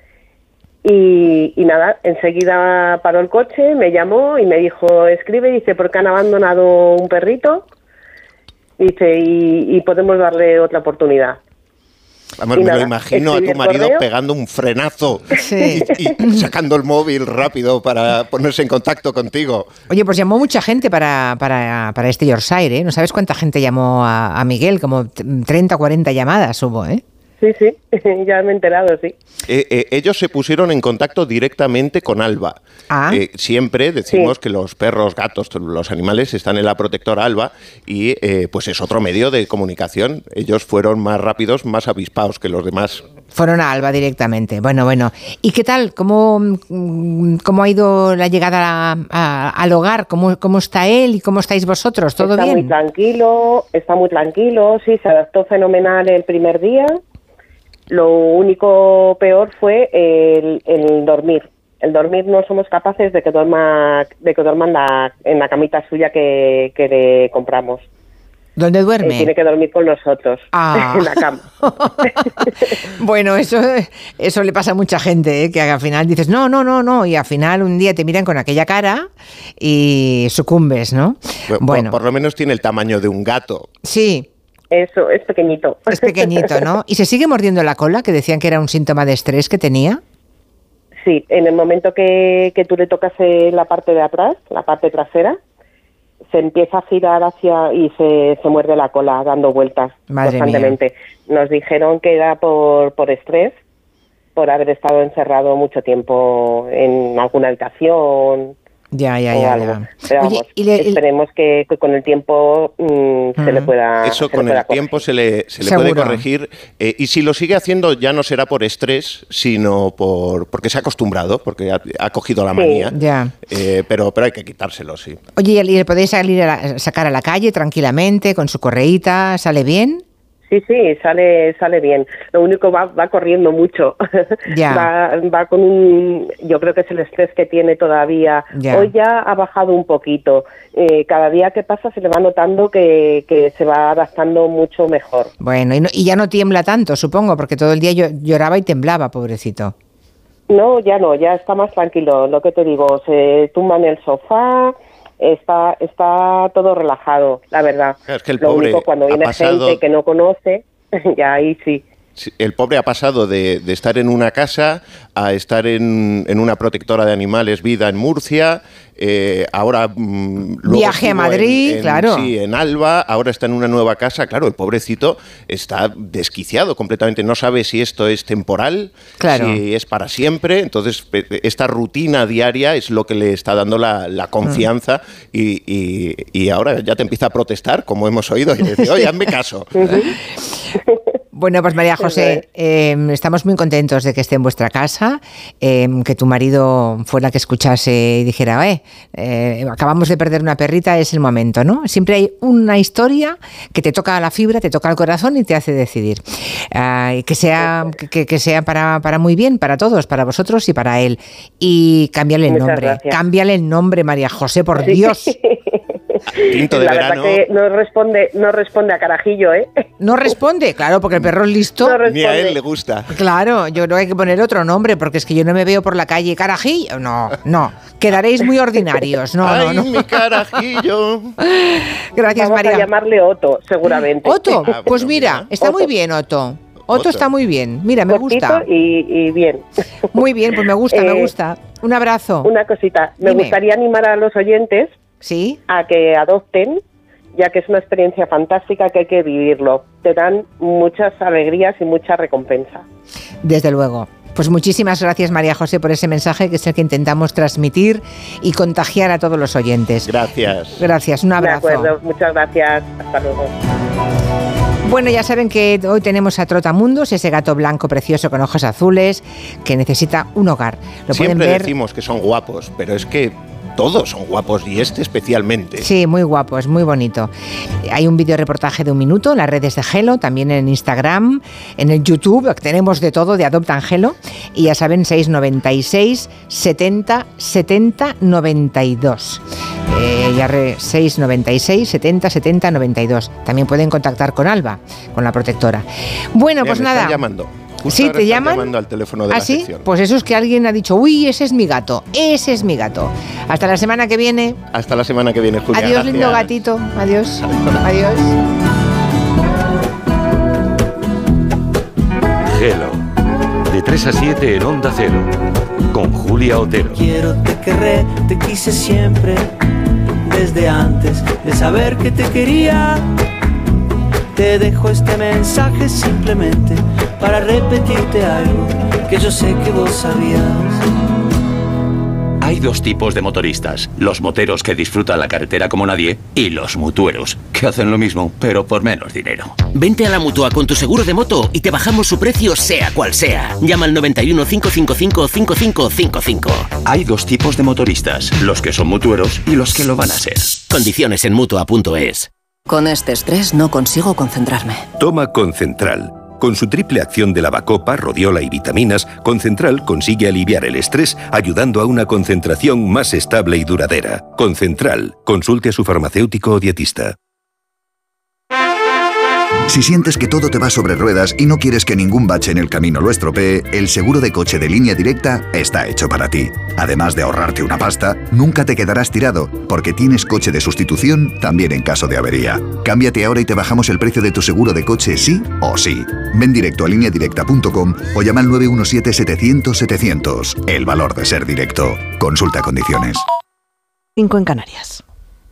y, y nada, enseguida paró el coche, me llamó y me dijo, escribe, dice, porque han abandonado un perrito, dice, y, y podemos darle otra oportunidad. Vamos, me nada, lo imagino a tu marido correo. pegando un frenazo sí. y, y sacando el móvil rápido para ponerse en contacto contigo. Oye, pues llamó mucha gente para, para, para este Yorkshire, ¿eh? No sabes cuánta gente llamó a, a Miguel, como treinta o cuarenta llamadas hubo, ¿eh? Sí, sí, ya me he enterado, sí. Eh, eh, ellos se pusieron en contacto directamente con Alba. Ah. Eh, siempre decimos Sí. que los perros, gatos, los animales están en la protectora Alba y eh, pues es otro medio de comunicación. Ellos fueron más rápidos, más avispados que los demás. Fueron a Alba directamente. Bueno, bueno. ¿Y qué tal? ¿Cómo, mm, cómo ha ido la llegada a- a- al hogar? ¿Cómo, ¿Cómo está él y cómo estáis vosotros? ¿Todo está bien? muy tranquilo, está muy tranquilo, sí, se adaptó fenomenal el primer día. Lo único peor fue el, el dormir. El dormir no somos capaces de que duerma, de que duerma en la, en la camita suya que, que le compramos. ¿Dónde Eh, duerme? tiene que dormir con nosotros, Ah. en la cama. Bueno, eso, eso le pasa a mucha gente, ¿eh? Que al final dices, no, no, no, no, y al final un día te miran con aquella cara y sucumbes, ¿no? Por- Bueno, por, por lo menos tiene el tamaño de un gato. sí, Eso, es pequeñito. es pequeñito, ¿no? ¿Y se sigue mordiendo la cola, que decían que era un síntoma de estrés que tenía? Sí, en el momento que, que tú le tocas eh, la parte de atrás, la parte trasera, se empieza a girar hacia y se, se muerde la cola dando vueltas Madre constantemente. Nos dijeron que era por, por estrés, por haber estado encerrado mucho tiempo en alguna habitación Ya, ya, o ya, algo. ya. Pero Oye, vamos, y le- y- esperemos que, que con el tiempo mm, se le pueda Eso se le con pueda el tiempo se le, se le Seguro. puede corregir. Eh, y si lo sigue haciendo ya no será por estrés, sino por porque se ha acostumbrado, porque ha, ha cogido la Sí. manía. Ya. Eh, pero, pero hay que quitárselo, sí. Oye, ¿y le podéis salir a la- sacar a la calle tranquilamente con su correíta? ¿Sale bien? Sí, sí, sale sale bien. Lo único va va corriendo mucho. Ya. Va, va con un, yo creo que es el estrés que tiene todavía. Ya. Hoy ya ha bajado un poquito. Eh, cada día que pasa se le va notando que, que se va adaptando mucho mejor. Bueno, y, no- y ya no tiembla tanto, supongo, porque todo el día llo- lloraba y temblaba, pobrecito. No, ya no, ya está más tranquilo. Lo que te digo, se tumba en el sofá. Está está todo relajado, la verdad. Claro, es que el Lo pobre único cuando ha viene pasado- gente que no conoce, ya ahí sí. Sí, el pobre ha pasado de, de estar en una casa a estar en, en una protectora de animales, Vida, en Murcia. Eh, ahora mm, luego Viaje a estuvo Madrid, en- en- claro. Sí, en Alba. Ahora está en una nueva casa. Claro, el pobrecito está desquiciado completamente. No sabe si esto es temporal, Claro. si es para siempre. Entonces, pe- esta rutina diaria es lo que le está dando la, la confianza y, y- y ahora ya te empieza a protestar, como hemos oído, y decir, oye, hazme caso. Bueno, pues María José, eh, estamos muy contentos de que esté en vuestra casa, eh, que tu marido fuera que escuchase y dijera, eh, eh, acabamos de perder una perrita, es el momento, ¿no? Siempre hay una historia que te toca la fibra, te toca el corazón y te hace decidir. Ah, y que sea, que, que sea para, para muy bien, para todos, para vosotros y para él. Y cámbiale el Muchas nombre, gracias. cámbiale el nombre, María José, por Sí. Dios. Tinto de la verano. verdad que no responde, no responde a carajillo, ¿eh? No responde, claro, porque el perro es listo. No Ni a responde. él le gusta. Claro, yo creo que hay que poner otro nombre, porque es que yo no me veo por la calle carajillo. No, no, quedaréis muy ordinarios. No, Ay, no, no. mi carajillo. Gracias, Vamos María. a llamarle Otto, seguramente. Otto, Ah, pues bueno, mira, mira. está muy Otto. bien, Otto. Otto Otto. está muy bien. Mira, me Cortito gusta. Y, y bien. Muy bien, pues me gusta, me Eh, gusta. Un abrazo. Una cosita, me Dime. gustaría animar a los oyentes ¿Sí? a que adopten, ya que es una experiencia fantástica que hay que vivirlo. Te dan muchas alegrías y mucha recompensa. Desde luego. Pues muchísimas gracias, María José, por ese mensaje que es el que intentamos transmitir y contagiar a todos los oyentes. Gracias. Gracias, un abrazo. De acuerdo, muchas gracias. Hasta luego. Bueno, ya saben que hoy tenemos a Trotamundos, ese gato blanco precioso con ojos azules que necesita un hogar. Lo pueden Siempre ver. decimos que son guapos, pero es que todos son guapos y este especialmente. Sí, muy guapo, es muy bonito. Hay un vídeo reportaje de un minuto en las redes de Gelo, también en Instagram, en el YouTube, tenemos de todo de Adopta Angelo. Y ya saben, seis noventa y seis, setenta, setenta, noventa y dos. Eh, ya re, seis noventa y seis, setenta, setenta, noventa y dos. También pueden contactar con Alba, con la protectora. Bueno, Mira, pues me nada. Están llamando. Justo ¿Sí, ahora te están llaman? llamando al teléfono de ¿Ah, la sí? sección. Pues eso es que alguien ha dicho, uy, ese es mi gato, ese es mi gato. Hasta la semana que viene. Hasta la semana que viene, Julia. Adiós, gracias. lindo gatito. Adiós. Adiós. Gelo. De tres a siete en Onda Cero. Con Julia Otero. Quiero, te querré, te quise siempre, desde antes de saber que te quería. Te dejo este mensaje simplemente para repetirte algo que yo sé que vos sabías. Hay dos tipos de motoristas, los moteros que disfrutan la carretera como nadie y los mutueros, que hacen lo mismo, pero por menos dinero. Vente a la Mutua con tu seguro de moto y te bajamos su precio sea cual sea. Llama al noventa y uno, cinco cinco cinco, cinco cinco cinco cinco. Hay dos tipos de motoristas, los que son mutueros y los que lo van a ser. Condiciones en Mutua punto es. Con este estrés no consigo concentrarme. Toma Concentral. Con su triple acción de lavacopa, rodiola y vitaminas, Concentral consigue aliviar el estrés ayudando a una concentración más estable y duradera. Concentral. Consulte a su farmacéutico o dietista. Si sientes que todo te va sobre ruedas y no quieres que ningún bache en el camino lo estropee, el seguro de coche de Línea Directa está hecho para ti. Además de ahorrarte una pasta, nunca te quedarás tirado, porque tienes coche de sustitución también en caso de avería. Cámbiate ahora y te bajamos el precio de tu seguro de coche sí o sí. Ven directo a línea directa punto com o llama al nueve uno siete, setecientos, setecientos. El valor de ser directo. Consulta condiciones. cinco en Canarias.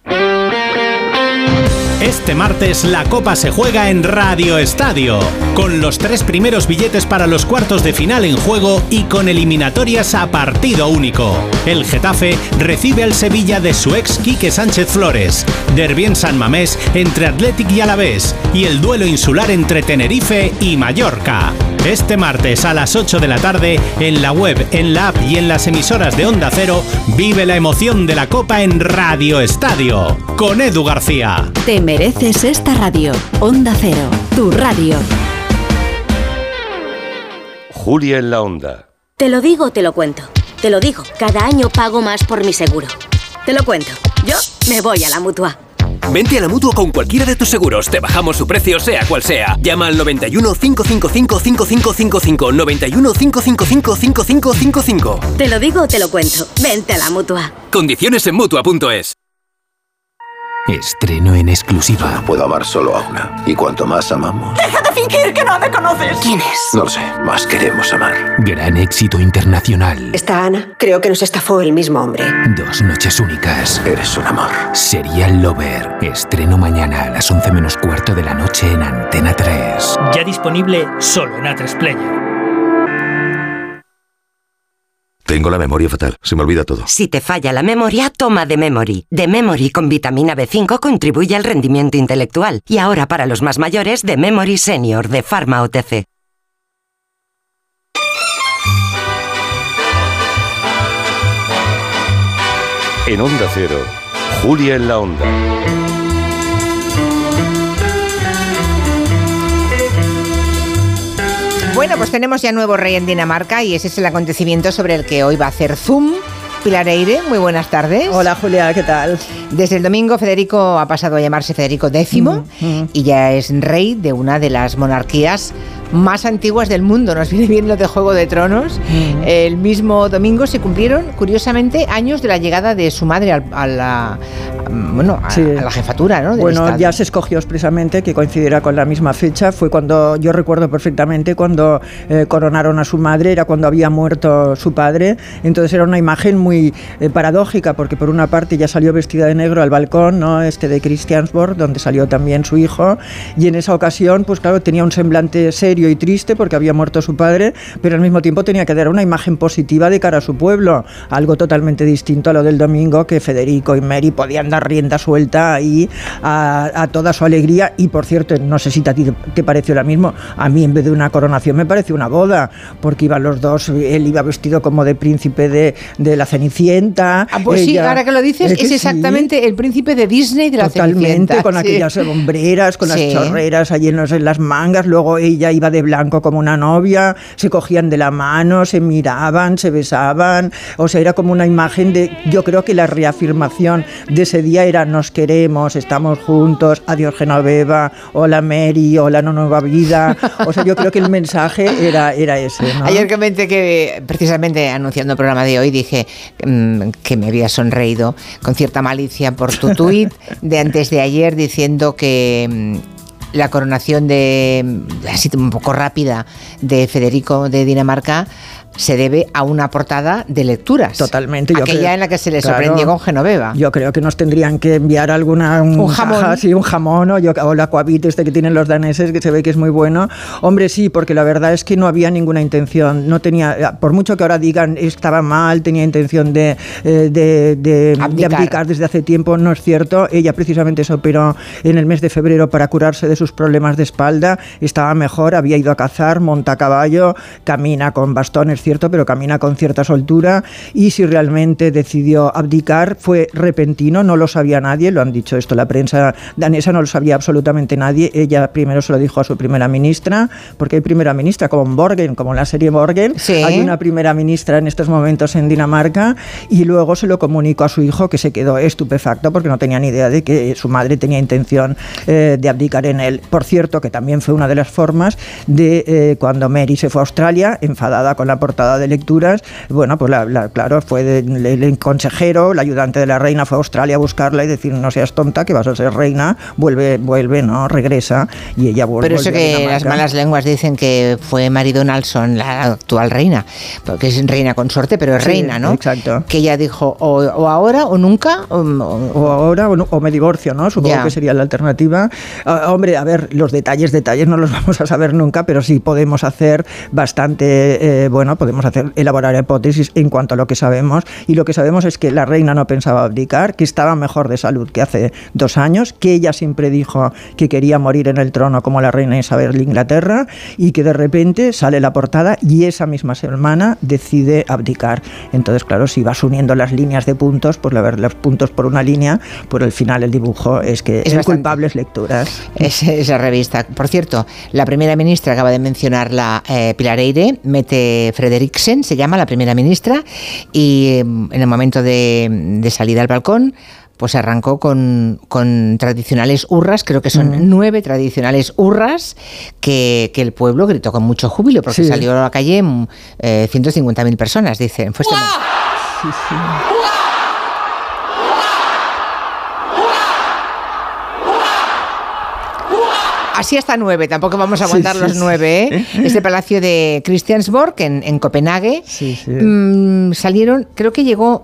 Este martes la Copa se juega en Radio Estadio, con los tres primeros billetes para los cuartos de final en juego y con eliminatorias a partido único. El Getafe recibe al Sevilla de su ex Quique Sánchez Flores, derbi en San Mamés entre Athletic y Alavés y el duelo insular entre Tenerife y Mallorca. Este martes a las ocho de la tarde, en la web, en la app y en las emisoras de Onda Cero, vive la emoción de la Copa en Radio Estadio, con Edu García. Te mereces esta radio. Onda Cero, tu radio. Julia en la Onda. Te lo digo, te lo cuento. Te lo digo, cada año pago más por mi seguro. Te lo cuento. Yo me voy a la Mutua. Vente a la Mutua con cualquiera de tus seguros. Te bajamos su precio sea cual sea. Llama al noventa y uno, cinco cinco cinco, cinco cinco cinco cinco. noventa y uno, cinco cinco cinco, cinco cinco cinco cinco. Te lo digo, te lo cuento. Vente a la Mutua. Condiciones en Mutua punto es. Estreno en exclusiva. No puedo amar solo a una. Y cuanto más amamos... ¡Deja de fingir que no me conoces! ¿Quién es? No lo sé. Más queremos amar. Gran éxito internacional. Esta Ana, creo que nos estafó el mismo hombre. Dos noches únicas. Eres un amor. Serial Lover. Estreno mañana a las once menos cuarto de la noche en Antena tres. Ya disponible solo en A tres Player. Tengo la memoria fatal, se me olvida todo. Si te falla la memoria, toma The Memory. The Memory con vitamina B cinco contribuye al rendimiento intelectual. Y ahora para los más mayores, The Memory Senior de Pharma O T C. En Onda Cero, Julia en la Onda. Bueno, pues tenemos ya nuevo rey en Dinamarca y ese es el acontecimiento sobre el que hoy va a hacer zoom. Pilar Eire, muy buenas tardes. Hola Julia, ¿qué tal? Desde el domingo Federico ha pasado a llamarse Federico décimo mm, mm. y ya es rey de una de las monarquías más antiguas del mundo. Nos viene bien lo de Juego de Tronos. Mm. El mismo domingo se cumplieron, curiosamente, años de la llegada de su madre a, a la bueno a, sí. a la jefatura, ¿no? Del bueno, Estado. Ya se escogió expresamente que coincidiera con la misma fecha. Fue cuando, yo recuerdo perfectamente, cuando eh, coronaron a su madre, era cuando había muerto su padre. Entonces era una imagen muy eh, paradójica, porque por una parte ya salió vestida de negro al balcón, ¿no? Este de Christiansborg, donde salió también su hijo, y en esa ocasión, pues claro, tenía un semblante serio y triste porque había muerto su padre, pero al mismo tiempo tenía que dar una imagen positiva de cara a su pueblo, algo totalmente distinto a lo del domingo, que Federico y Mary podían dar rienda suelta ahí a, a toda su alegría. Y por cierto, no sé si a ti te pareció lo mismo, a mí en vez de una coronación me pareció una boda, porque iban los dos, él iba vestido como de príncipe de, de la Cenicienta. Ah, pues ella, sí, ahora que lo dices, es, que es exactamente sí. el príncipe de Disney de la Totalmente, Cenicienta. con sí. aquellas hombreras, con sí. las chorreras allí en, los, en las mangas, luego ella iba de blanco como una novia, se cogían de la mano, se miraban, se besaban, o sea, era como una imagen de, yo creo que la reafirmación de ese día era nos queremos, estamos juntos, adiós Genoveva, hola Mary, hola no nueva vida, o sea, yo creo que el mensaje era, era ese, ¿no? Ayer comenté que, precisamente anunciando el programa de hoy, dije mmm, que me había sonreído con cierta malicia por tu tuit de antes de ayer diciendo que mmm, la coronación de así un poco rápida de Federico de Dinamarca se debe a una portada de lecturas. Totalmente. Aquella yo creo, en la que se le claro, sorprendió con Genoveva. Yo creo que nos tendrían que enviar alguna... Un, un jamón. Ajá, sí, un jamón o, yo, o el aquavit este que tienen los daneses, que se ve que es muy bueno. Hombre, sí, porque la verdad es que no había ninguna intención. No tenía, por mucho que ahora digan estaba mal, tenía intención de, de, de, de, abdicar. de abdicar desde hace tiempo, no es cierto. Ella precisamente se operó en el mes de febrero para curarse de sus problemas de espalda. Estaba mejor, había ido a cazar, monta a caballo, camina con bastón, es cierto, pero camina con cierta soltura, y si realmente decidió abdicar fue repentino, no lo sabía nadie, lo han dicho esto la prensa danesa, no lo sabía absolutamente nadie. Ella primero se lo dijo a su primera ministra, porque hay primera ministra, como en Borgen, como en la serie Borgen, sí. Hay una primera ministra en estos momentos en Dinamarca, y luego se lo comunicó a su hijo, que se quedó estupefacto porque no tenía ni idea de que su madre tenía intención eh, de abdicar en él. Por cierto, que también fue una de las formas de eh, cuando Mary se fue a Australia, enfadada con la portada de lecturas, bueno, pues la, la, claro, fue de, el, el consejero, el ayudante de la reina fue a Australia a buscarla y decir, no seas tonta, que vas a ser reina, vuelve, vuelve, no, regresa, y ella vuelve. Pero eso que las malas lenguas dicen que fue Mary Donaldson, la actual reina, porque es reina consorte, pero es sí, reina, ¿no? Exacto. Que ella dijo, o, o ahora o nunca, o, o ahora o, no, o me divorcio, ¿no? Supongo ya. que sería la alternativa. Uh, hombre, a ver, los detalles, detalles no los vamos a saber nunca, pero sí podemos hacer bastante, eh, bueno, podemos hacer, elaborar hipótesis en cuanto a lo que sabemos, y lo que sabemos es que la reina no pensaba abdicar, que estaba mejor de salud que hace dos años, que ella siempre dijo que quería morir en el trono como la reina Isabel de Inglaterra, y que de repente sale la portada y esa misma semana decide abdicar. Entonces, claro, si vas uniendo las líneas de puntos, pues la verdad, los puntos por una línea, por el final el dibujo es que es el culpable es lecturas. Es esa revista. Por cierto, la primera ministra, acaba de mencionarla eh, Pilar Eyre, Mette Frederiksen, se llama la primera ministra, y en el momento de, de salida al balcón, pues arrancó con, con tradicionales hurras, creo que son mm. nueve tradicionales hurras que, que el pueblo gritó con mucho júbilo, porque sí. salió a la calle eh, ciento cincuenta mil personas, dicen. Fue este sí, sí. Así hasta nueve, tampoco vamos a aguantar sí, sí, los nueve. ¿eh? Sí. Este palacio de Christiansborg, en, en Copenhague, sí, sí. Mmm, salieron, creo que llegó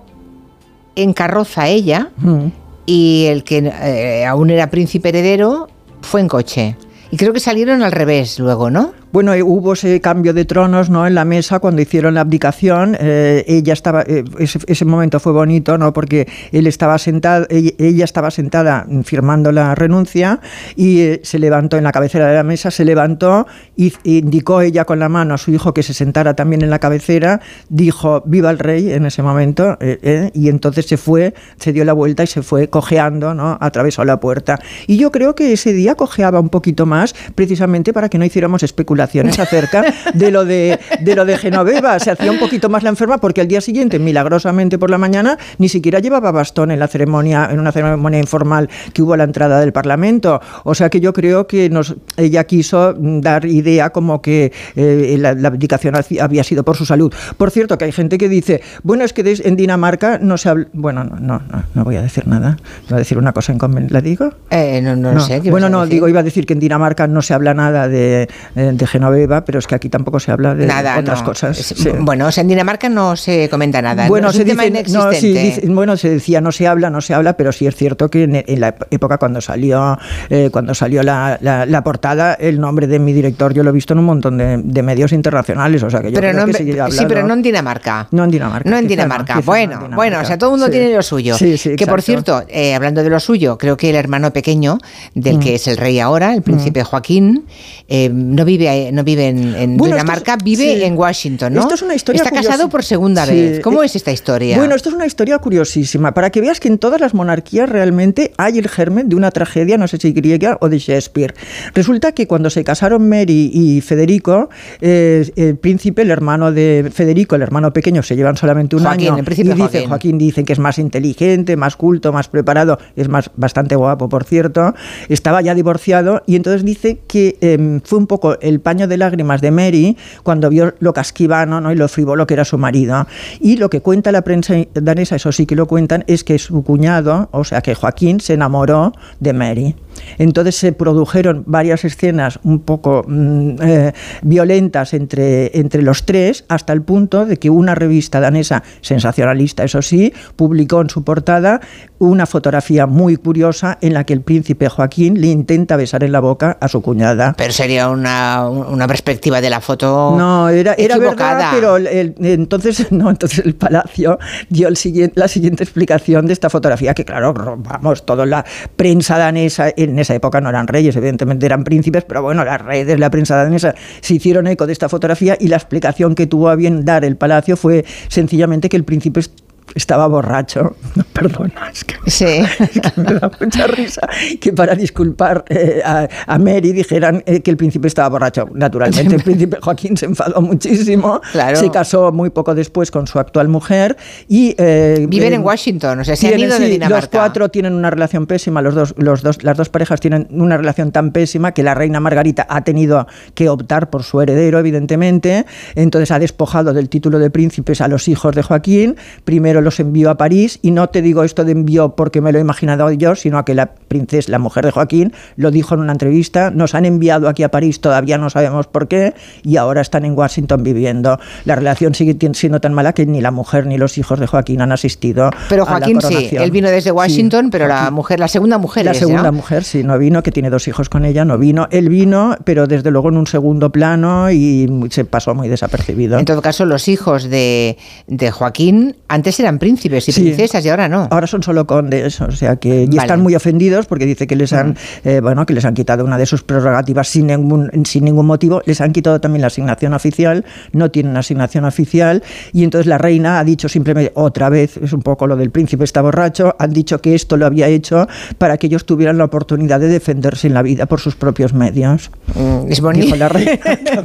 en carroza ella, mm. y el que eh, aún era príncipe heredero fue en coche. Y creo que salieron al revés luego, ¿no? Bueno, hubo ese cambio de tronos, ¿no? En la mesa cuando hicieron la abdicación, eh, ella estaba, eh, ese, ese momento fue bonito, ¿no? Porque él estaba sentado, ella, ella estaba sentada firmando la renuncia, y eh, se levantó en la cabecera de la mesa, se levantó y indicó ella con la mano a su hijo que se sentara también en la cabecera, dijo viva el rey en ese momento, eh, eh, y entonces se fue, se dio la vuelta y se fue cojeando, ¿no? Atravesó la puerta. Y yo creo que ese día cojeaba un poquito más, precisamente para que no hiciéramos especulaciones acerca de lo de, de lo de Genoveva. Se hacía un poquito más la enferma, porque al día siguiente, milagrosamente por la mañana, ni siquiera llevaba bastón en la ceremonia, en una ceremonia informal que hubo a la entrada del Parlamento. O sea que yo creo que nos, ella quiso dar idea como que eh, la, la abdicación había sido por su salud. Por cierto, que hay gente que dice, bueno, es que en Dinamarca no se habla... Bueno, no, no, no, no voy a decir nada. Voy a decir una cosa inconveniente. ¿La digo? Eh, no, no, no lo sé. Bueno, no, digo, iba a decir que en Dinamarca no se habla nada de, de Genoveva, pero es que aquí tampoco se habla de nada, otras no. cosas. Sí. Bueno, o sea, en Dinamarca no se comenta nada. Bueno, no, se es un dice, tema no, sí, dice, bueno, se decía no se habla, no se habla, pero sí es cierto que en, en la época cuando salió eh, cuando salió la, la, la portada, el nombre de mi director yo lo he visto en un montón de, de medios internacionales, o sea que yo pero creo no, que sí, sí, pero no en Dinamarca. No en Dinamarca. No en Dinamarca. No, bueno, no en Dinamarca. Bueno, o sea, todo el mundo sí. tiene lo suyo. Sí, sí, que por cierto, eh, hablando de lo suyo, creo que el hermano pequeño del mm. que es el rey ahora, el príncipe mm. Joaquín, eh, no vive no vive en, en bueno, Dinamarca, es, vive sí. en Washington, ¿no? Esto es una historia Está curiosa. casado por segunda sí. vez. ¿Cómo es esta historia? Bueno, esto es una historia curiosísima, para que veas que en todas las monarquías realmente hay el germen de una tragedia, no sé si griega o de Shakespeare. Resulta que cuando se casaron Mary y Federico, eh, el príncipe, el hermano de Federico, el hermano pequeño, se llevan solamente un Joaquín, año. El príncipe y dice, Joaquín. Joaquín dicen que es más inteligente, más culto, más preparado, es más bastante guapo, por cierto. Estaba ya divorciado y entonces dice que eh, fue un poco el paño de lágrimas de Mary cuando vio lo casquivano, ¿no? Y lo frívolo que era su marido. Y lo que cuenta la prensa danesa, eso sí que lo cuentan, es que su cuñado, o sea que Joaquín, se enamoró de Mary. Entonces se produjeron varias escenas un poco mm, eh, violentas entre, entre los tres, hasta el punto de que una revista danesa, sensacionalista eso sí, publicó en su portada una fotografía muy curiosa en la que el príncipe Joaquín le intenta besar en la boca a su cuñada. Pero sería una, una perspectiva de la foto no, era, era equivocada. verdad, pero el, el, entonces, no, entonces el Palacio dio el siguiente, la siguiente explicación de esta fotografía, que claro, vamos, toda la prensa danesa, en esa época no eran reyes, evidentemente eran príncipes, pero bueno, las redes, la prensa danesa se hicieron eco de esta fotografía y la explicación que tuvo a bien dar el Palacio fue sencillamente que el príncipe estaba borracho. No, perdona, es que, sí. es que me da mucha risa que para disculpar eh, a, a Mary dijeran eh, que el príncipe estaba borracho. Naturalmente, el príncipe Joaquín se enfadó muchísimo, claro. Se casó muy poco después con su actual mujer y... Eh, viven eh, en Washington, o sea, se tienen, han ido sí, de Dinamarca. Los cuatro tienen una relación pésima, los dos, los dos, las dos parejas tienen una relación tan pésima que la reina Margarita ha tenido que optar por su heredero, evidentemente, entonces ha despojado del título de príncipes a los hijos de Joaquín, primero los envió a París, y no te digo esto de envió porque me lo he imaginado yo, sino a que la princesa, la mujer de Joaquín, lo dijo en una entrevista, nos han enviado aquí a París, todavía no sabemos por qué, y ahora están en Washington viviendo. La relación sigue siendo tan mala que ni la mujer ni los hijos de Joaquín han asistido. Pero Joaquín sí, él vino desde Washington, sí, pero Joaquín, la mujer, la segunda mujer La es, segunda ¿no? mujer, sí, no vino, que tiene dos hijos con ella, no vino. Él vino, pero desde luego en un segundo plano y se pasó muy desapercibido. En todo caso, los hijos de, de Joaquín antes eran príncipes y sí. princesas y ahora no. Ahora son solo condes, o sea que y vale. están muy ofendidos porque dice que les han, mm. eh, bueno, que les han quitado una de sus prerrogativas sin ningún, sin ningún motivo. Les han quitado también la asignación oficial, no tienen asignación oficial, y entonces la reina ha dicho simplemente otra vez, es un poco lo del príncipe está borracho, han dicho que esto lo había hecho para que ellos tuvieran la oportunidad de defenderse en la vida por sus propios medios. Mm, es bonito. Dijo la reina.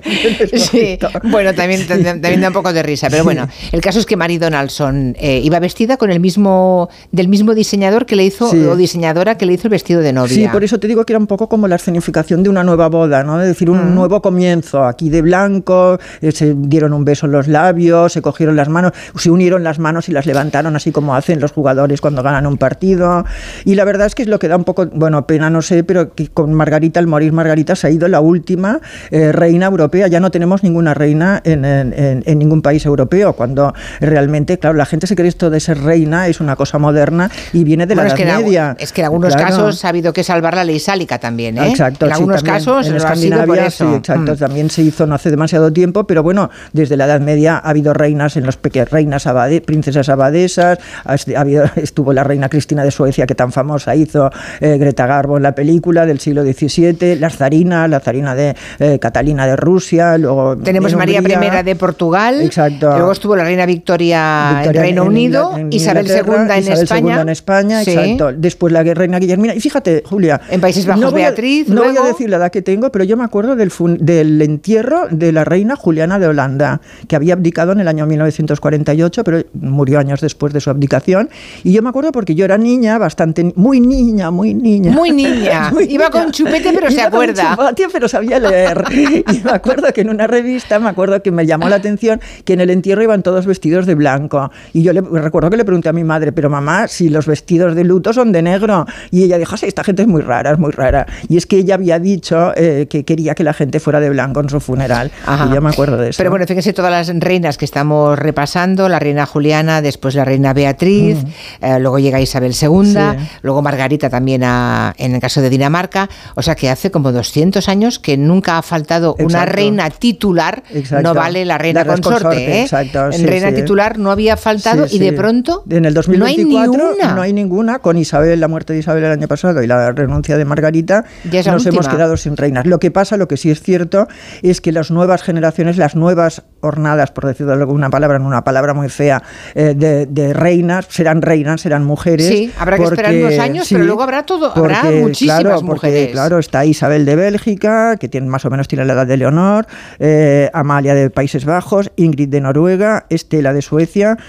Sí. Bueno, también, sí. también da un poco de risa, pero bueno, el caso es que Mary Donaldson eh, iba vestida con el mismo del mismo diseñador que le hizo, sí. o diseñadora que le hizo el vestido de novia. Sí, por eso te digo que era un poco como la escenificación de una nueva boda, ¿no? Es decir, un mm. nuevo comienzo, aquí de blanco, eh, se dieron un beso en los labios, se cogieron las manos, se unieron las manos y las levantaron así como hacen los jugadores cuando ganan un partido, y la verdad es que es lo que da un poco, bueno, pena no sé, pero que con Margarita, al morir Margarita, se ha ido la última eh, reina europea, ya no tenemos ninguna reina en, en, en ningún país europeo, cuando realmente, claro, la gente se cree esto de ser reina es una cosa moderna y viene de bueno, la Edad es Media. Es que en algunos claro. casos ha habido que salvar la ley sálica también, ¿eh? Exacto, en algunos sí, también, casos en lo ha sido por eso. Sí, exacto, mm. también se hizo no hace demasiado tiempo, pero bueno, desde la Edad Media ha habido reinas en los pequeños, reinas abade, princesas abadesas, ha habido, estuvo la reina Cristina de Suecia, que tan famosa hizo eh, Greta Garbo en la película del siglo diecisiete, la zarina, la zarina de eh, Catalina de Rusia, luego tenemos María I de Portugal, exacto. Luego estuvo la reina Victoria, Victoria en Reino en, Unido, en Isabel segunda en Isabel España, segunda en España, sí. exacto. Después la reina Guillermina, y fíjate, Julia, en Países Bajos no Beatriz, a, no luego... voy a decir la edad que tengo, pero yo me acuerdo del, fun, del entierro de la reina Juliana de Holanda, que había abdicado en el año mil novecientos cuarenta y ocho, pero murió años después de su abdicación, y yo me acuerdo porque yo era niña, bastante, muy niña, muy niña. Muy niña, muy iba niña. Con chupete, pero iba se acuerda. Con chupete, pero sabía leer. Y me acuerdo que en una revista, me acuerdo que me llamó la atención que en el entierro iban todos vestidos de blanco, y yo le, recuerdo que le pregunté a mi madre, pero mamá, si los vestidos de luto son de negro, y ella dijo, sí, esta gente es muy rara, es muy rara, y es que ella había dicho eh, que quería que la gente fuera de blanco en su funeral. Ajá. Y yo me acuerdo de eso. Pero bueno, fíjense todas las reinas que estamos repasando, la reina Juliana, después la reina Beatriz, mm. eh, luego llega Isabel segunda, sí. luego Margarita también a, en el caso de Dinamarca, o sea que hace como doscientos años que nunca ha faltado exacto. una reina titular, exacto. no vale la reina la consorte, consorte ¿eh? Exacto, en sí, reina sí. titular no había faltado sí, y sí. de pronto en el dos mil veinticuatro no hay ninguna, no hay ninguna, con Isabel, la muerte de Isabel el año pasado y la renuncia de Margarita, nos última. hemos última. quedado sin reinas. Lo que pasa, lo que sí es cierto, es que las nuevas generaciones, las nuevas hornadas, por decirlo de alguna palabra, en una palabra muy fea, eh, de, de reinas, serán reinas, serán mujeres. Sí, habrá que porque, esperar unos años, sí, pero luego habrá todo, porque, habrá muchísimas claro, mujeres. Porque, claro, está Isabel de Bélgica, que tiene más o menos tiene la edad de Leonor, eh, Amalia de Países Bajos, Ingrid de Noruega, Estela de Suecia, todas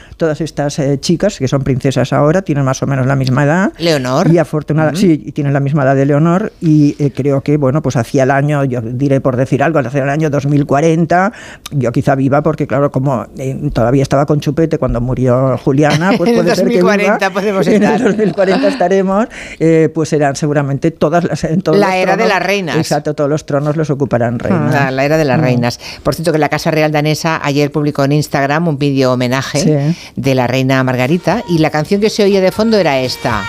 estas eh, chicas, que son princesas ahora, tienen más o menos la misma edad. Leonor. Y afortunada, uh-huh. sí, y tienen la misma edad de Leonor, y eh, creo que, bueno, pues hacia el año, yo diré por decir algo, hacia el año dos mil cuarenta, yo quizá viva, porque claro, como eh, todavía estaba con chupete cuando murió Juliana, pues puede ser que viva, podemos estar. en el dos mil cuarenta estaremos, eh, pues serán seguramente todas las... En todos la los era tronos, de las reinas. Exacto, todos los tronos los ocuparán reinas. La, la era de las mm. reinas. Por cierto, que la Casa Real danesa ayer publicó en Instagram un vídeo homenaje sí. de la reina Margarita, y la canción que se oye de fondo era esta.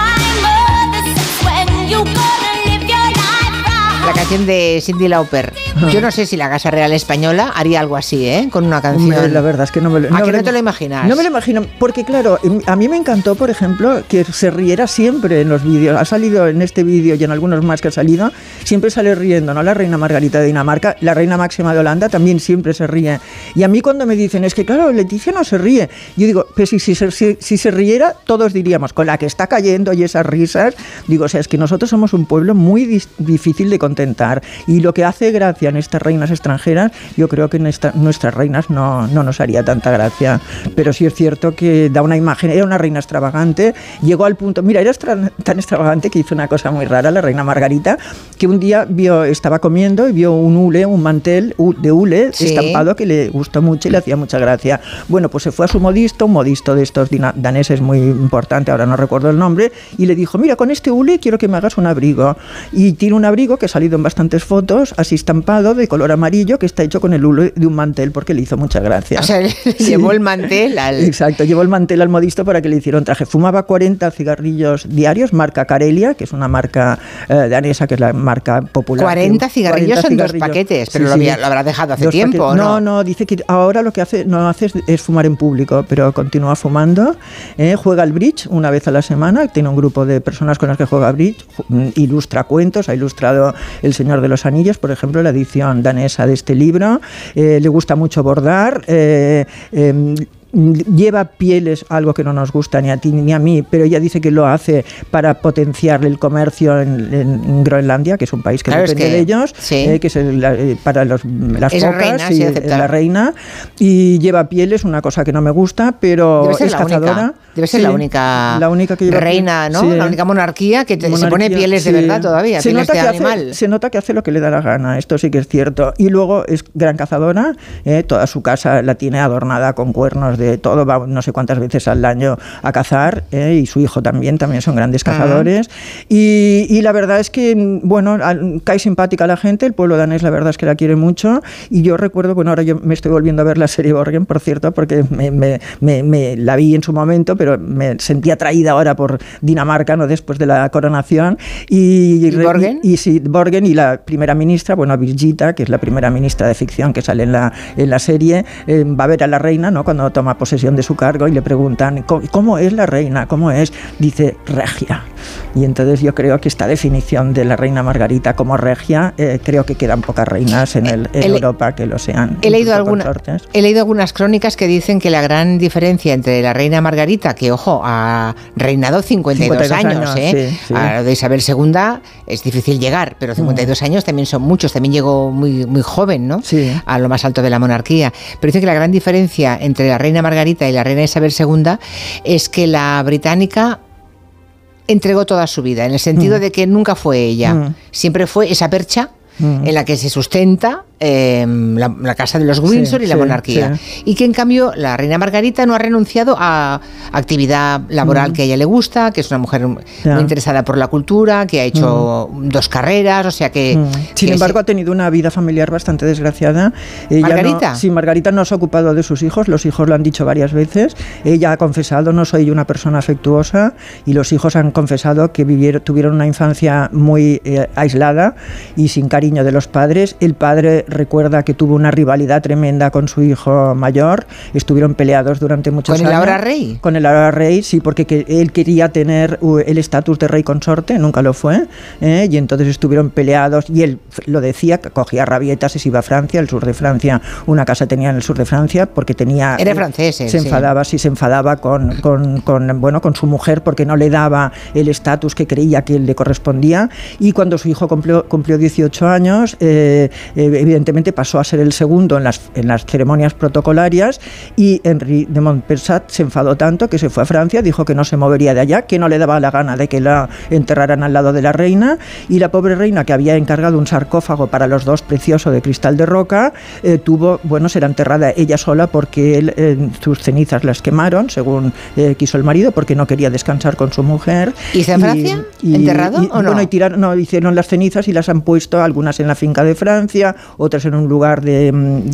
La canción de Cyndi Lauper. Yo no sé si la Casa Real española haría algo así, ¿eh? Con una canción. Hombre, la verdad es que no me lo... ¿A no que me, no te lo imaginas? No me lo imagino, porque claro, a mí me encantó, por ejemplo, que se riera siempre en los vídeos. Ha salido en este vídeo y en algunos más que ha salido, siempre sale riendo, ¿no? La reina Margarita de Dinamarca, la reina Máxima de Holanda también siempre se ríe. Y a mí cuando me dicen, es que claro, Leticia no se ríe, yo digo, pues si, si, si, si se riera, todos diríamos, con la que está cayendo y esas risas, digo, o sea, es que nosotros somos un pueblo muy dis- difícil de contentar. Y lo que hace gracia en estas reinas extranjeras, yo creo que en esta, nuestras reinas no, no nos haría tanta gracia. Pero sí es cierto que da una imagen, era una reina extravagante, llegó al punto, mira, era extra, tan extravagante que hizo una cosa muy rara la reina Margarita, que un día vio, estaba comiendo y vio un hule, un mantel de hule sí. estampado que le gustó mucho y le hacía mucha gracia. Bueno, pues se fue a su modisto, un modisto de estos daneses muy importante, ahora no recuerdo el nombre, y le dijo, mira, con este hule quiero que me hagas un abrigo. Y tiene un abrigo que ha salido en bastante fotos, así estampado de color amarillo, que está hecho con el hule de un mantel, porque le hizo mucha gracia. O sea, sí. llevó el mantel al... Exacto, llevó el mantel al modisto para que le hiciera un traje. Fumaba cuarenta cigarrillos diarios, marca Carelia, que es una marca eh, danesa, que es la marca popular. cuarenta cigarrillos son dos paquetes, pero sí, lo, había, sí. lo habrá dejado hace dos tiempo, paquetes. ¿no? No, no, dice que ahora lo que hace no hace es, es fumar en público, pero continúa fumando. Eh, juega al bridge una vez a la semana, tiene un grupo de personas con las que juega bridge, ilustra cuentos, ha ilustrado El Señor de los Anillos, por ejemplo, la edición danesa de este libro. Eh, le gusta mucho bordar. Eh, eh, lleva pieles, algo que no nos gusta ni a ti ni a mí, pero ella dice que lo hace para potenciar el comercio en, en Groenlandia, que es un país que claro, depende es que, de ellos, sí. eh, que es el, la, para los, las es focas, reina, y sí, la reina, y lleva pieles, una cosa que no me gusta, pero es cazadora. Única. Debe ser sí, la única, la única que reina, ¿no? Sí. La única monarquía que te, monarquía, se pone pieles sí. de verdad todavía, se pieles nota de que animal. Hace, se nota que hace lo que le da la gana, esto sí que es cierto. Y luego es gran cazadora, eh, toda su casa la tiene adornada con cuernos de todo, va no sé cuántas veces al año a cazar, eh, y su hijo también, también son grandes cazadores. Uh-huh. Y, y la verdad es que, bueno, cae simpática a la gente, el pueblo danés la verdad es que la quiere mucho. Y yo recuerdo, bueno, ahora yo me estoy volviendo a ver la serie Borgen, por cierto, porque me, me, me, me la vi en su momento, pero pero me sentí atraída ahora por Dinamarca, ¿no? Después de la coronación. Y, ¿Y Borgen? Y, y sí, Borgen y la primera ministra, bueno, Birgitta, que es la primera ministra de ficción que sale en la, en la serie, eh, va a ver a la reina, ¿no? Cuando toma posesión de su cargo y le preguntan, ¿cómo, cómo es la reina? ¿Cómo es? Dice, regia. Y entonces yo creo que esta definición de la reina Margarita como regia, eh, creo que quedan pocas reinas en, el, en el, Europa que lo sean. He leído, alguna, he leído algunas crónicas que dicen que la gran diferencia entre la reina Margarita, que ojo, ha reinado cincuenta y dos años, años ¿eh? Sí, sí. A lo de Isabel segunda es difícil llegar, pero cincuenta y dos mm. años también son muchos, también llegó muy, muy joven, ¿no? Sí. A lo más alto de la monarquía. Pero dice que la gran diferencia entre la reina Margarita y la reina Isabel segunda es que la británica entregó toda su vida, en el sentido mm. de que nunca fue ella, mm. siempre fue esa percha mm. en la que se sustenta eh, la, la casa de los Windsor sí, y la sí, monarquía. Sí. Y que en cambio la reina Margarita no ha renunciado a actividad laboral mm. que a ella le gusta, que es una mujer yeah. muy interesada por la cultura, que ha hecho mm. dos carreras, o sea que... Mm. Sin que embargo se... ha tenido una vida familiar bastante desgraciada. Ella ¿Margarita? No, sí, Margarita no se ha ocupado de sus hijos, los hijos lo han dicho varias veces. Ella ha confesado, no soy una persona afectuosa, y los hijos han confesado que vivieron, tuvieron una infancia muy eh, aislada y sin cariño de los padres. El padre recuerda que tuvo una rivalidad tremenda con su hijo mayor, estuvieron peleados durante muchos años. años. ¿Con el ahora rey? Con el ahora rey, sí, porque que él quería tener el estatus de rey consorte, nunca lo fue, ¿eh? Y entonces estuvieron peleados, y él lo decía, cogía rabietas y se iba a Francia, el sur de Francia, una casa tenía en el sur de Francia, porque tenía... Era francés, él, Se enfadaba, sí, sí se enfadaba con, con, con, bueno, con su mujer porque no le daba el estatus que creía que le correspondía, y cuando su hijo cumplió, cumplió dieciocho años, eh, eh, evidentemente pasó a ser el segundo en las, en las ceremonias protocolarias, y Henri de Montpensat se enfadó tanto que se fue a Francia, dijo que no se movería de allá, que no le daba la gana de que la enterraran al lado de la reina, y la pobre reina, que había encargado un sarcófago para los dos precioso de cristal de roca, eh, tuvo, bueno, será enterrada ella sola porque él, eh, sus cenizas las quemaron, según eh, quiso el marido, porque no quería descansar con su mujer. ¿Y está en Francia? Y, ¿Enterrado y, o no? Bueno, y tiraron, no, hicieron las cenizas y las han puesto, algunas en la finca de Francia, otras en un lugar de,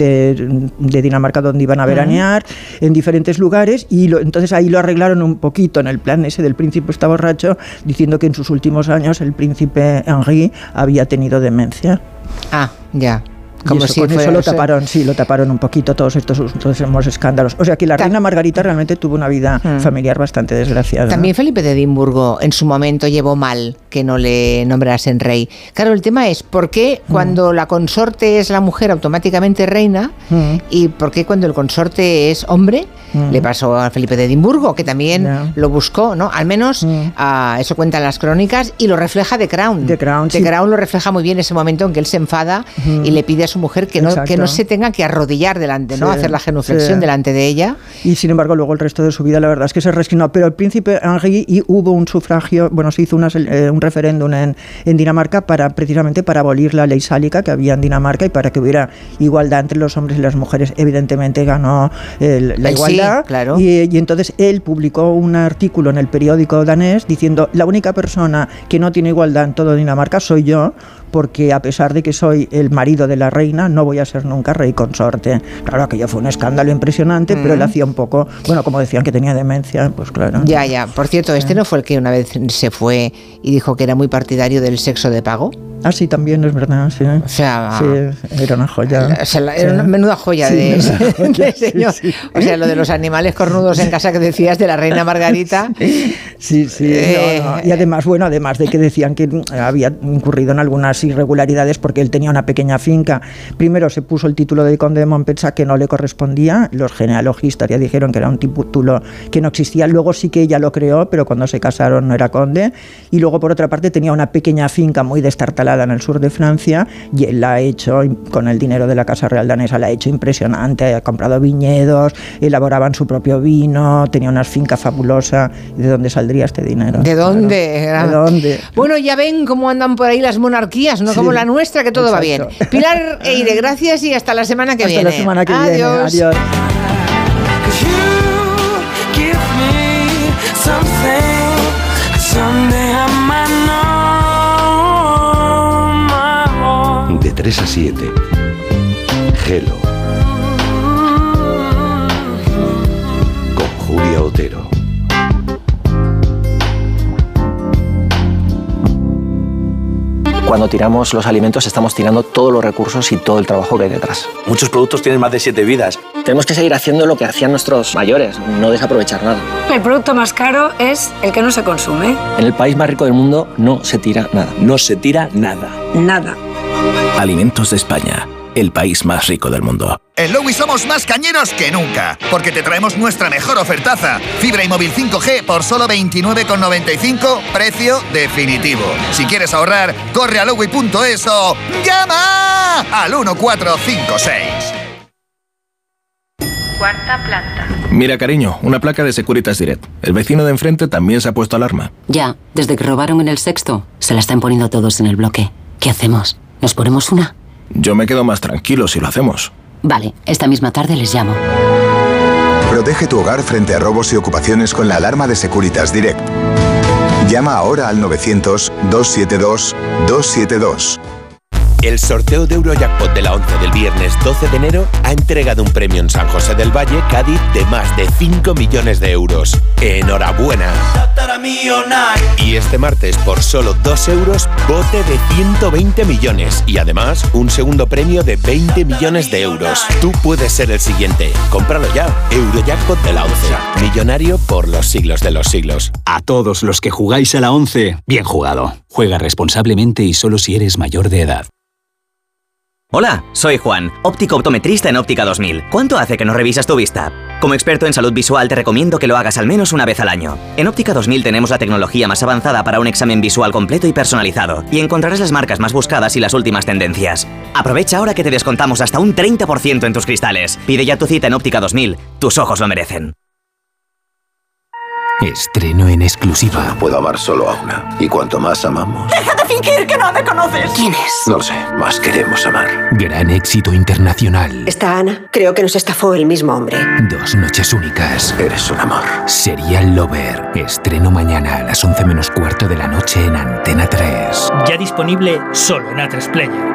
de, de Dinamarca donde iban a veranear, uh-huh. en diferentes lugares, y lo, entonces ahí lo arreglaron un poquito en el plan ese del príncipe está borracho, diciendo que en sus últimos años el príncipe Henri había tenido demencia. Ah, ya. Como eso, si con fuera, eso lo taparon, sí, lo taparon un poquito todos estos últimos escándalos. O sea que la reina Margarita realmente tuvo una vida hmm. familiar bastante desgraciada. También Felipe de Edimburgo en su momento llevó mal que no le nombrasen rey. Claro, el tema es ¿por qué cuando hmm. la consorte es la mujer automáticamente reina hmm. y por qué cuando el consorte es hombre? Hmm. Le pasó a Felipe de Edimburgo, que también yeah. lo buscó, ¿no? Al menos hmm. uh, eso cuentan las crónicas y lo refleja The Crown. The Crown, The sí. Crown lo refleja muy bien ese momento en que él se enfada hmm. y le pide a su mujer que no, que no se tenga que arrodillar delante, ¿no? Sí, hacer la genuflexión sí. delante de ella. Y sin embargo luego el resto de su vida la verdad es que se resignó. Pero el príncipe Henri, y hubo un sufragio, bueno, se hizo una, eh, un referéndum en, en Dinamarca para precisamente para abolir la ley sálica que había en Dinamarca y para que hubiera igualdad entre los hombres y las mujeres. Evidentemente ganó el, la igualdad. Sí, claro. y, y entonces él publicó un artículo en el periódico danés diciendo la única persona que no tiene igualdad en todo Dinamarca soy yo, porque a pesar de que soy el marido de la reina, no voy a ser nunca rey consorte. Claro, aquello fue un escándalo impresionante, mm. pero él hacía un poco, bueno, como decían que tenía demencia, pues claro. Ya, ya. Por cierto, ¿este no fue el que una vez se fue y dijo que era muy partidario del sexo de pago? Ah, sí, también es verdad, sí. O sea, sí, era una joya. O sea, era sí. una menuda joya sí, de, menuda joya, de señor. Sí, sí. O sea, lo de los animales cornudos en casa que decías de la reina Margarita. Sí, sí. Eh, no, no. Y además, bueno, además de que decían que había incurrido en algunas irregularidades porque él tenía una pequeña finca. Primero se puso el título de conde de Montpensat que no le correspondía. Los genealogistas ya dijeron que era un título que no existía. Luego sí que ella lo creó, pero cuando se casaron no era conde. Y luego, por otra parte, tenía una pequeña finca muy destartalada en el sur de Francia y él la ha hecho, con el dinero de la Casa Real danesa, la ha hecho impresionante. Ha comprado viñedos, elaboraban su propio vino, tenía una finca fabulosa. ¿De dónde saldría este dinero? ¿De dónde? Claro. ¿De dónde? Bueno, ya ven cómo andan por ahí las monarquías, no sí, como la nuestra, que todo exacto. va bien. Pilar Eire, gracias y hasta la semana que hasta viene. Hasta la semana que Adiós. viene. Adiós. De tres a siete. Gelo. Con Julia Otero. Cuando tiramos los alimentos estamos tirando todos los recursos y todo el trabajo que hay detrás. Muchos productos tienen más de siete vidas. Tenemos que seguir haciendo lo que hacían nuestros mayores, no desaprovechar nada. El producto más caro es el que no se consume. En el país más rico del mundo no se tira nada. No se tira nada. Nada. Alimentos de España, el país más rico del mundo. En Lowy somos más cañeros que nunca, porque te traemos nuestra mejor ofertaza. Fibra y móvil cinco G por solo veintinueve con noventa y cinco, precio definitivo. Si quieres ahorrar, corre a lowy punto es o llama al uno cuatro cinco seis. Cuarta planta. Mira, cariño, una placa de Securitas Direct. El vecino de enfrente también se ha puesto alarma. Ya, desde que robaron en el sexto, se la están poniendo todos en el bloque. ¿Qué hacemos? ¿Nos ponemos una? Yo me quedo más tranquilo si lo hacemos. Vale, esta misma tarde les llamo. Protege tu hogar frente a robos y ocupaciones con la alarma de Securitas Direct. Llama ahora al novecientos, doscientos setenta y dos, doscientos setenta y dos. El sorteo de Eurojackpot de la once del viernes doce de enero ha entregado un premio en San José del Valle, Cádiz, de más de cinco millones de euros. ¡Enhorabuena! Y este martes, por solo dos euros, bote de ciento veinte millones. Y además, un segundo premio de veinte millones de euros. Tú puedes ser el siguiente. ¡Cómpralo ya! Eurojackpot de la once. Millonario por los siglos de los siglos. A todos los que jugáis a la once, bien jugado. Juega responsablemente y solo si eres mayor de edad. Hola, soy Juan, óptico optometrista en Óptica dos mil. ¿Cuánto hace que no revisas tu vista? Como experto en salud visual te recomiendo que lo hagas al menos una vez al año. En Óptica dos mil tenemos la tecnología más avanzada para un examen visual completo y personalizado, y encontrarás las marcas más buscadas y las últimas tendencias. Aprovecha ahora que te descontamos hasta un treinta por ciento en tus cristales. Pide ya tu cita en Óptica dos mil. Tus ojos lo merecen. Estreno en exclusiva. No puedo amar solo a una. Y cuanto más amamos... ¡Deja de fingir que no me conoces! ¿Quién es? No lo sé. Más queremos amar. Gran éxito internacional. Está Ana. Creo que nos estafó el mismo hombre. Dos noches únicas. Eres un amor. Serial Lover. Estreno mañana a las once menos cuarto de la noche en Antena tres. Ya disponible solo en A tres Player.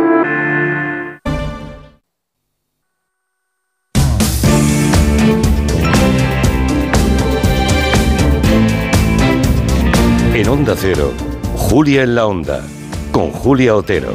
En Onda Cero, Julia en la Onda, con Julia Otero.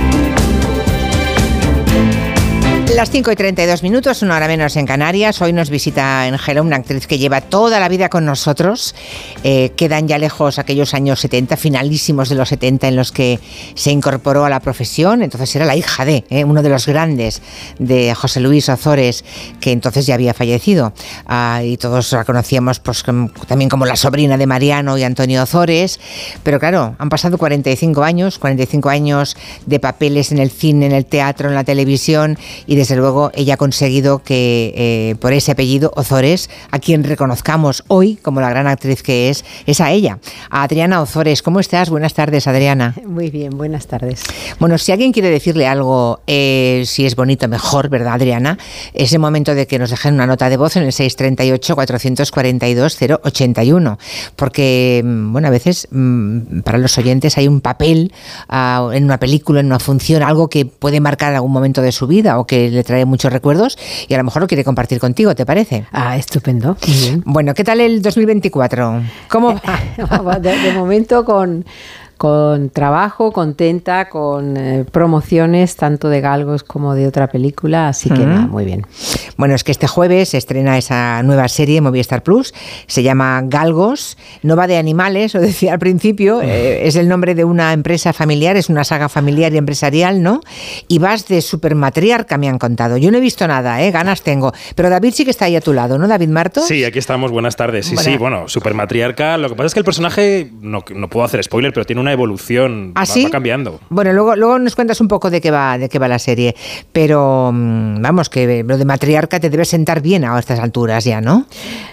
Las cinco y treinta y dos minutos, una hora menos en Canarias. Hoy nos visita en Hello una actriz que lleva toda la vida con nosotros. Eh, quedan ya lejos aquellos años setenta, finalísimos de los setenta, en los que se incorporó a la profesión. Entonces era la hija de, eh, uno de los grandes, de José Luis Ozores, que entonces ya había fallecido. Ah, y todos la conocíamos pues, com, también como la sobrina de Mariano y Antonio Ozores. Pero claro, han pasado cuarenta y cinco años, cuarenta y cinco años de papeles en el cine, en el teatro, en la televisión, y desde luego ella ha conseguido que eh, por ese apellido Ozores, a quien reconozcamos hoy como la gran actriz que es, es a ella, a Adriana Ozores. ¿Cómo estás? Buenas tardes, Adriana. Muy bien, buenas tardes. Bueno, si alguien quiere decirle algo, eh, si es bonito, mejor, ¿verdad, Adriana? Es el momento de que nos dejen una nota de voz en el seis treinta y ocho, cuatrocientos cuarenta y dos, cero ochenta y uno, porque, bueno, a veces para los oyentes hay un papel uh, en una película, en una función, algo que puede marcar algún momento de su vida o que le trae muchos recuerdos y a lo mejor lo quiere compartir contigo, ¿te parece? Ah, estupendo. Muy bien. Bueno, ¿qué tal el dos mil veinticuatro? ¿Cómo va? de, de momento con... con trabajo, contenta, con eh, promociones tanto de Galgos como de otra película, así que uh-huh. nada, muy bien. Bueno, es que este jueves se estrena esa nueva serie Movistar Plus, se llama Galgos, no va de animales, lo decía al principio, eh, es el nombre de una empresa familiar, es una saga familiar y empresarial, ¿no? Y vas de supermatriarca, me han contado. Yo no he visto nada, ¿eh? Ganas tengo, pero David sí que está ahí a tu lado, ¿no, David Marto? Sí, aquí estamos, buenas tardes. Sí, Buena. sí, bueno, supermatriarca, lo que pasa es que el personaje, no, no puedo hacer spoiler, pero tiene una evolución, ¿Ah, va, sí? va cambiando. Bueno, luego, luego nos cuentas un poco de qué va, de qué va la serie, pero vamos, que lo de matriarca te debe sentar bien a estas alturas ya, ¿no?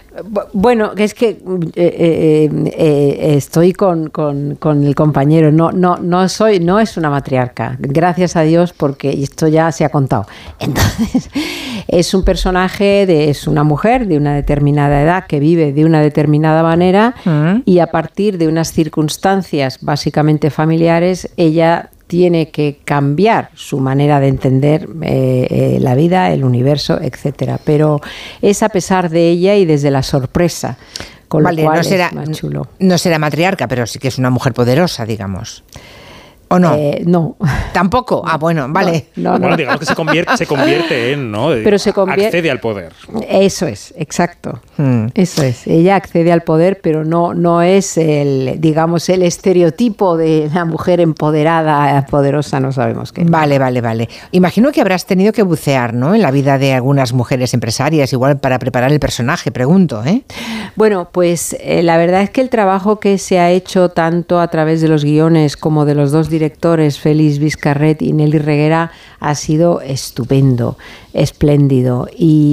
Bueno, es que eh, eh, eh, estoy con, con, con el compañero. No, no, no soy, no es una matriarca. Gracias a Dios, porque esto ya se ha contado. Entonces, es un personaje de, es una mujer de una determinada edad que vive de una determinada manera uh-huh. y a partir de unas circunstancias básicamente familiares, ella tiene que cambiar su manera de entender eh, eh, la vida, el universo, etcétera. Pero es a pesar de ella y desde la sorpresa, con vale, lo cual no será, es más chulo. No será matriarca, pero sí que es una mujer poderosa, digamos. ¿O no? Eh, no. ¿Tampoco? Ah, bueno, vale. No, no, bueno, no. digamos que se convierte, se convierte en, ¿no? Pero se convierte, accede al poder. Eso es, exacto. Hmm. Eso es. Ella accede al poder, pero no, no es el, digamos, el estereotipo de la mujer empoderada, poderosa, no sabemos qué. Vale, vale, vale. Imagino que habrás tenido que bucear, ¿no? En la vida de algunas mujeres empresarias, igual para preparar el personaje, pregunto, ¿eh? Bueno, pues eh, la verdad es que el trabajo que se ha hecho tanto a través de los guiones como de los dos directores, Félix Vizcarret y Nelly Reguera, ha sido estupendo, espléndido.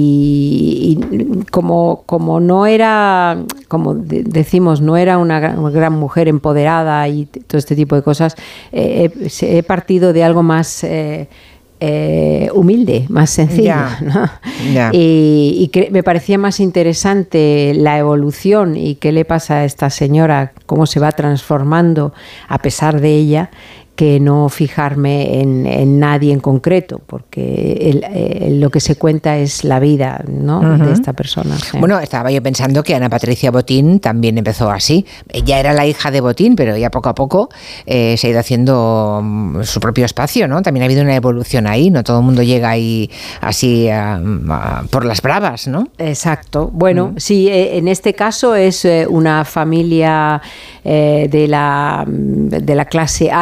Y, y como, como no era, como de, decimos, no era una gran, una gran mujer empoderada y todo este tipo de cosas, eh, he, he partido de algo más... Eh, Eh, humilde, más sencillo, yeah. ¿no? Yeah. y, y que me parecía más interesante la evolución y qué le pasa a esta señora, cómo se va transformando a pesar de ella, que no fijarme en, en nadie en concreto, porque el, el, lo que se cuenta es la vida, ¿no? Uh-huh. de esta persona. ¿Sí? Bueno, estaba yo pensando que Ana Patricia Botín también empezó así. Ella era la hija de Botín, pero ella poco a poco eh, se ha ido haciendo su propio espacio, ¿no? También ha habido una evolución ahí, no todo el mundo llega ahí así a, a, por las bravas, ¿no? Exacto. Bueno, uh-huh. sí, eh, en este caso es eh, una familia eh, de la de la clase alta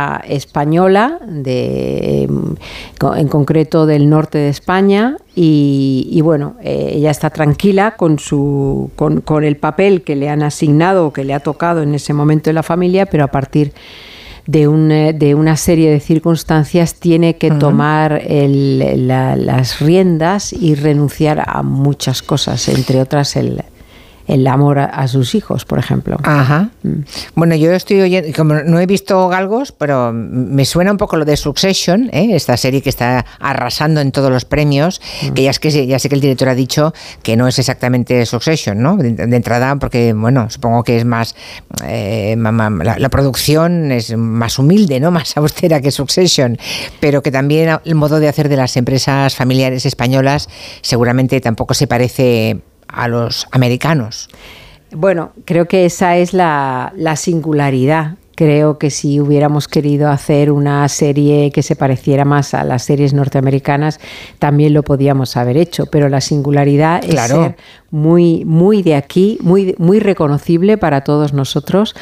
era española, de, en concreto del norte de España, y, y bueno, eh, ella está tranquila con, su, con, con el papel que le han asignado o que le ha tocado en ese momento en la familia, pero a partir de, un, de una serie de circunstancias tiene que uh-huh. tomar el, la, las riendas y renunciar a muchas cosas, entre otras el, el amor a, a sus hijos, por ejemplo. Ajá. Mm. Bueno, yo estoy oyendo, como no he visto Galgos, pero me suena un poco lo de Succession, ¿eh? Esta serie que está arrasando en todos los premios, mm. que ya es que ya sé que el director ha dicho que no es exactamente Succession, ¿no? De, de entrada, porque bueno, supongo que es más eh, la, la producción es más humilde, ¿no? Más austera que Succession, pero que también el modo de hacer de las empresas familiares españolas seguramente tampoco se parece a los americanos. Bueno, creo que esa es la, la singularidad. Creo que si hubiéramos querido hacer una serie que se pareciera más a las series norteamericanas, también lo podíamos haber hecho, pero la singularidad claro. es ser muy, muy de aquí, muy, muy reconocible para todos nosotros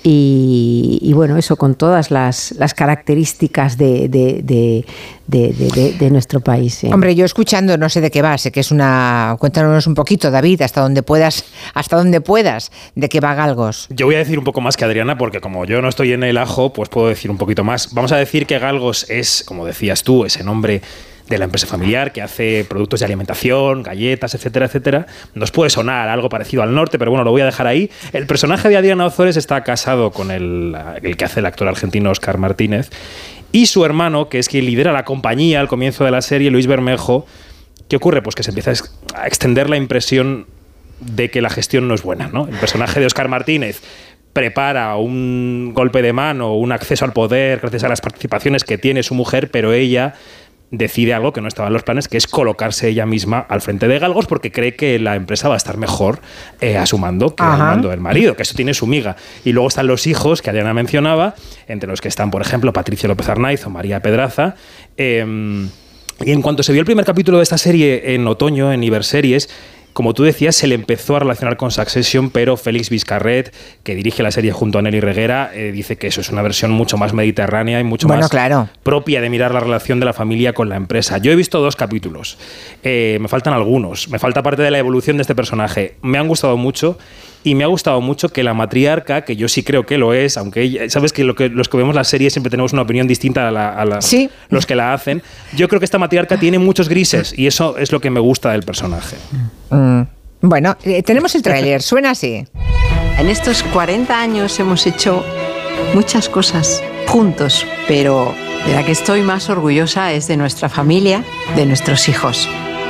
y, y bueno, eso con todas las, las características de, de, de, de, de, de, de nuestro país. ¿Sí? Hombre, yo escuchando, no sé de qué va, sé que es una... Cuéntanos un poquito, David, hasta donde puedas, hasta donde puedas, de qué va Galgos. Yo voy a decir un poco más que Adriana, porque como yo no estoy en el ajo, pues puedo decir un poquito más. Vamos a decir que Galgos es, como decías tú, ese nombre de la empresa familiar que hace productos de alimentación, galletas, etcétera, etcétera. Nos puede sonar algo parecido al norte, pero bueno, lo voy a dejar ahí. El personaje de Adriana Ozores está casado con el, el que hace el actor argentino Óscar Martínez, y su hermano, que es quien lidera la compañía al comienzo de la serie, Luis Bermejo. ¿Qué ocurre? Pues que se empieza a extender la impresión de que la gestión no es buena, ¿no? El personaje de Óscar Martínez prepara un golpe de mano, un acceso al poder gracias a las participaciones que tiene su mujer, pero ella decide algo que no estaba en los planes, que es colocarse ella misma al frente de Galgos porque cree que la empresa va a estar mejor eh, a su mando que al mando del marido, que eso tiene su miga. Y luego están los hijos que Adriana mencionaba, entre los que están, por ejemplo, Patricio López Arnaiz o María Pedraza. Eh, y en cuanto se vio el primer capítulo de esta serie en otoño, en Iberseries, como tú decías, se le empezó a relacionar con Succession, pero Félix Vizcarret, que dirige la serie junto a Nelly Reguera, eh, dice que eso es una versión mucho más mediterránea y mucho bueno, más claro. propia de mirar la relación de la familia con la empresa. Yo he visto dos capítulos, eh, me faltan algunos, me falta parte de la evolución de este personaje. Me han gustado mucho y me ha gustado mucho que la matriarca, que yo sí creo que lo es, aunque ella, sabes que, lo que los que vemos la serie siempre tenemos una opinión distinta a, la, a la, ¿Sí? los que la hacen, yo creo que esta matriarca tiene muchos grises y eso es lo que me gusta del personaje. Mm. Bueno, eh, tenemos el tráiler, suena así. En estos cuarenta años hemos hecho muchas cosas juntos, pero de la que estoy más orgullosa es de nuestra familia, de nuestros hijos.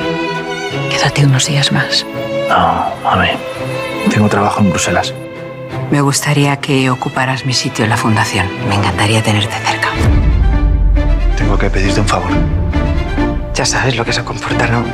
Quédate unos días más. No, mami. Tengo trabajo en Bruselas. Me gustaría que ocuparas mi sitio en la fundación. Me encantaría tenerte cerca. Tengo que pedirte un favor. Ya sabes lo que se comporta, ¿no?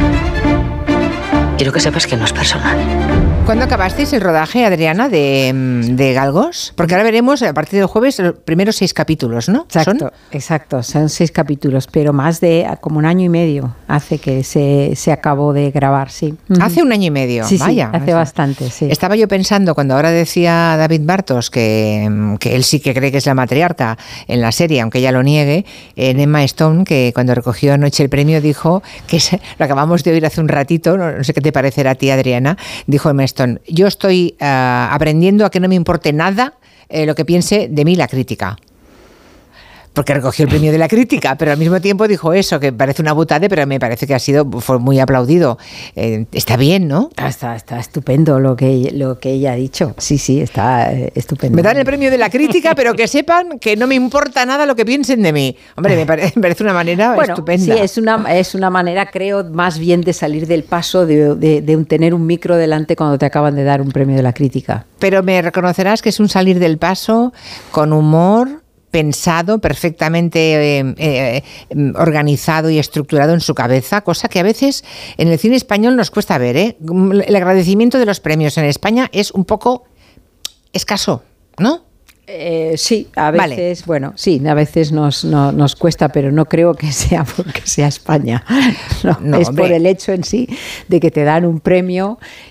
Quiero que sepas que no es personal. ¿Cuándo acabasteis el rodaje, Adriana, de, de Galgos? Porque ahora veremos a partir del jueves los primeros seis capítulos, ¿no? Exacto, ¿Son? exacto, son seis capítulos, pero más de como un año y medio hace que se, se acabó de grabar, sí. Hace un año y medio, sí, vaya. Sí, hace bastante, sí. Estaba yo pensando, cuando ahora decía David Bartos que, que él sí que cree que es la matriarca en la serie, aunque ella lo niegue, en Emma Stone, que cuando recogió anoche el premio dijo, que es, lo acabamos de oír hace un ratito, no, no sé qué te parecerá a ti, Adriana, dijo Emma Stone, yo estoy uh, aprendiendo a que no me importe nada eh, lo que piense de mí la crítica. Porque recogió el premio de la crítica, pero al mismo tiempo dijo eso, que parece una butade, pero me parece que ha sido fue muy aplaudido. Eh, está bien, ¿no? Está, está estupendo lo que, lo que ella ha dicho. Sí, sí, está eh, estupendo. Me dan el premio de la crítica, pero que sepan que no me importa nada lo que piensen de mí. Hombre, me parece, me parece una manera bueno, estupenda. Sí, es una, es una manera, creo, más bien de salir del paso de, de, de tener un micro delante cuando te acaban de dar un premio de la crítica. Pero me reconocerás que es un salir del paso con humor, pensado, perfectamente eh, eh, organizado y estructurado en su cabeza, cosa que a veces en el cine español nos cuesta ver, ¿eh? El agradecimiento de los premios en España es un poco escaso, ¿no? Eh, sí, a veces, vale. bueno, sí, a veces nos, no, nos cuesta, pero no creo que sea porque sea España. No, no, es hombre. Por el hecho en sí de que te dan un premio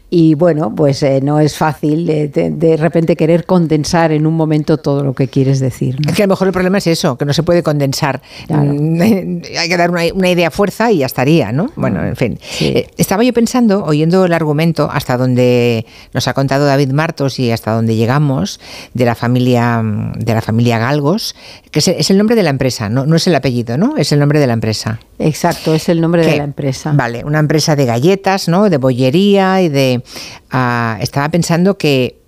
Y bueno, pues eh, no es fácil eh, de, de repente querer condensar en un momento todo lo que quieres decir, ¿no? Es que a lo mejor el problema es eso, que no se puede condensar. Claro. Hay que dar una, una idea fuerza y ya estaría, ¿no? Bueno, en fin. Sí. Eh, estaba yo pensando, oyendo el argumento, hasta donde nos ha contado David Martos y hasta donde llegamos, de la familia, de la familia Galgos, que es, es el nombre de la empresa, no, no es el apellido, ¿no? Es el nombre de la empresa. Exacto, es el nombre ¿Qué? de la empresa. Vale, una empresa de galletas, ¿no? De bollería y de... Uh, estaba pensando que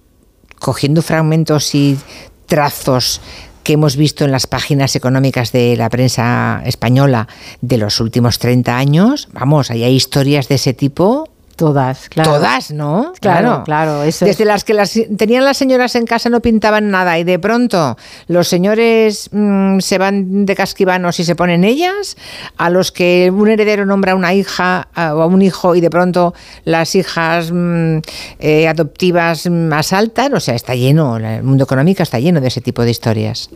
cogiendo fragmentos y trazos que hemos visto en las páginas económicas de la prensa española de los últimos treinta años, vamos, ahí hay historias de ese tipo... Todas, claro. Todas, ¿no? Claro, claro. claro eso Desde es. las que las tenían las señoras en casa no pintaban nada y de pronto los señores mmm, se van de casquivanos y se ponen ellas, a los que un heredero nombra a una hija a, o a un hijo y de pronto las hijas mmm, eh, adoptivas mmm, asaltan, o sea, está lleno, el mundo económico está lleno de ese tipo de historias.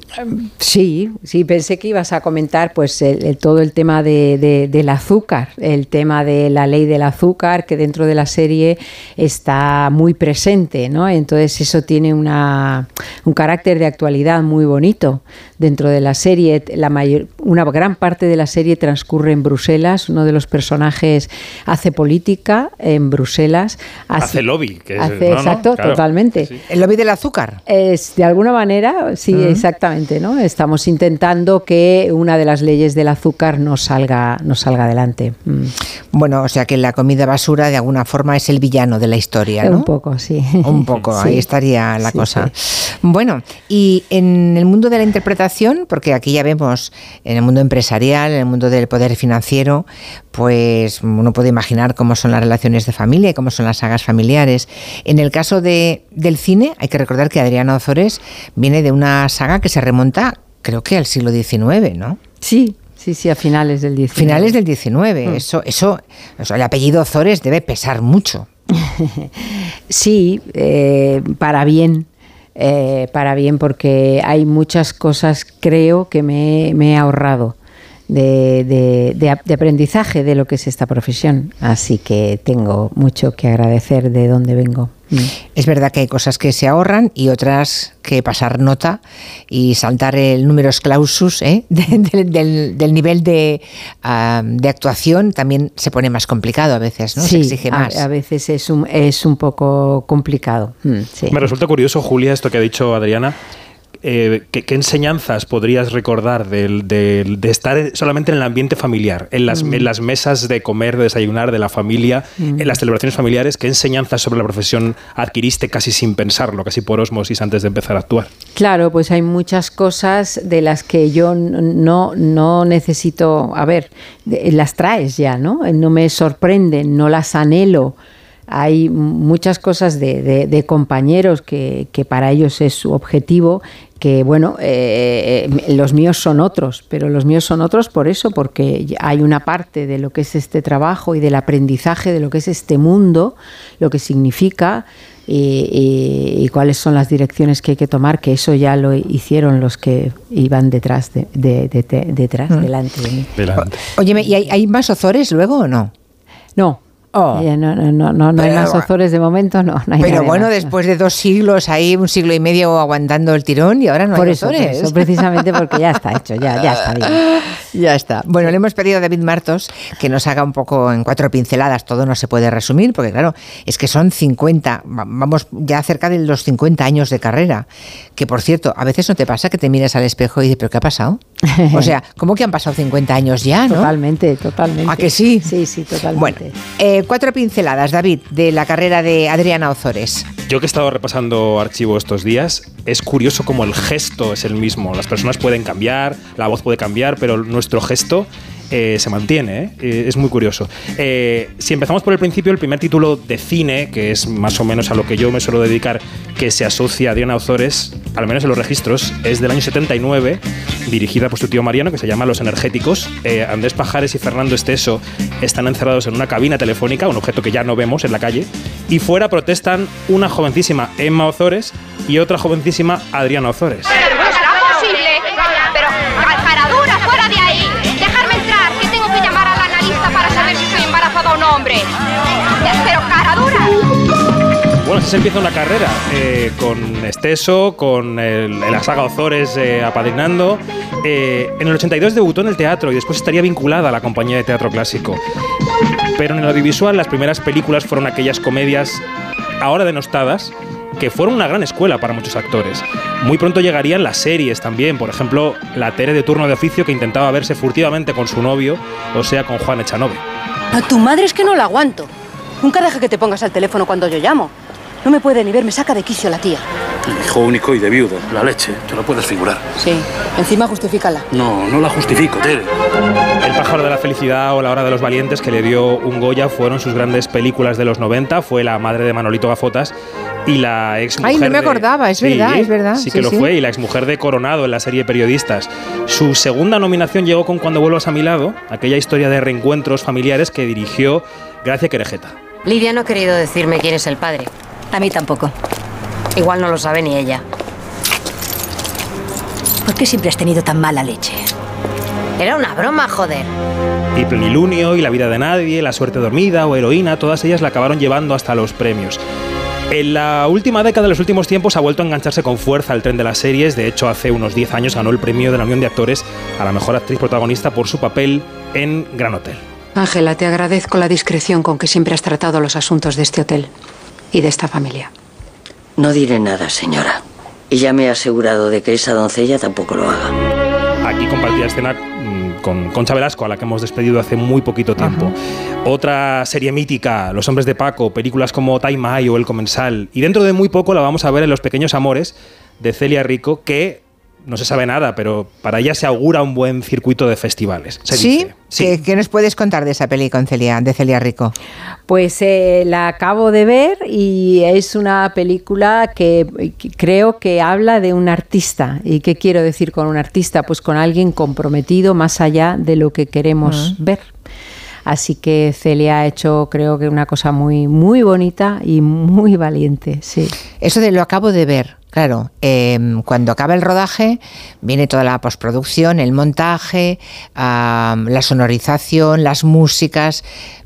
Sí, sí, pensé que ibas a comentar pues el, el, todo el tema de, de, del azúcar, el tema de la ley del azúcar, que dentro dentro de la serie está muy presente, ¿no? Entonces eso tiene una, un carácter de actualidad muy bonito dentro de la serie. La mayor, una gran parte de la serie transcurre en Bruselas. Uno de los personajes hace política en Bruselas. Hace, hace lobby. Que es, hace, no, exacto, no, claro, totalmente. Sí. ¿El lobby del azúcar? Es, de alguna manera, sí, uh-huh. exactamente, ¿no? Estamos intentando que una de las leyes del azúcar no salga, no salga adelante. Mm. Bueno, o sea que la comida basura de alguna forma es el villano de la historia, ¿no? Un poco, sí. Un poco, sí. Ahí estaría la sí, cosa. Sí. Bueno, y en el mundo de la interpretación, porque aquí ya vemos en el mundo empresarial, en el mundo del poder financiero, pues uno puede imaginar cómo son las relaciones de familia y cómo son las sagas familiares. En el caso de, del cine, hay que recordar que Adriana Ozores viene de una saga que se remonta, creo que al siglo diecinueve, ¿no? Sí. Sí, sí, a finales del diecinueve. Finales del diecinueve. Mm. Eso, eso, eso, el apellido Ozores debe pesar mucho. Sí, eh, para bien. Eh, para bien, porque hay muchas cosas, creo, que me, me he ahorrado de, de, de, de aprendizaje de lo que es esta profesión. Así que tengo mucho que agradecer de dónde vengo. Es verdad que hay cosas que se ahorran y otras que pasar nota y saltar el numerus clausus ¿eh? de, de, del, del nivel de, uh, de actuación también se pone más complicado a veces, ¿no? Sí, se exige más. A, a veces es un, es un poco complicado. Mm, sí. Me resulta curioso, Julia, esto que ha dicho Adriana. Eh, ¿qué, ¿Qué enseñanzas podrías recordar de, de, de estar solamente en el ambiente familiar, en las, mm. en las mesas de comer, de desayunar de la familia, mm. en las celebraciones familiares? ¿Qué enseñanzas sobre la profesión adquiriste casi sin pensarlo, casi por ósmosis antes de empezar a actuar? Claro, pues hay muchas cosas de las que yo no, no necesito, a ver, las traes ya, ¿no? No me sorprenden, no las anhelo. Hay muchas cosas de, de, de compañeros que, que para ellos es su objetivo, que bueno, eh, los míos son otros, pero los míos son otros por eso, porque hay una parte de lo que es este trabajo y del aprendizaje de lo que es este mundo, lo que significa y, y, y cuáles son las direcciones que hay que tomar, que eso ya lo hicieron los que iban detrás, de, de, de, de, detrás mm. delante de mí. Delante. Óyeme, ¿y hay, hay más Ozores luego o no? No. Oh. No, no, no, no, no hay más Ozores de momento, no, no hay Pero bueno, más, después no. de dos siglos, ahí un siglo y medio aguantando el tirón y ahora no por hay eso, Ozores. Por eso, precisamente porque ya está hecho, ya, ya está bien. Ya está. Bueno, le hemos pedido a David Martos que nos haga un poco en cuatro pinceladas, todo no se puede resumir, porque claro, es que son cincuenta, vamos ya cerca de los cincuenta años de carrera, que por cierto, a veces no te pasa que te mires al espejo y dices, ¿pero qué ha pasado? O sea, ¿cómo que han pasado cincuenta años ya, no? Totalmente, totalmente. ¿A que sí? Sí, sí, totalmente. Bueno, eh, cuatro pinceladas, David, de la carrera de Adriana Ozores. Yo que he estado repasando archivo estos días, es curioso cómo el gesto es el mismo. Las personas pueden cambiar, la voz puede cambiar, pero nuestro gesto eh, se mantiene, ¿eh? Eh, es muy curioso. Eh, si empezamos por el principio, el primer título de cine, que es más o menos a lo que yo me suelo dedicar, que se asocia a Adriana Ozores, al menos en los registros, es del año setenta y nueve, dirigida por su tío Mariano, que se llama Los Energéticos. Eh, Andrés Pajares y Fernando Esteso están encerrados en una cabina telefónica, un objeto que ya no vemos en la calle, y fuera protestan una jovencísima Emma Ozores y otra jovencísima Adriana Ozores. Pero no será posible. Pero, caradura, fuera de ahí. Dejarme entrar, que tengo que llamar al analista para saber si estoy embarazada o no, hombre. Pero, caradura. Bueno, se empieza una carrera eh, con Esteso, con el, la saga Ozores eh, apadrinando. Eh, en el ochenta y dos debutó en el teatro y después estaría vinculada a la compañía de teatro clásico. Pero en el audiovisual las primeras películas fueron aquellas comedias ahora denostadas que fueron una gran escuela para muchos actores. Muy pronto llegarían las series también, por ejemplo, la Tere de turno de oficio que intentaba verse furtivamente con su novio, o sea, con Juan Echanove. A tu madre es que no la aguanto. Nunca deja que te pongas al teléfono cuando yo llamo. No me puede ni ver, me saca de quicio la tía. Hijo único y de viudo, la leche, te lo puedes figurar. Sí, encima justifícala. No, no la justifico, Tere. El pájaro de la felicidad o La hora de los valientes, que le dio un Goya, fueron sus grandes películas de los noventa. Fue la madre de Manolito Gafotas y la exmujer. Ay, no me de... acordaba, es sí, verdad, es verdad. Sí, sí que sí. lo fue, y la exmujer de Coronado en la serie Periodistas. Su segunda nominación llegó con Cuando vuelvas a mi lado, aquella historia de reencuentros familiares que dirigió Gracia Querejeta. Lidia no ha querido decirme quién es el padre. A mí tampoco. Igual no lo sabe ni ella. ¿Por qué siempre has tenido tan mala leche? Era una broma, joder. Y Plenilunio, y La vida de nadie, La suerte dormida o Heroína, todas ellas la acabaron llevando hasta los premios. En la última década, en los últimos tiempos, ha vuelto a engancharse con fuerza al tren de las series. De hecho, hace unos diez años ganó el premio de la Unión de Actores a la mejor actriz protagonista por su papel en Gran Hotel. Ángela, te agradezco la discreción con que siempre has tratado los asuntos de este hotel y de esta familia. No diré nada, señora. Y ya me he asegurado de que esa doncella tampoco lo haga. Aquí compartía escena con Concha Velasco, a la que hemos despedido hace muy poquito tiempo. Ajá. Otra serie mítica, Los hombres de Paco, películas como Time Eye o El Comensal. Y dentro de muy poco la vamos a ver en Los pequeños amores, de Celia Rico, que no se sabe nada, pero para ella se augura un buen circuito de festivales. Se ¿Sí? Dice. Sí. ¿Qué, ¿Qué nos puedes contar de esa peli con Celia, de Celia Rico? Pues eh, la acabo de ver y es una película que, que creo que habla de un artista. ¿Y qué quiero decir con un artista? Pues con alguien comprometido más allá de lo que queremos uh-huh. ver. Así que Celia ha hecho, creo que una cosa muy, muy bonita y muy valiente, sí. Eso de lo acabo de ver. Claro, eh, cuando acaba el rodaje viene toda la postproducción, el montaje, uh, la sonorización, las músicas.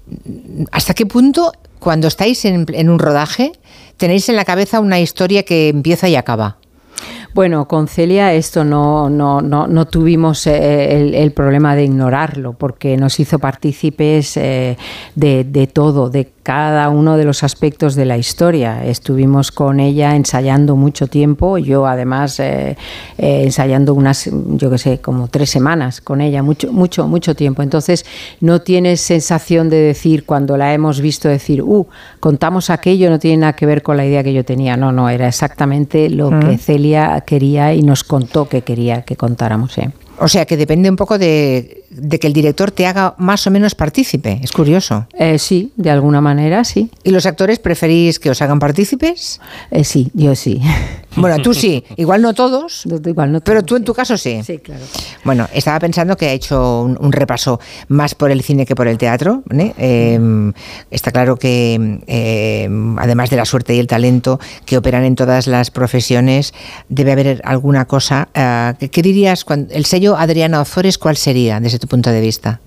¿Hasta qué punto, cuando estáis en, en un rodaje, tenéis en la cabeza una historia que empieza y acaba? Bueno, con Celia esto no, no, no, no tuvimos eh, el, el problema de ignorarlo, porque nos hizo partícipes eh, de, de todo, de cada uno de los aspectos de la historia. Estuvimos con ella ensayando mucho tiempo, yo además eh, eh, ensayando unas, yo qué sé, como tres semanas con ella, mucho, mucho, mucho tiempo. Entonces no tienes sensación de decir, cuando la hemos visto, decir, uh, contamos aquello, no tiene nada que ver con la idea que yo tenía. No, no, era exactamente lo mm. que Celia quería y nos contó que quería que contáramos. ¿eh? O sea, que depende un poco de, de que el director te haga más o menos partícipe. Es curioso. Eh, sí, de alguna manera, sí. ¿Y los actores preferís que os hagan partícipes? Eh, sí, yo sí. Bueno, tú sí. Igual no todos, Igual no todos pero tú en sí. tu caso sí. Sí, claro. Bueno, estaba pensando que ha hecho un, un repaso más por el cine que por el teatro. ¿eh? Eh, está claro que, eh, además de la suerte y el talento que operan en todas las profesiones, debe haber alguna cosa. Uh, ¿qué, ¿Qué dirías? Cuando, el sello Adriana Ozores, ¿cuál sería desde tu punto de vista?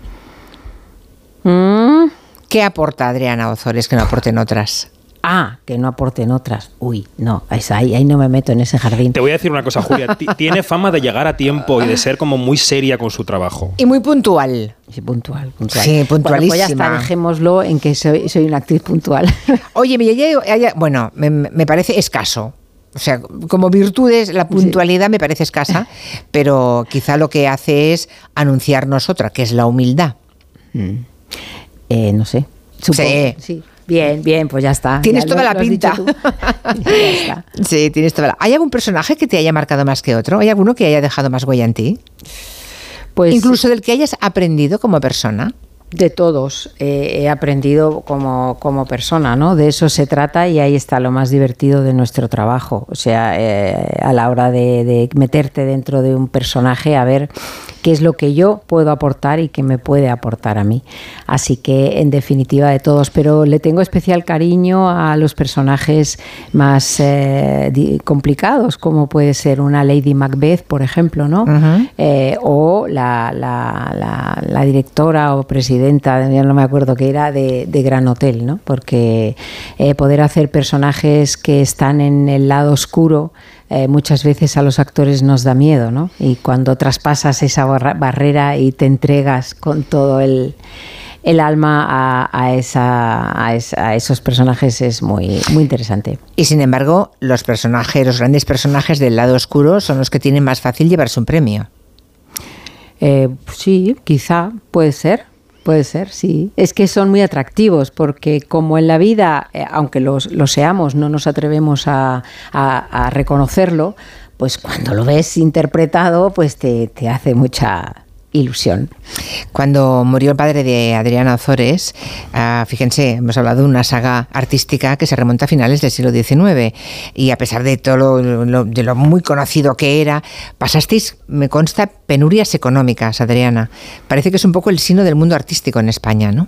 Mm. ¿Qué aporta Adriana Ozores que no aporten otras? Ah, que no aporten otras. Uy, no, ahí, ahí no me meto en ese jardín. Te voy a decir una cosa, Julia. Tiene fama de llegar a tiempo y de ser como muy seria con su trabajo. Y muy puntual. Sí, puntual, puntual. Sí, puntualísima. Bueno, pues ya está, dejémoslo en que soy, soy una actriz puntual. Oye, bueno, me, me parece escaso. O sea, como virtudes, la puntualidad sí. me parece escasa, pero quizá lo que hace es anunciarnos otra, que es la humildad. Mm. Eh, no sé. Supongo, sí. sí. Bien, bien, pues ya está. Tienes ya toda lo, la lo pinta. Ya está. Sí, tienes toda la... ¿Hay algún personaje que te haya marcado más que otro? ¿Hay alguno que haya dejado más huella en ti? Pues, incluso del que hayas aprendido como persona. De todos eh, he aprendido como, como persona, ¿no? De eso se trata y ahí está lo más divertido de nuestro trabajo. O sea, eh, a la hora de, de meterte dentro de un personaje, a ver qué es lo que yo puedo aportar y qué me puede aportar a mí. Así que, en definitiva, de todos, pero le tengo especial cariño a los personajes más eh, di- complicados, como puede ser una Lady Macbeth, por ejemplo, ¿no? Uh-huh. Eh, o la, la, la, la directora o presidenta, ya no me acuerdo qué era, de, de Gran Hotel, ¿no? Porque eh, poder hacer personajes que están en el lado oscuro, Eh, muchas veces a los actores nos da miedo, ¿no? Y cuando traspasas esa barra- barrera y te entregas con todo el, el alma a, a, esa, a, esa, a esos personajes es muy, muy interesante. Y sin embargo, los personajes, los grandes personajes del lado oscuro son los que tienen más fácil llevarse un premio. Eh, sí, quizá, puede ser. Puede ser, sí. Es que son muy atractivos porque como en la vida, eh, aunque los, lo seamos, no nos atrevemos a, a, a reconocerlo, pues cuando lo ves interpretado, pues te, te hace mucha ilusión. Cuando murió el padre de Adriana Ozores, uh, fíjense, hemos hablado de una saga artística que se remonta a finales del siglo diecinueve y a pesar de todo lo, lo, de lo muy conocido que era, pasasteis, me consta, penurias económicas, Adriana. Parece que es un poco el sino del mundo artístico en España, ¿no?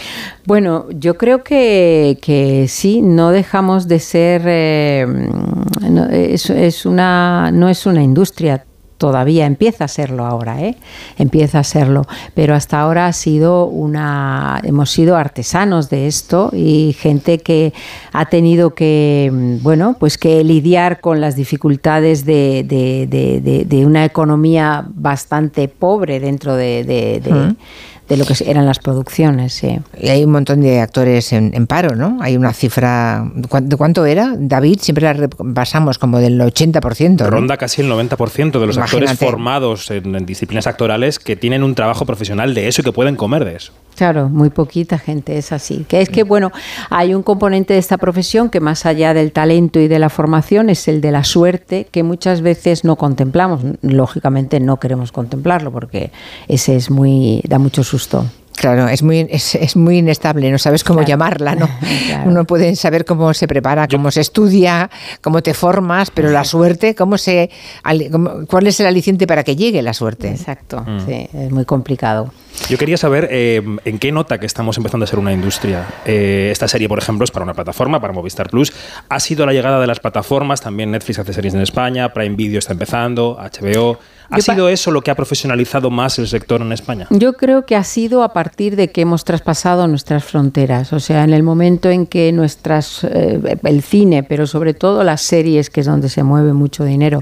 Bueno, yo creo que, que sí, no dejamos de ser, eh, no, es, es una, no es una industria. Todavía empieza a serlo ahora, ¿eh? Empieza a serlo, pero hasta ahora ha sido una, hemos sido artesanos de esto y gente que ha tenido que, bueno, pues que lidiar con las dificultades de, de, de, de, de una economía bastante pobre dentro de, de, de, uh-huh. de lo que eran las producciones, sí. Y hay un montón de actores en, en paro, ¿no? Hay una cifra, ¿de cuánto era? David, siempre la repasamos como del ochenta por ciento, ¿no? Ronda casi el noventa por ciento de los Imagínate. Actores formados en, en disciplinas actorales que tienen un trabajo profesional de eso y que pueden comer de eso. Claro, muy poquita gente es así. Que es que, bueno, hay un componente de esta profesión que más allá del talento y de la formación es el de la suerte, que muchas veces no contemplamos. Lógicamente no queremos contemplarlo porque ese es muy, da mucho susto. Claro, es muy, es, es muy inestable, no sabes cómo claro. llamarla, ¿no? Claro. Uno puede saber cómo se prepara, cómo se estudia, cómo te formas, pero la suerte, cómo se, cómo, ¿cuál es el aliciente para que llegue la suerte? Exacto, mm. sí, es muy complicado. Yo quería saber eh, en qué nota que estamos empezando a ser una industria. Eh, esta serie, por ejemplo, es para una plataforma, para Movistar Plus. Ha sido la llegada de las plataformas, también Netflix hace series en España, Prime Video está empezando, H B O. ¿Ha sido eso lo que ha profesionalizado más el sector en España? Yo creo que ha sido a partir de que hemos traspasado nuestras fronteras. O sea, en el momento en que nuestras eh, el cine, pero sobre todo las series, que es donde se mueve mucho dinero,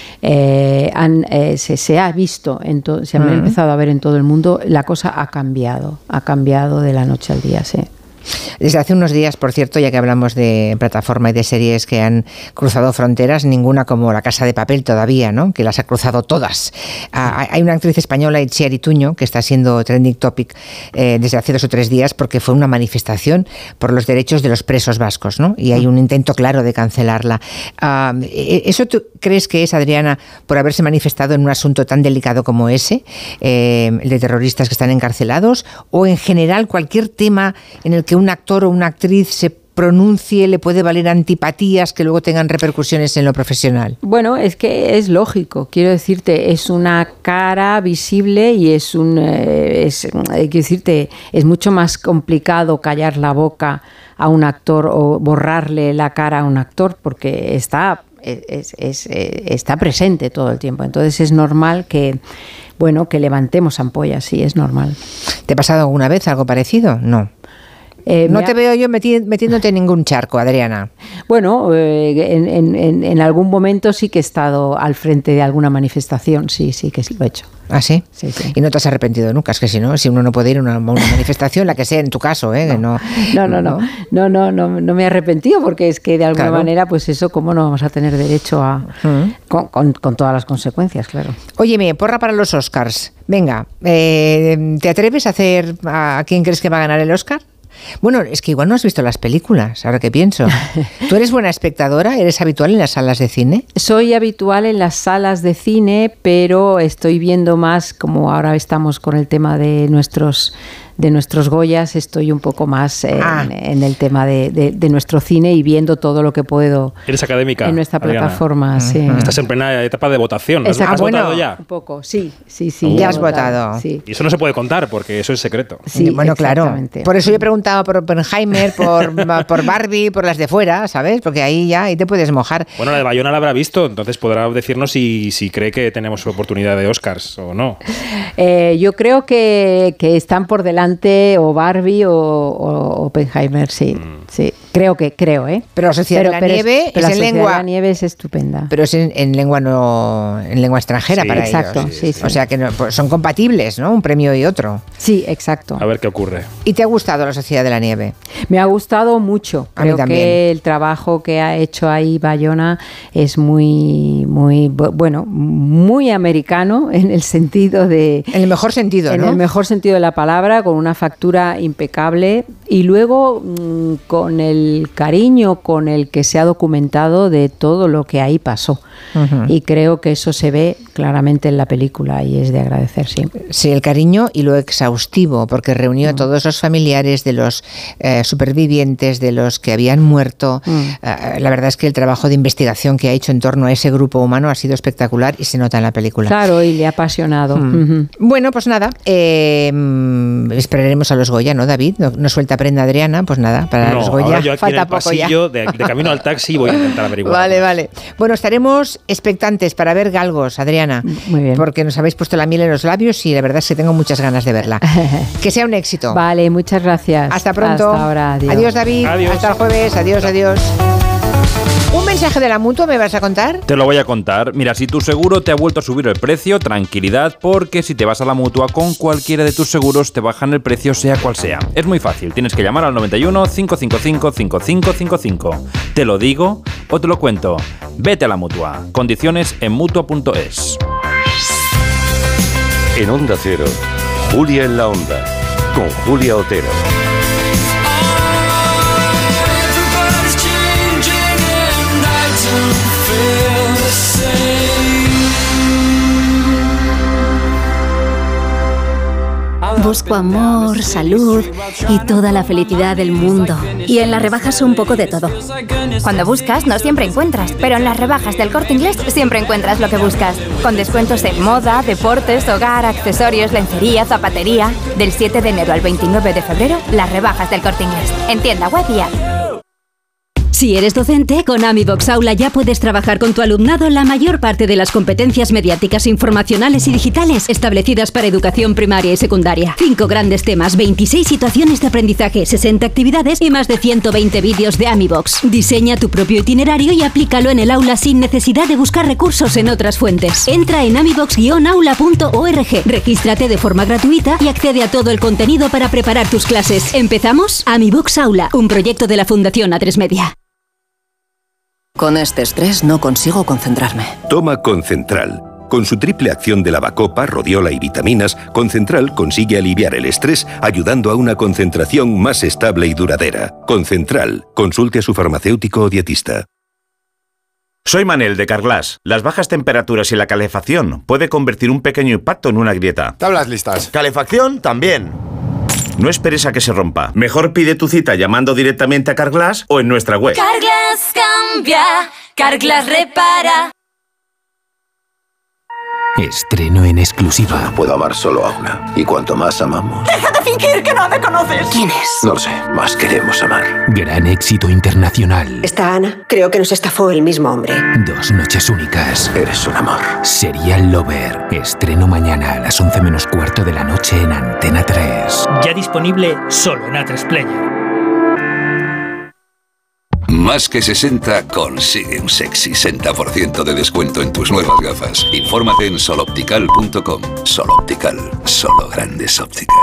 eh, han, eh, se, se ha visto, en to- se han uh-huh. empezado a ver en todo el mundo, la cosa ha cambiado. Ha cambiado de la noche al día, sí. Desde hace unos días, por cierto, ya que hablamos de plataforma y de series que han cruzado fronteras, ninguna como La Casa de Papel todavía, ¿no? Que las ha cruzado todas. Ah, hay una actriz española, Itziar Ituño, que está siendo trending topic eh, desde hace dos o tres días porque fue una manifestación por los derechos de los presos vascos, ¿no? Y hay un intento claro de cancelarla. Ah, ¿eso tú crees que es, Adriana, por haberse manifestado en un asunto tan delicado como ese, eh, el de terroristas que están encarcelados, o en general cualquier tema en el que un actor o una actriz se pronuncie le puede valer antipatías que luego tengan repercusiones en lo profesional? Bueno, es que es lógico, quiero decirte, es una cara visible y es un, eh, es, quiero decirte, es mucho más complicado callar la boca a un actor o borrarle la cara a un actor porque está, es, es, es, está presente todo el tiempo. Entonces es normal que, bueno, que levantemos ampollas, sí, es normal. ¿Te ha pasado alguna vez algo parecido? No. Eh, no te ha... veo yo meti- metiéndote en ningún charco, Adriana. Bueno, eh, en, en, en algún momento sí que he estado al frente de alguna manifestación, sí, sí que sí lo he hecho. ¿Ah, sí? Sí, sí. Y no te has arrepentido nunca, es que si no, si uno no puede ir a una, una manifestación, la que sea en tu caso, ¿eh? No, no, no, no, no, no, no, no me he arrepentido porque es que de alguna claro. manera, pues eso, ¿cómo no vamos a tener derecho a, uh-huh. con, con, con todas las consecuencias, claro? Óyeme, porra para los Oscars. Venga, eh, ¿te atreves a hacer a, a quién crees que va a ganar el Oscar? Bueno, es que igual no has visto las películas, ahora que pienso. ¿Tú eres buena espectadora? ¿Eres habitual en las salas de cine? Soy habitual en las salas de cine, pero estoy viendo más, como ahora estamos con el tema de nuestros de nuestros Goyas estoy un poco más eh, Ah. en, en el tema de, de, de nuestro cine y viendo todo lo que puedo Eres académica, en nuestra Adriana. plataforma. Sí. Estás en plena etapa de votación. ¿Has, Exacto. has Bueno, votado ya? Un poco, sí, sí, sí. Uh. Ya has votado. Sí. Y eso no se puede contar porque eso es secreto. Sí, bueno, claro. exactamente. Por eso yo he preguntado por Oppenheimer, por, por Barbie, por las de fuera, ¿sabes? Porque ahí ya ahí te puedes mojar. Bueno, la de Bayona la habrá visto, entonces podrá decirnos si, si cree que tenemos oportunidad de Oscars o no. Eh, yo creo que, que están por delante o Barbie o, o Oppenheimer, sí, Mm. sí. Creo que, creo, ¿eh? Pero la Sociedad de la Nieve pero es la en Sociedad lengua- de la Nieve es estupenda. Pero es en, en lengua no en lengua extranjera Sí, para exacto, ellos. sí, sí. O sea que no- pues son compatibles, ¿no? Un premio y otro. Sí, exacto. A ver qué ocurre. ¿Y te ha gustado la Sociedad de la Nieve? Me ha gustado mucho. A mí Creo también. que el trabajo que ha hecho ahí Bayona es muy, muy, bu- bueno, muy americano en el sentido de... En el mejor sentido, En ¿no? el mejor sentido de la palabra, con una factura impecable y luego mm, con el cariño con el que se ha documentado de todo lo que ahí pasó. Ujú. Y creo que eso se ve claramente en la película y es de agradecer, sí. Sí, el cariño y lo exhaustivo, porque reunió a todos los familiares de los eh, supervivientes, de los que habían muerto. Mm. Eh, la verdad es que el trabajo de investigación que ha hecho en torno a ese grupo humano ha sido espectacular y se nota en la película. Claro, y le ha apasionado. Mm. Ujú. Bueno, pues nada, eh, mm, esperaremos a los Goya, ¿no, David? No, no suelta prenda Adriana, pues nada, para No, los Goya ahora yo aquí falta en el poco ya. pasillo, de, de camino al taxi, voy a intentar averiguar. Vale, vale. Bueno, estaremos expectantes para ver Galgos, Adriana. Muy bien. Porque nos habéis puesto la miel en los labios y la verdad es que tengo muchas ganas de verla. Que sea un éxito. Vale, muchas gracias. Hasta pronto. Hasta ahora. Adiós. Adiós, David. Adiós. Hasta el jueves. Adiós, adiós. ¿Un mensaje de la Mutua me vas a contar? Te lo voy a contar. Mira, si tu seguro te ha vuelto a subir el precio, tranquilidad, porque si te vas a la Mutua con cualquiera de tus seguros te bajan el precio sea cual sea. Es muy fácil, tienes que llamar al noventa y uno, cinco cinco cinco, cinco cinco cinco cinco. ¿Te lo digo o te lo cuento? Vete a la Mutua. Condiciones en mutua punto es. En Onda Cero, Julia en la Onda, con Julia Otero. Busco amor, salud y toda la felicidad del mundo. Y en las rebajas un poco de todo. Cuando buscas, no siempre encuentras, pero en las rebajas del Corte Inglés siempre encuentras lo que buscas. Con descuentos en moda, deportes, hogar, accesorios, lencería, zapatería. Del siete de enero al veintinueve de febrero, las rebajas del Corte Inglés. En tienda web y app. Si eres docente, con AmiBox Aula ya puedes trabajar con tu alumnado la mayor parte de las competencias mediáticas, informacionales y digitales establecidas para educación primaria y secundaria. Cinco grandes temas, veintiséis situaciones de aprendizaje, sesenta actividades y más de ciento veinte vídeos de AmiBox. Diseña tu propio itinerario y aplícalo en el aula sin necesidad de buscar recursos en otras fuentes. Entra en amibox guion aula punto org, regístrate de forma gratuita y accede a todo el contenido para preparar tus clases. ¿Empezamos? AmiBox Aula, un proyecto de la Fundación A tres Media. Con este estrés no consigo concentrarme. Toma Concentral. Con su triple acción de lavacopa, rodiola y vitaminas, Concentral consigue aliviar el estrés ayudando a una concentración más estable y duradera. Concentral. Consulte a su farmacéutico o dietista. Soy Manel de Carglass. Las bajas temperaturas y la calefacción puede convertir un pequeño impacto en una grieta. Tablas listas. Calefacción también. No esperes a que se rompa. Mejor pide tu cita llamando directamente a Carglass o en nuestra web. Carglass cambia, Carglass repara. Estreno en exclusiva. Puedo amar solo a una. Y cuanto más amamos... ¡Deja de fingir que no me conoces! ¿Quién es? No lo sé. Más queremos amar. Gran éxito internacional. Esta Ana, creo que nos estafó el mismo hombre. Dos noches únicas. Eres un amor. Serial Lover. Estreno mañana a las once menos cuarto de la noche en Antena tres. Ya disponible solo en A tres Player. Más que sesenta consigue un sexy sesenta por ciento de descuento en tus nuevas gafas. Infórmate en soloptical punto com. Soloptical, solo grandes ópticas.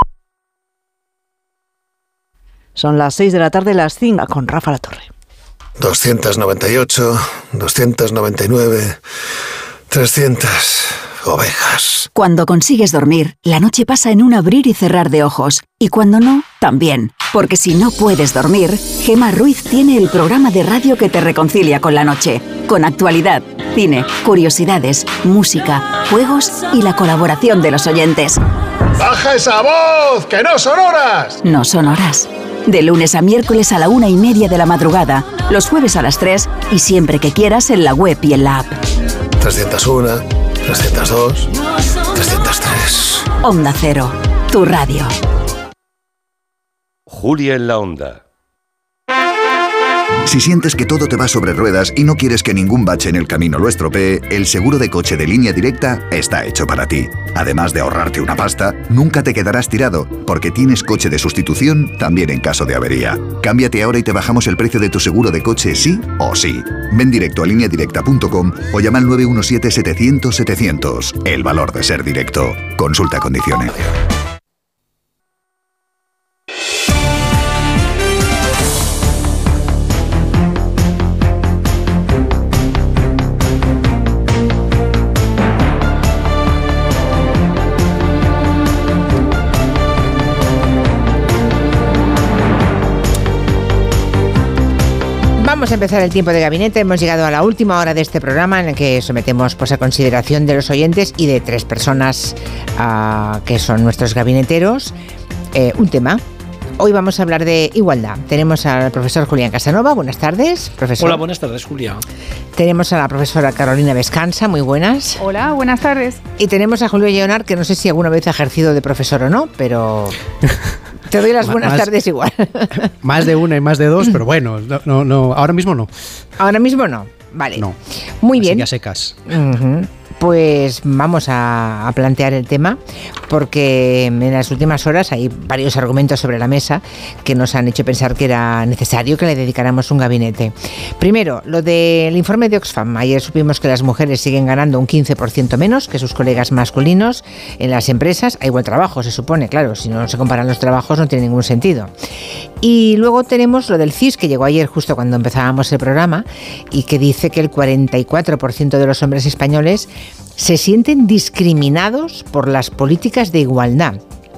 Son las seis de la tarde, las cinco, con Rafa La Torre. doscientos noventa y ocho, doscientos noventa y nueve, trescientas ovejas. Cuando consigues dormir, la noche pasa en un abrir y cerrar de ojos. Y cuando no, también. Porque si no puedes dormir, Gemma Ruiz tiene el programa de radio que te reconcilia con la noche. Con actualidad, cine, curiosidades, música, juegos y la colaboración de los oyentes. ¡Baja esa voz! ¡Que no son horas! No son horas. De lunes a miércoles a la una y media de la madrugada, los jueves a las tres y siempre que quieras en la web y en la app. trescientos uno, trescientos dos, trescientos tres. Onda Cero, tu radio. Julia en la Onda. Si sientes que todo te va sobre ruedas y no quieres que ningún bache en el camino lo estropee, el seguro de coche de Línea Directa está hecho para ti. Además de ahorrarte una pasta, nunca te quedarás tirado, porque tienes coche de sustitución también en caso de avería. Cámbiate ahora y te bajamos el precio de tu seguro de coche sí o sí. Ven directo a línea directa punto com o llama al nueve uno siete, setecientos, setecientos. El valor de ser directo. Consulta condiciones. Vamos a empezar el tiempo de gabinete. Hemos llegado a la última hora de este programa en el que sometemos pues, a consideración de los oyentes y de tres personas uh, que son nuestros gabineteros eh, un tema. Hoy vamos a hablar de igualdad. Tenemos al profesor Julián Casanova. Buenas tardes, profesor. Hola, buenas tardes, Julia. Tenemos a la profesora Carolina Vescansa. Muy buenas. Hola, buenas tardes. Y tenemos a Julio Lleonard, que no sé si alguna vez ha ejercido de profesor o no, pero... Te doy las buenas más, tardes igual. Más de una y más de dos, pero bueno, no, no, no, ahora mismo no. Ahora mismo no, vale. No. Muy bien. Así ya secas. Uh-huh. Pues vamos a, a plantear el tema, porque en las últimas horas hay varios argumentos sobre la mesa que nos han hecho pensar que era necesario que le dedicáramos un gabinete. Primero, lo del informe de Oxfam. Ayer supimos que las mujeres siguen ganando un quince por ciento menos que sus colegas masculinos en las empresas. A igual trabajo, se supone, claro, si no se comparan los trabajos no tiene ningún sentido. Y luego tenemos lo del C I S, que llegó ayer justo cuando empezábamos el programa, y que dice que el cuarenta y cuatro por ciento de los hombres españoles se sienten discriminados por las políticas de igualdad.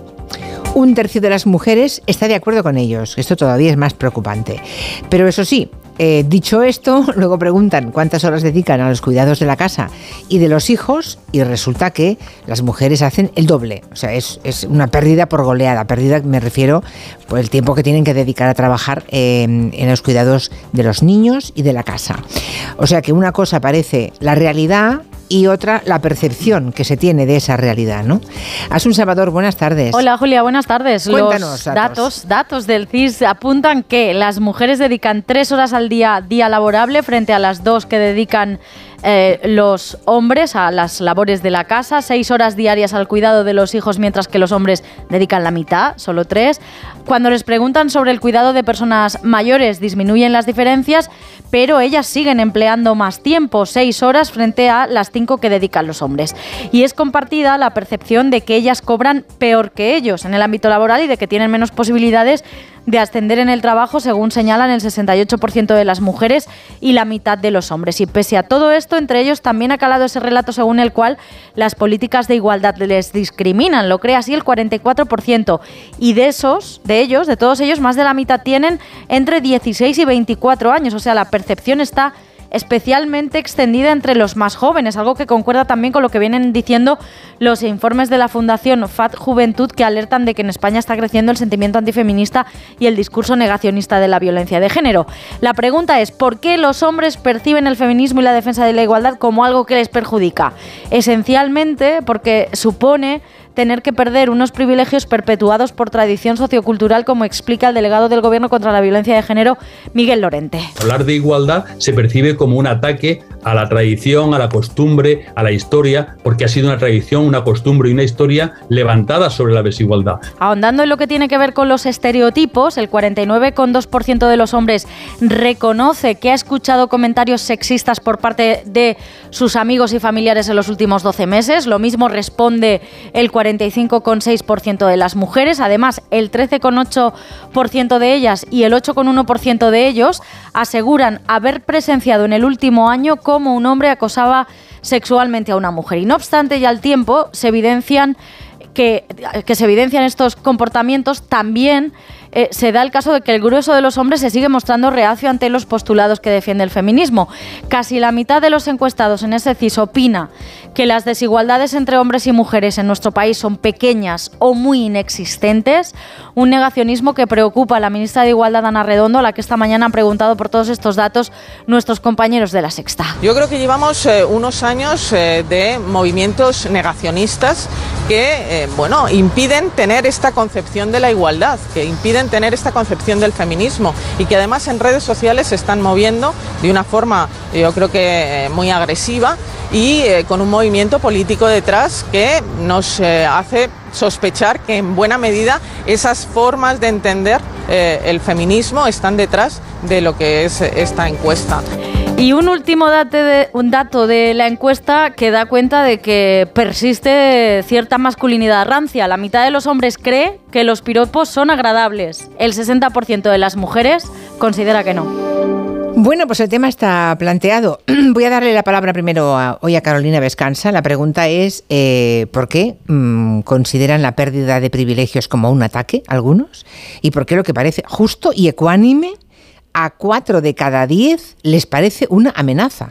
Un tercio de las mujeres está de acuerdo con ellos. Esto todavía es más preocupante. Pero eso sí, eh, dicho esto, luego preguntan cuántas horas dedican a los cuidados de la casa y de los hijos, y resulta que las mujeres hacen el doble. O sea, es, es una pérdida por goleada. Pérdida, me refiero, por el tiempo que tienen que dedicar a trabajar eh, en los cuidados de los niños y de la casa. O sea que una cosa parece la realidad y otra la percepción que se tiene de esa realidad, ¿no? Asun Salvador, buenas tardes. Hola, Julia, buenas tardes. Cuéntanos Los datos. datos, datos del C I S apuntan que las mujeres dedican tres horas al día día laborable frente a las dos que dedican eh, los hombres a las labores de la casa, seis horas diarias al cuidado de los hijos, mientras que los hombres dedican la mitad, solo tres. Cuando les preguntan sobre el cuidado de personas mayores, disminuyen las diferencias, pero ellas siguen empleando más tiempo, seis horas frente a las cinco que dedican los hombres. Y es compartida la percepción de que ellas cobran peor que ellos en el ámbito laboral y de que tienen menos posibilidades de ascender en el trabajo, según señalan el sesenta y ocho por ciento de las mujeres y la mitad de los hombres. Y pese a todo esto, entre ellos también ha calado ese relato según el cual las políticas de igualdad les discriminan. Lo cree así el cuarenta y cuatro por ciento. Y de esos, de ellos, de todos ellos, más de la mitad tienen entre dieciséis y veinticuatro años. O sea, la percepción está especialmente extendida entre los más jóvenes, algo que concuerda también con lo que vienen diciendo los informes de la Fundación F A T Juventud, que alertan de que en España está creciendo el sentimiento antifeminista y el discurso negacionista de la violencia de género. La pregunta es, ¿por qué los hombres perciben el feminismo y la defensa de la igualdad como algo que les perjudica? Esencialmente porque supone tener que perder unos privilegios perpetuados por tradición sociocultural, como explica el delegado del Gobierno contra la violencia de género, Miguel Lorente. Hablar de igualdad se percibe como un ataque a la tradición, a la costumbre, a la historia, porque ha sido una tradición, una costumbre y una historia levantada sobre la desigualdad. Ahondando en lo que tiene que ver con los estereotipos, el cuarenta y nueve coma dos por ciento de los hombres reconoce que ha escuchado comentarios sexistas por parte de sus amigos y familiares en los últimos doce meses. Lo mismo responde el cuarenta y cinco coma seis por ciento de las mujeres. Además, el trece coma ocho por ciento de ellas y el ocho coma uno por ciento de ellos aseguran haber presenciado en el último año cómo un hombre acosaba sexualmente a una mujer. Y no obstante, ya al tiempo se evidencian que, que se evidencian estos comportamientos también eh, se da el caso de que el grueso de los hombres se sigue mostrando reacio ante los postulados que defiende el feminismo. Casi la mitad de los encuestados en ese C I S opina que las desigualdades entre hombres y mujeres en nuestro país son pequeñas o muy inexistentes, un negacionismo que preocupa a la ministra de Igualdad, Ana Redondo, a la que esta mañana han preguntado por todos estos datos nuestros compañeros de La Sexta. Yo creo que llevamos eh, unos años eh, de movimientos negacionistas que, eh, bueno, impiden tener esta concepción de la igualdad, que impiden tener esta concepción del feminismo y que además en redes sociales se están moviendo de una forma, yo creo que eh, muy agresiva y eh, con un movimiento político detrás que nos eh, hace sospechar que en buena medida esas formas de entender eh, el feminismo están detrás de lo que es esta encuesta. Y un último dato de, un dato de la encuesta que da cuenta de que persiste cierta masculinidad rancia. La mitad de los hombres cree que los piropos son agradables. El sesenta por ciento de las mujeres considera que no. Bueno, pues el tema está planteado. Voy a darle la palabra primero a, hoy a Carolina Vescanza. La pregunta es eh, ¿por qué mmm, consideran la pérdida de privilegios como un ataque algunos? ¿Y por qué lo que parece justo y ecuánime a cuatro de cada diez les parece una amenaza?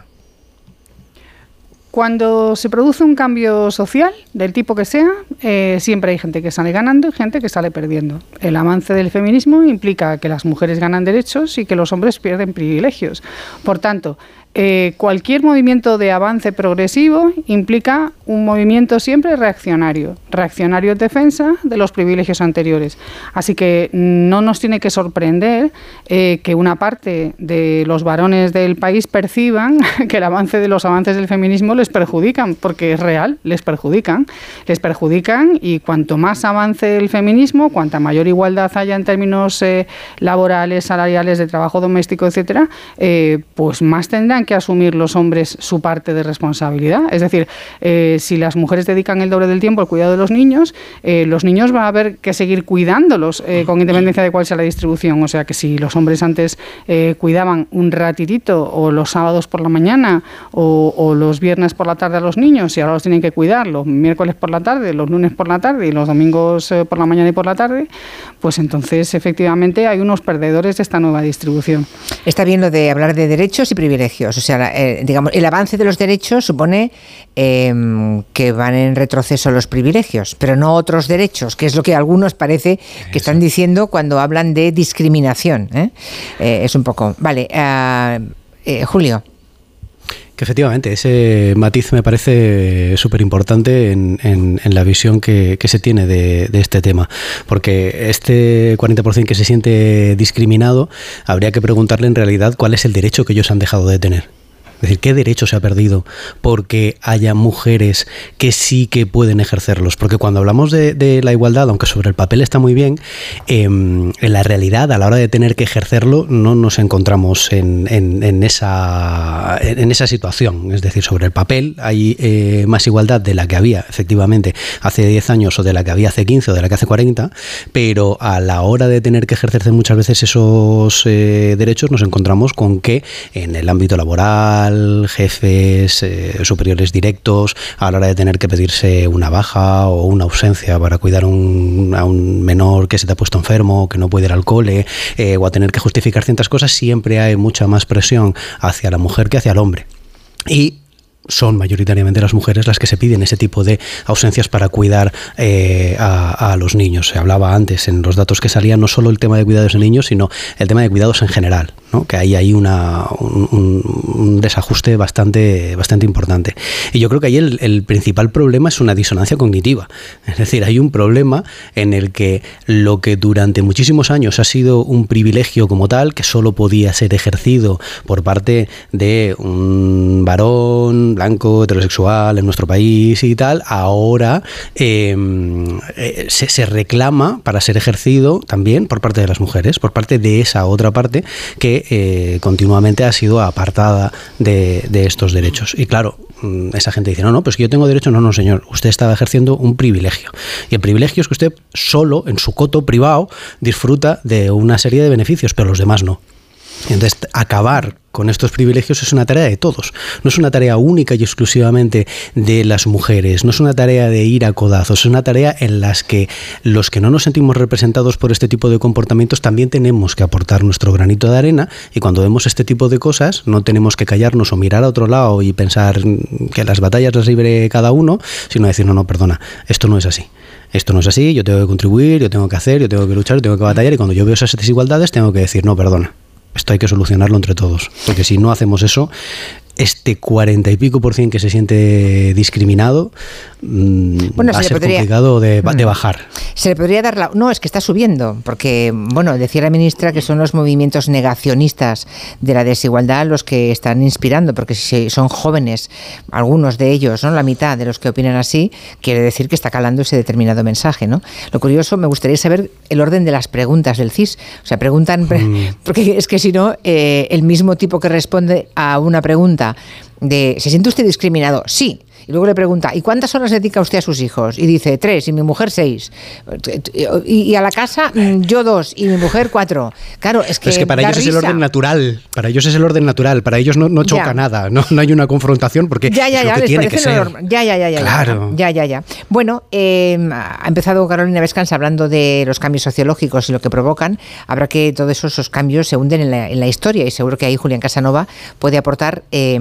Cuando se produce un cambio social, del tipo que sea, eh, siempre hay gente que sale ganando y gente que sale perdiendo. El avance del feminismo implica que las mujeres ganan derechos y que los hombres pierden privilegios. Por tanto, eh, cualquier movimiento de avance progresivo implica un movimiento siempre reaccionario. Reaccionario en defensa de los privilegios anteriores. Así que no nos tiene que sorprender eh, que una parte de los varones del país perciban que el avance de los avances del feminismo les perjudican, porque es real, les perjudican. Les perjudican y cuanto más avance el feminismo, cuanta mayor igualdad haya en términos eh, laborales, salariales, de trabajo doméstico, etcétera, eh, pues más tendrán que asumir los hombres su parte de responsabilidad. Es decir, eh, si las mujeres dedican el doble del tiempo al cuidado de los niños, eh, los niños van a haber que seguir cuidándolos eh, con independencia de cuál sea la distribución. O sea que si los hombres antes eh, cuidaban un ratito o los sábados por la mañana o, o los viernes por la tarde a los niños y ahora los tienen que cuidar los miércoles por la tarde, los lunes por la tarde y los domingos eh, por la mañana y por la tarde, pues entonces efectivamente hay unos perdedores de esta nueva distribución. Está bien lo de hablar de derechos y privilegios. O sea, eh, digamos, el avance de los derechos supone eh, que van en retroceso los privilegios, pero no otros derechos, que es lo que algunos parece que están diciendo cuando hablan de discriminación. ¿eh? Eh, es un poco... Vale, uh, eh, Julio. Que efectivamente, ese matiz me parece súper importante en, en, en la visión que, que se tiene de, de este tema, porque este cuarenta por ciento que se siente discriminado, habría que preguntarle en realidad cuál es el derecho que ellos han dejado de tener. Es decir, ¿qué derecho se ha perdido porque haya mujeres que sí que pueden ejercerlos? Porque cuando hablamos de, de la igualdad, aunque sobre el papel está muy bien, eh, en la realidad, a la hora de tener que ejercerlo, no nos encontramos en, en, en, esa, en esa situación. Es decir, sobre el papel hay eh, más igualdad de la que había, efectivamente, hace diez años o de la que había hace quince o de la que hace cuarenta, pero a la hora de tener que ejercerse muchas veces esos eh, derechos nos encontramos con que en el ámbito laboral, jefes, eh, superiores directos, a la hora de tener que pedirse una baja o una ausencia para cuidar un, a un menor que se te ha puesto enfermo, que no puede ir al cole, eh, o a tener que justificar ciertas cosas, siempre hay mucha más presión hacia la mujer que hacia el hombre. Y son mayoritariamente las mujeres las que se piden ese tipo de ausencias para cuidar eh, a, a los niños. Se hablaba antes en los datos que salían no solo el tema de cuidados de niños, sino el tema de cuidados en general, ¿no? Que ahí hay una, un, un desajuste bastante, bastante importante. Y yo creo que ahí el, el principal problema es una disonancia cognitiva. Es decir, hay un problema en el que lo que durante muchísimos años ha sido un privilegio como tal, que solo podía ser ejercido por parte de un varón blanco, heterosexual en nuestro país y tal, ahora eh, eh, se, se reclama para ser ejercido también por parte de las mujeres, por parte de esa otra parte que eh, continuamente ha sido apartada de, de estos derechos. Y claro, esa gente dice, no, no, pues que yo tengo derecho. No, no, señor, usted estaba ejerciendo un privilegio. Y el privilegio es que usted solo, en su coto privado, disfruta de una serie de beneficios, pero los demás no. Entonces, acabar con estos privilegios es una tarea de todos. No es una tarea única y exclusivamente de las mujeres. No es una tarea de ir a codazos. Es una tarea en la que los que no nos sentimos representados por este tipo de comportamientos también tenemos que aportar nuestro granito de arena, y cuando vemos este tipo de cosas no tenemos que callarnos o mirar a otro lado y pensar que las batallas las libre cada uno, sino decir, no, no, perdona, esto no es así. Esto no es así, yo tengo que contribuir, yo tengo que hacer, yo tengo que luchar, yo tengo que batallar, y cuando yo veo esas desigualdades tengo que decir, no, perdona. Esto hay que solucionarlo entre todos, porque si no hacemos eso, este cuarenta y pico por cien que se siente discriminado bueno, va a ser podría, complicado de, de bajar. Se le podría dar la... No, es que está subiendo, porque, bueno, decía la ministra que son los movimientos negacionistas de la desigualdad los que están inspirando, porque si son jóvenes, algunos de ellos, ¿no?, la mitad de los que opinan así, quiere decir que está calando ese determinado mensaje, ¿no? Lo curioso, me gustaría saber el orden de las preguntas del C I S. O sea, preguntan... Mm. Porque es que si no, eh, el mismo tipo que responde a una pregunta de ¿se siente usted discriminado? Sí. Y luego le pregunta, ¿y cuántas horas dedica usted a sus hijos? Y dice, tres, y mi mujer seis. Y, y a la casa, yo dos, y mi mujer cuatro. Claro, es que es que para ellos risa. Es el orden natural. Para ellos es el orden natural. Para ellos no, no choca ya. nada. No, no hay una confrontación porque ya, ya, es lo ya, que les tiene que ser. Ya, ya, ya, ya. Claro. Ya, ya, ya. Bueno, eh, ha empezado Carolina Vescans hablando de los cambios sociológicos y lo que provocan. Habrá que todos esos, esos cambios se hunden en la, en la historia, y seguro que ahí Julián Casanova puede aportar... Eh,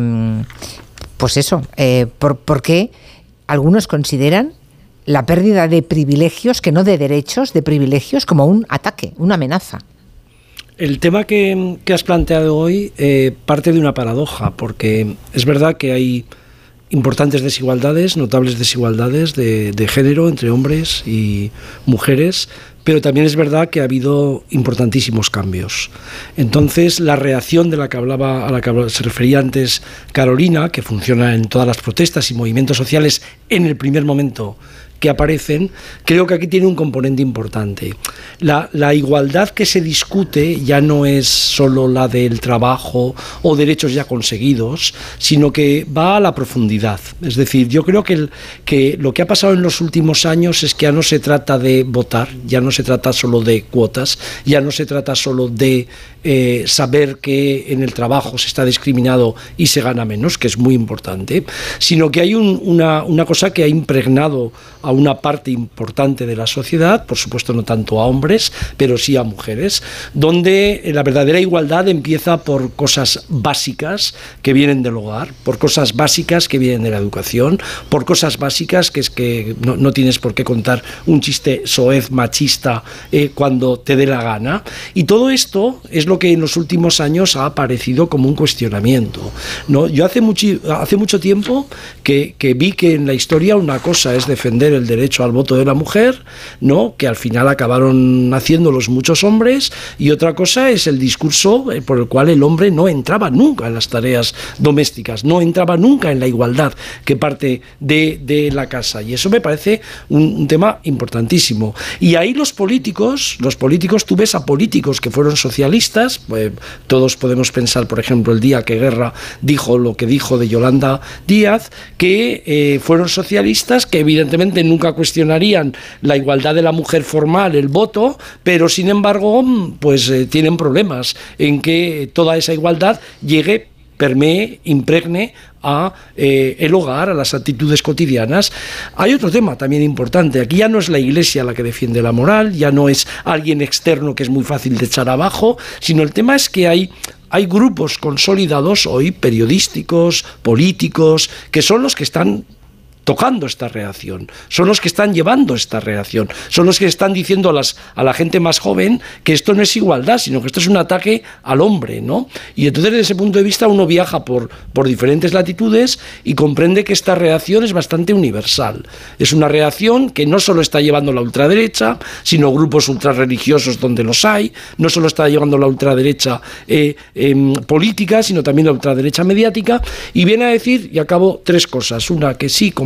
Pues eso, eh, ¿por, ¿por qué algunos consideran la pérdida de privilegios, que no de derechos, de privilegios, como un ataque, una amenaza? El tema que, que has planteado hoy eh, parte de una paradoja, porque es verdad que hay importantes desigualdades, notables desigualdades de, de género entre hombres y mujeres, pero también es verdad que ha habido importantísimos cambios. Entonces, la reacción de la que hablaba, a la que se refería antes Carolina, que funciona en todas las protestas y movimientos sociales en el primer momento que aparecen, creo que aquí tiene un componente importante. La, la igualdad que se discute ya no es solo la del trabajo o derechos ya conseguidos, sino que va a la profundidad. Es decir, yo creo que, el, que lo que ha pasado en los últimos años es que ya no se trata de votar, ya no se trata solo de cuotas, ya no se trata solo de eh, saber que en el trabajo se está discriminado y se gana menos, que es muy importante, sino que hay un, una, una cosa que ha impregnado a una parte importante de la sociedad, por supuesto no tanto a hombres, pero sí a mujeres, donde la verdadera igualdad empieza por cosas básicas que vienen del hogar, por cosas básicas que vienen de la educación, por cosas básicas que es que no, no tienes por qué contar un chiste soez machista eh, cuando te dé la gana, y todo esto es lo que en los últimos años ha aparecido como un cuestionamiento, ¿no? Yo hace mucho, hace mucho tiempo que, que vi que en la historia una cosa es defender el derecho al voto de la mujer, ¿no?, que al final acabaron haciéndolos muchos hombres, y otra cosa es el discurso por el cual el hombre no entraba nunca en las tareas domésticas, no entraba nunca en la igualdad que parte de, de la casa, y eso me parece un, un tema importantísimo. Y ahí los políticos, los políticos, tú ves a políticos que fueron socialistas, pues, todos podemos pensar, por ejemplo, el día que Guerra dijo lo que dijo de Yolanda Díaz, que eh, fueron socialistas, que evidentemente nunca cuestionarían la igualdad de la mujer formal, el voto, pero sin embargo, pues eh, tienen problemas en que toda esa igualdad llegue, permee, impregne a eh, el hogar, a las actitudes cotidianas. Hay otro tema también importante. Aquí ya no es la Iglesia la que defiende la moral, ya no es alguien externo que es muy fácil de echar abajo, sino el tema es que hay Hay grupos consolidados hoy, periodísticos, políticos, que son los que están tocando esta reacción, son los que están llevando esta reacción, son los que están diciendo a, las, a la gente más joven que esto no es igualdad, sino que esto es un ataque al hombre, ¿no? Y entonces desde ese punto de vista uno viaja por, por diferentes latitudes y comprende que esta reacción es bastante universal. Es una reacción que no solo está llevando la ultraderecha, sino grupos ultrarreligiosos donde los hay, no solo está llevando la ultraderecha eh, eh, política, sino también la ultraderecha mediática, y viene a decir, y acabo, tres cosas. Una, que sí, comprende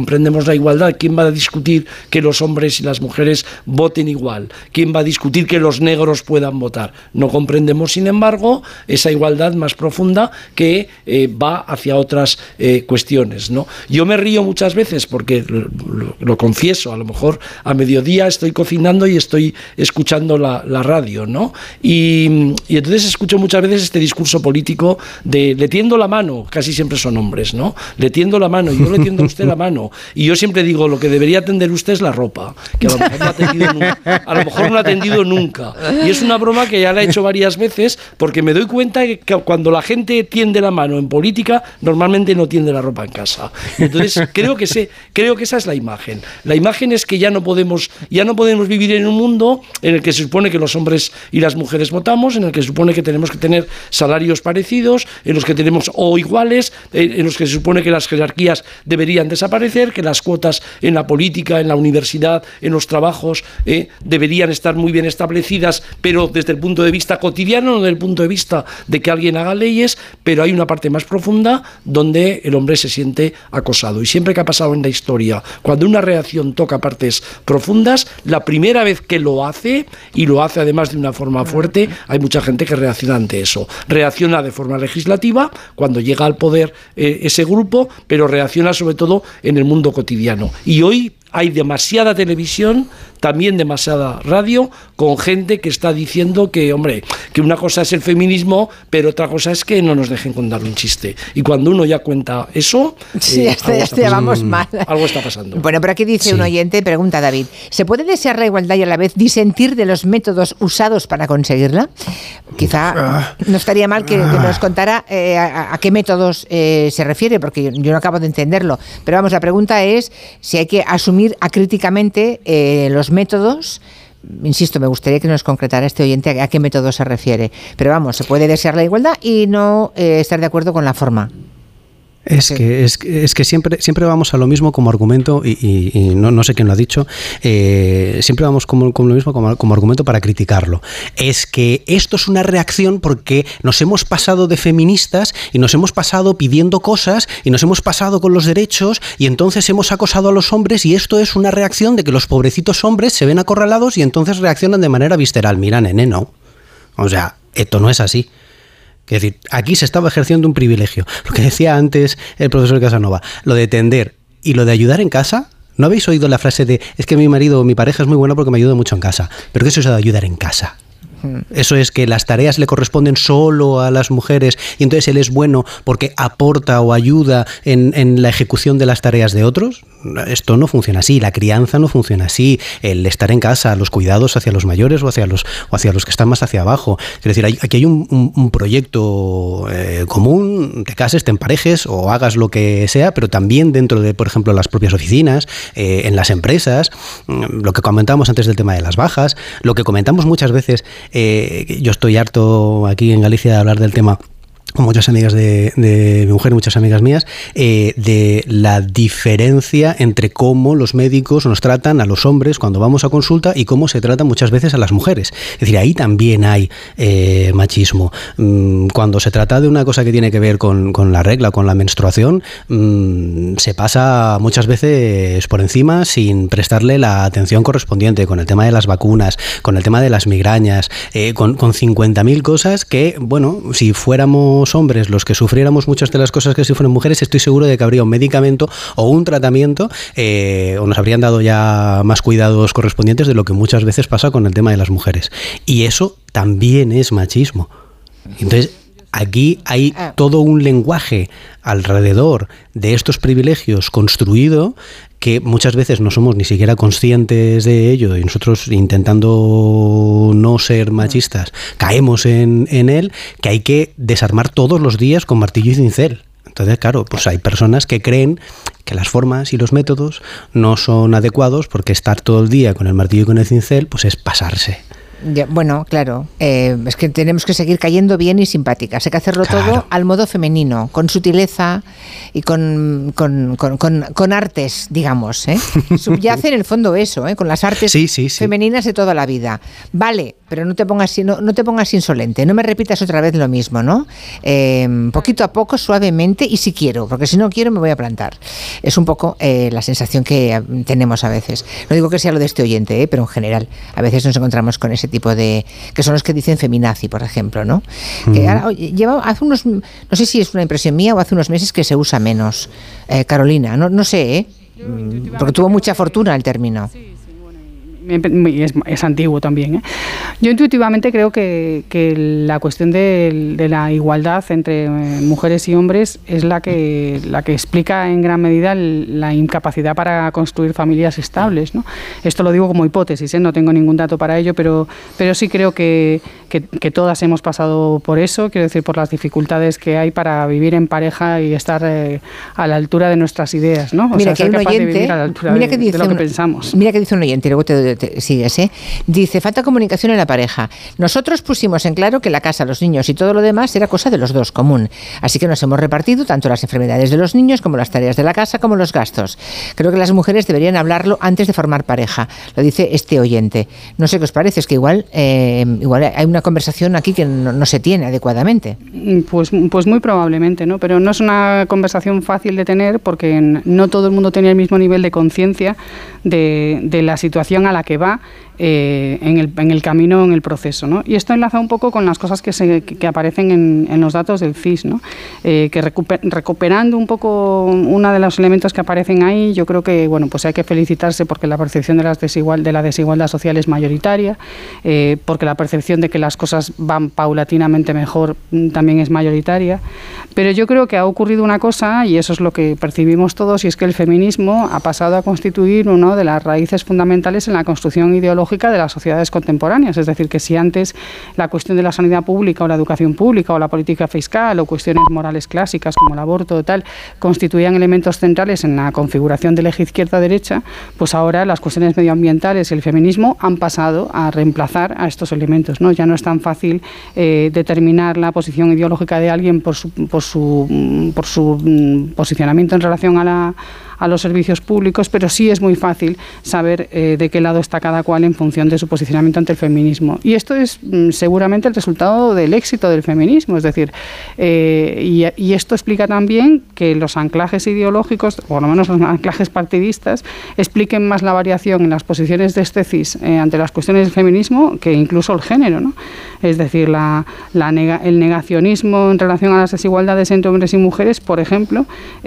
comprendemos la igualdad. ¿Quién va a discutir que los hombres y las mujeres voten igual? ¿Quién va a discutir que los negros puedan votar? No comprendemos, sin embargo, esa igualdad más profunda que eh, va hacia otras eh, cuestiones, ¿no? Yo me río muchas veces porque, lo, lo, lo confieso, a lo mejor a mediodía estoy cocinando y estoy escuchando la, la radio, ¿no? Y, y entonces escucho muchas veces este discurso político de le tiendo la mano, casi siempre son hombres, ¿no? Le tiendo la mano, yo le tiendo a usted la mano. Y yo siempre digo, lo que debería tender usted es la ropa, que a lo mejor no ha tendido nunca. A lo mejor no ha tendido nunca. Y es una broma que ya la he hecho varias veces, porque me doy cuenta que cuando la gente tiende la mano en política, normalmente no tiende la ropa en casa. Entonces creo que sé, creo que esa es la imagen. La imagen es que ya no podemos, ya no podemos vivir en un mundo en el que se supone que los hombres y las mujeres votamos, en el que se supone que tenemos que tener salarios parecidos, en los que tenemos o iguales, en los que se supone que las jerarquías deberían desaparecer, que las cuotas en la política, en la universidad, en los trabajos eh, deberían estar muy bien establecidas, pero desde el punto de vista cotidiano, no desde el punto de vista de que alguien haga leyes, pero hay una parte más profunda donde el hombre se siente acosado. Y siempre que ha pasado en la historia, cuando una reacción toca partes profundas, la primera vez que lo hace, y lo hace además de una forma fuerte, hay mucha gente que reacciona ante eso. Reacciona de forma legislativa, cuando llega al poder eh, ese grupo, pero reacciona sobre todo en el mundo cotidiano. Y hoy hay demasiada televisión, también demasiada radio, con gente que está diciendo que, hombre, que una cosa es el feminismo, pero otra cosa es que no nos dejen contar un chiste. Y cuando uno ya cuenta eso, sí, eh, hasta ya te vamos mal. Algo está pasando. Bueno, pero aquí dice sí. un oyente, pregunta David, ¿se puede desear la igualdad y a la vez disentir de los métodos usados para conseguirla? Quizá no estaría mal que, que nos contara eh, a, a qué métodos eh, se refiere, porque yo, yo no acabo de entenderlo. Pero vamos, la pregunta es si hay que asumir acríticamente eh, los métodos. Insisto, me gustaría que nos concretara este oyente a qué método se refiere. Pero vamos, se puede desear la igualdad y no eh, estar de acuerdo con la forma. Es que, es, es que siempre, siempre vamos a lo mismo como argumento, y, y, y no, no sé quién lo ha dicho, eh, siempre vamos como, como lo mismo como, como argumento para criticarlo. Es que esto es una reacción porque nos hemos pasado de feministas y nos hemos pasado pidiendo cosas y nos hemos pasado con los derechos y entonces hemos acosado a los hombres y esto es una reacción de que los pobrecitos hombres se ven acorralados y entonces reaccionan de manera visceral. Mira, nene, no. O sea, esto no es así. Es decir, aquí se estaba ejerciendo un privilegio. Lo que decía antes el profesor Casanova, lo de tender y lo de ayudar en casa, ¿no habéis oído la frase de es que mi marido o mi pareja es muy buena porque me ayuda mucho en casa? ¿Pero qué es eso de ayudar en casa? Eso es que las tareas le corresponden solo a las mujeres y entonces él es bueno porque aporta o ayuda en, en la ejecución de las tareas de otros. Esto no funciona así, la crianza no funciona así, el estar en casa, los cuidados hacia los mayores o hacia los, o hacia los que están más hacia abajo. Es decir, hay, aquí hay un, un, un proyecto eh, común, te cases, te emparejes o hagas lo que sea, pero también dentro de, por ejemplo, las propias oficinas, eh, en las empresas, lo que comentábamos antes del tema de las bajas, lo que comentamos muchas veces. Eh, yo estoy harto aquí en Galicia de hablar del tema con muchas amigas de, de mi mujer y muchas amigas mías, eh, de la diferencia entre cómo los médicos nos tratan a los hombres cuando vamos a consulta y cómo se tratan muchas veces a las mujeres. Es decir, ahí también hay eh, machismo. Mm, cuando se trata de una cosa que tiene que ver con, con la regla, con la menstruación, mm, se pasa muchas veces por encima sin prestarle la atención correspondiente, con el tema de las vacunas, con el tema de las migrañas, eh, con, con cincuenta mil cosas que, bueno, si fuéramos hombres los que sufriéramos muchas de las cosas que sufren mujeres, estoy seguro de que habría un medicamento o un tratamiento eh, o nos habrían dado ya más cuidados correspondientes de lo que muchas veces pasa con el tema de las mujeres. Y eso también es machismo. Entonces, aquí hay todo un lenguaje alrededor de estos privilegios construido que muchas veces no somos ni siquiera conscientes de ello y nosotros, intentando no ser machistas, caemos en, en él, que hay que desarmar todos los días con martillo y cincel. Entonces, claro, pues hay personas que creen que las formas y los métodos no son adecuados porque estar todo el día con el martillo y con el cincel pues es pasarse. Ya, bueno, claro, eh, es que tenemos que seguir cayendo bien y simpáticas. Hay que hacerlo claro. todo al modo femenino, con sutileza y con, con, con, con, con artes, digamos. ¿eh? Subyace en el fondo eso, ¿eh? Con las artes sí, sí, sí. femeninas de toda la vida. Vale, pero no te pongas, no, no te pongas insolente, no me repitas otra vez lo mismo, ¿no? Eh, poquito a poco, suavemente y si quiero, porque si no quiero me voy a plantar. Es un poco eh, la sensación que tenemos a veces. No digo que sea lo de este oyente, ¿eh? Pero en general a veces nos encontramos con ese tipo de... que son los que dicen feminazi, por ejemplo, ¿no? Uh-huh. Que ahora, oye, lleva hace unos... no sé si es una impresión mía o hace unos meses que se usa menos. Eh, Carolina, no, no sé, ¿eh? Porque tuvo mucha fortuna el término. Es, es antiguo también, ¿eh? Yo intuitivamente creo que, que la cuestión de, de la igualdad entre mujeres y hombres es la que, la que explica en gran medida la incapacidad para construir familias estables, ¿no? Esto lo digo como hipótesis, ¿eh? No tengo ningún dato para ello, pero, pero sí creo que, que, que todas hemos pasado por eso, quiero decir, por las dificultades que hay para vivir en pareja y estar eh, a la altura de nuestras ideas, ¿no? O mira sea, que hay un oyente, a la altura mira de, que dice de lo que un, pensamos. Mira que dice un oyente, luego te, te sigues, ¿eh? Dice, falta comunicación en la pareja. Nosotros pusimos en claro que la casa, los niños y todo lo demás era cosa de los dos, común. Así que nos hemos repartido tanto las enfermedades de los niños como las tareas de la casa como los gastos. Creo que las mujeres deberían hablarlo antes de formar pareja. Lo dice este oyente. No sé qué os parece, es que igual, eh, igual hay una conversación aquí que no, no se tiene adecuadamente. Pues, pues muy probablemente, ¿no? Pero no es una conversación fácil de tener porque no todo el mundo tiene el mismo nivel de conciencia de, de la situación a la que va eh, en, el, en el camino, en el proceso, ¿no? Y esto enlaza un poco con las cosas que, se, que aparecen en, en los datos del C I S, ¿no? Eh, que recuper, recuperando un poco uno de los elementos que aparecen ahí, yo creo que bueno, pues hay que felicitarse porque la percepción de, las desigual, de la desigualdad social es mayoritaria, eh, porque la percepción de que las cosas van paulatinamente mejor también es mayoritaria, pero yo creo que ha ocurrido una cosa, y eso es lo que percibimos todos, y es que el feminismo ha pasado a constituir una de las raíces fundamentales en la construcción ideológica de las sociedades contemporáneas. Es decir, que si antes la cuestión de la sanidad pública o la educación pública o la política fiscal o cuestiones morales clásicas como el aborto o tal constituían elementos centrales en la configuración del eje izquierda-derecha, pues ahora las cuestiones medioambientales y el feminismo han pasado a reemplazar a estos elementos, ¿no? Ya no es tan fácil eh, determinar la posición ideológica de alguien por su, por su, por su posicionamiento en relación a la a los servicios públicos, pero sí es muy fácil saber eh, de qué lado está cada cual en función de su posicionamiento ante el feminismo. Y esto es mm, seguramente el resultado del éxito del feminismo, es decir, eh, y, y esto explica también que los anclajes ideológicos, o por lo menos los anclajes partidistas, expliquen más la variación en las posiciones de este C I S eh, ante las cuestiones del feminismo que incluso el género, ¿no? Es decir, la, la nega, el negacionismo en relación a las desigualdades entre hombres y mujeres, por ejemplo,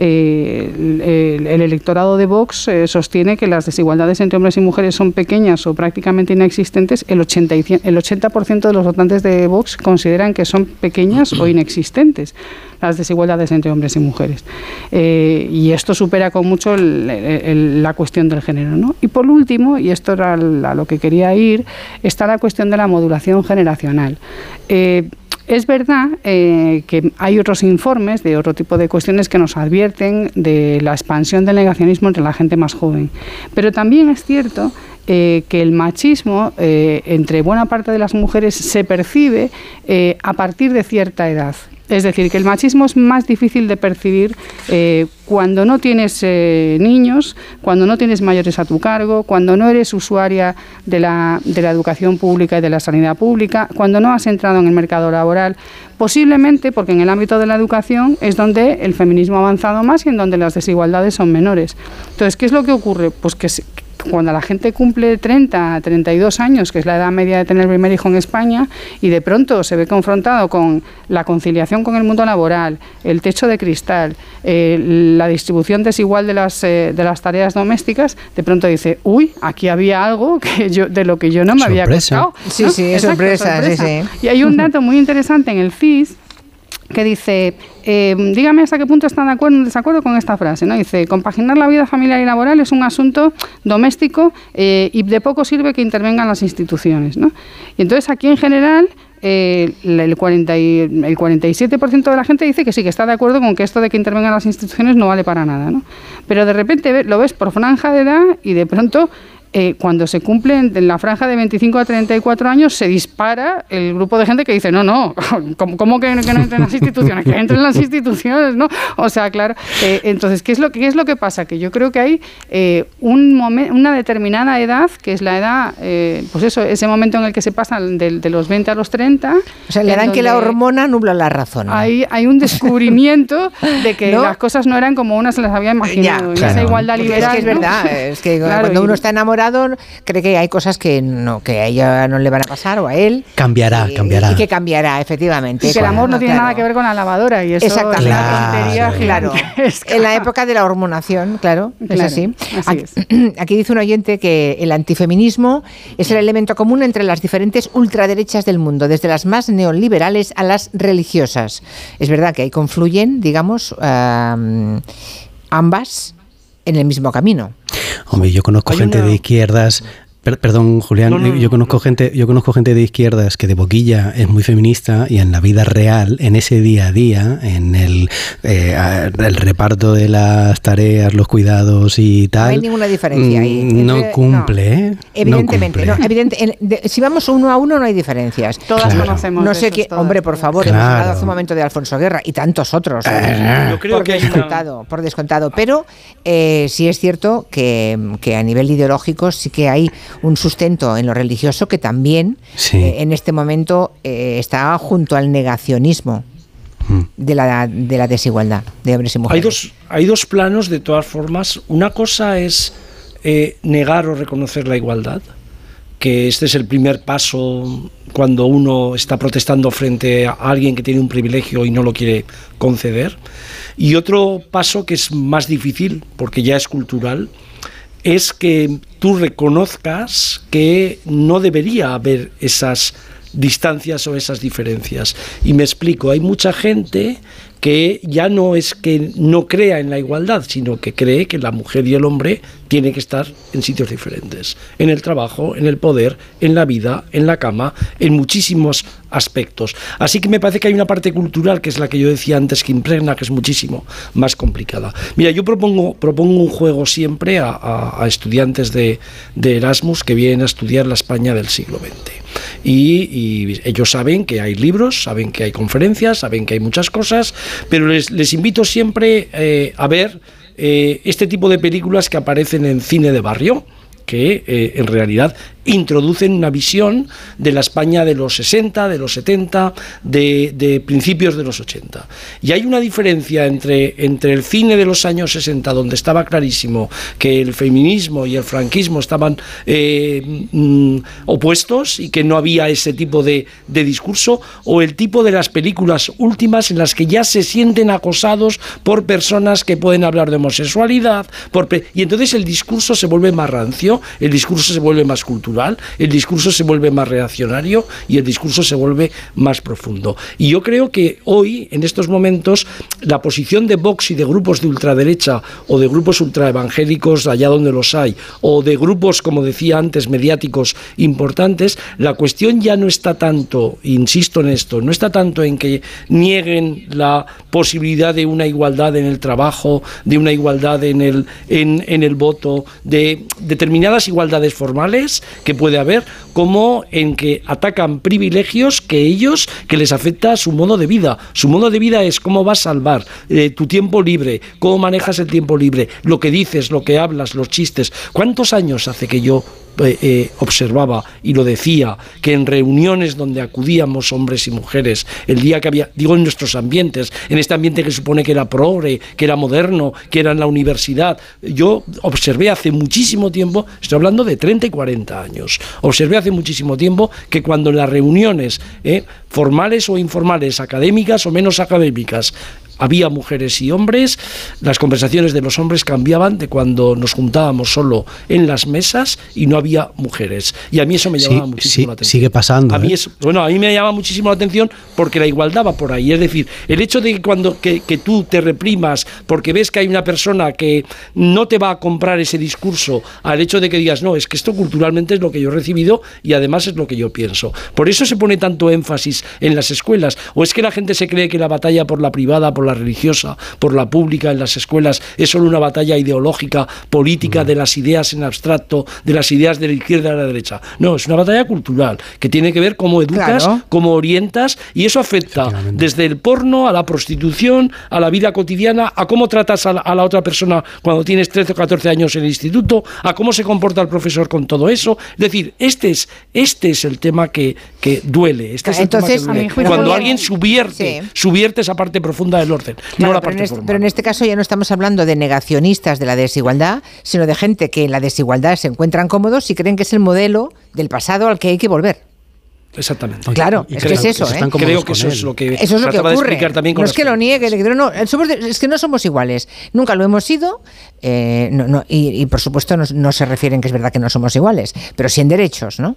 eh, el, el electorado de Vox eh, sostiene que las desigualdades entre hombres y mujeres son pequeñas o prácticamente inexistentes. El ochenta, y cien, el ochenta por ciento de los votantes de Vox consideran que son pequeñas o inexistentes las desigualdades entre hombres y mujeres. Eh, y esto supera con mucho el, el, la cuestión del género, ¿no? Y por último, y esto era a lo que quería ir, está la cuestión de la modulación generacional. Eh, Es verdad eh, que hay otros informes de otro tipo de cuestiones que nos advierten de la expansión del negacionismo entre la gente más joven. Pero también es cierto eh, que el machismo eh, entre buena parte de las mujeres se percibe eh, a partir de cierta edad. Es decir, que el machismo es más difícil de percibir eh, cuando no tienes eh, niños, cuando no tienes mayores a tu cargo, cuando no eres usuaria de la, de la educación pública y de la sanidad pública, cuando no has entrado en el mercado laboral, posiblemente porque en el ámbito de la educación es donde el feminismo ha avanzado más y en donde las desigualdades son menores. Entonces, ¿qué es lo que ocurre? Pues que cuando la gente cumple treinta, treinta y dos años, que es la edad media de tener el primer hijo en España, y de pronto se ve confrontado con la conciliación con el mundo laboral, el techo de cristal, eh, la distribución desigual de las, eh, de las tareas domésticas, de pronto dice, uy, aquí había algo que yo, de lo que yo no me sorpresa. había acordado. Sí, ¿no? sí, Exacto, sorpresa, sorpresa. Sí, sí. Y hay un dato muy interesante en el C I S que dice, eh, dígame hasta qué punto está de acuerdo o en desacuerdo con esta frase, ¿no? Dice, compaginar la vida familiar y laboral es un asunto doméstico eh, y de poco sirve que intervengan las instituciones, ¿no? Y entonces aquí en general eh, el, cuarenta y, el cuarenta y siete por ciento de la gente dice que sí, que está de acuerdo con que esto de que intervengan las instituciones no vale para nada, ¿no? Pero de repente lo ves por franja de edad y de pronto eh, cuando se cumplen en la franja de veinticinco a treinta y cuatro años, se dispara el grupo de gente que dice, no, no, ¿cómo, cómo que, que no entren en las instituciones? Que entren en las instituciones, ¿no? O sea, claro, eh, entonces, ¿qué es, lo, ¿qué es lo que pasa? Que yo creo que hay eh, un momen, una determinada edad, que es la edad, eh, pues eso, ese momento en el que se pasan de, de los veinte a los treinta. O sea, le dan que la hormona nubla la razón. Hay, hay un descubrimiento de que ¿no? las cosas no eran como una se las había imaginado. Ya, claro. Esa igualdad liberal. Es que es verdad, ¿no? Es que claro, cuando uno está enamorado cree que hay cosas que no que a ella no le van a pasar o a él. Cambiará, y, cambiará. Y que cambiará, efectivamente. Y que el amor no tiene claro. nada que ver con la lavadora y eso exactamente. es una tontería claro. En la época de la hormonación, claro, claro es así. así aquí, es. aquí dice un oyente que el antifeminismo es el elemento común entre las diferentes ultraderechas del mundo, desde las más neoliberales a las religiosas. Es verdad que ahí confluyen, digamos, uh, ambas en el mismo camino. Hombre, yo conozco Hay gente una... de izquierdas. Per, perdón, Julián, no, no, no, yo conozco gente, yo conozco gente de izquierdas que de boquilla es muy feminista y en la vida real, en ese día a día, en el, eh, el reparto de las tareas, los cuidados y tal, no hay ninguna diferencia ahí. No entre, cumple, no. Evidentemente, no, evidente, en, de, si vamos uno a uno no hay diferencias. Todas claro. conocemos. No sé qué, hombre, por favor, claro. hemos hablado hace un momento de Alfonso Guerra y tantos otros. Eh, yo creo por que descontado, una... por descontado. Pero eh, sí es cierto que, que a nivel ideológico sí que hay un sustento en lo religioso que también sí. eh, en este momento eh, está junto al negacionismo mm. de la de la desigualdad de hombres y mujeres. Hay dos, hay dos planos de todas formas. Una cosa es eh, negar o reconocer la igualdad, que este es el primer paso cuando uno está protestando frente a alguien que tiene un privilegio y no lo quiere conceder. Y otro paso que es más difícil, porque ya es cultural, es que tú reconozcas que no debería haber esas distancias o esas diferencias. Y me explico, hay mucha gente que ya no es que no crea en la igualdad, sino que cree que la mujer y el hombre tienen que estar en sitios diferentes, en el trabajo, en el poder, en la vida, en la cama, en muchísimos aspectos. Así que me parece que hay una parte cultural, que es la que yo decía antes, que impregna, que es muchísimo más complicada. Mira, yo propongo, propongo un juego siempre a, a, a estudiantes de, de Erasmus que vienen a estudiar la España del siglo veinte. Y, y ellos saben que hay libros, saben que hay conferencias, saben que hay muchas cosas, pero les, les invito siempre eh, a ver eh, este tipo de películas que aparecen en cine de barrio, que eh, en realidad introducen una visión de la España de los sesenta, de los setenta, de, de principios de los ochenta. Y hay una diferencia entre, entre el cine de los años sesenta, donde estaba clarísimo que el feminismo y el franquismo estaban eh, mm, opuestos y que no había ese tipo de, de discurso, o el tipo de las películas últimas en las que ya se sienten acosados por personas que pueden hablar de homosexualidad, por, y entonces el discurso se vuelve más rancio, el discurso se vuelve más cultural, el discurso se vuelve más reaccionario y el discurso se vuelve más profundo. Y yo creo que hoy, en estos momentos, la posición de Vox y de grupos de ultraderecha o de grupos ultraevangélicos, allá donde los hay, o de grupos, como decía antes, mediáticos importantes, la cuestión ya no está tanto, insisto en esto, no está tanto en que nieguen la posibilidad de una igualdad en el trabajo, de una igualdad en el, en, en el voto, de determinadas igualdades formales que puede haber, como en que atacan privilegios que ellos, que les afecta a su modo de vida. Su modo de vida es cómo vas a salvar eh, tu tiempo libre, cómo manejas el tiempo libre, lo que dices, lo que hablas, los chistes. ¿Cuántos años hace que yo Eh, eh, observaba y lo decía, que en reuniones donde acudíamos hombres y mujeres, el día que había, digo en nuestros ambientes, en este ambiente que supone que era progre, que era moderno, que era en la universidad, yo observé hace muchísimo tiempo, estoy hablando de treinta y cuarenta años, observé hace muchísimo tiempo que cuando en las reuniones eh, formales o informales, académicas o menos académicas, había mujeres y hombres, las conversaciones de los hombres cambiaban de cuando nos juntábamos solo en las mesas y no había mujeres. Y a mí eso me llamaba sí, muchísimo sí, la atención. Sigue pasando. A mí ¿eh? es, bueno, a mí me llama muchísimo la atención porque la igualdad va por ahí. Es decir, el hecho de que cuando que, que tú te reprimas porque ves que hay una persona que no te va a comprar ese discurso, al hecho de que digas, no, es que esto culturalmente es lo que yo he recibido y además es lo que yo pienso. Por eso se pone tanto énfasis en las escuelas. O es que la gente se cree que la batalla por la privada, por por la religiosa, por la pública en las escuelas, es solo una batalla ideológica, política, de las ideas en abstracto, de las ideas de la izquierda a la derecha. No, es una batalla cultural, que tiene que ver cómo educas, claro, cómo orientas, y eso afecta desde el porno a la prostitución, a la vida cotidiana, a cómo tratas a la, a la otra persona cuando tienes trece o catorce años en el instituto, a cómo se comporta el profesor con todo eso. Es decir, este es, este es el tema que, que duele. Este es el Entonces, tema que duele. Cuando bien, alguien subvierte, sí. subvierte esa parte profunda del orden, claro, no la pero parte en este, formal. Pero en este caso ya no estamos hablando de negacionistas de la desigualdad, sino de gente que en la desigualdad se encuentran cómodos y creen que es el modelo del pasado al que hay que volver. Exactamente. Claro, y es que es eso, ¿eh? Creo que eso es lo que eso es lo que ocurre. También con no es que lo niegue, no, somos de, es que no somos iguales. Nunca lo hemos sido, eh, no, no, y, y por supuesto no, no se refieren que es verdad que no somos iguales, pero sí en derechos, ¿no?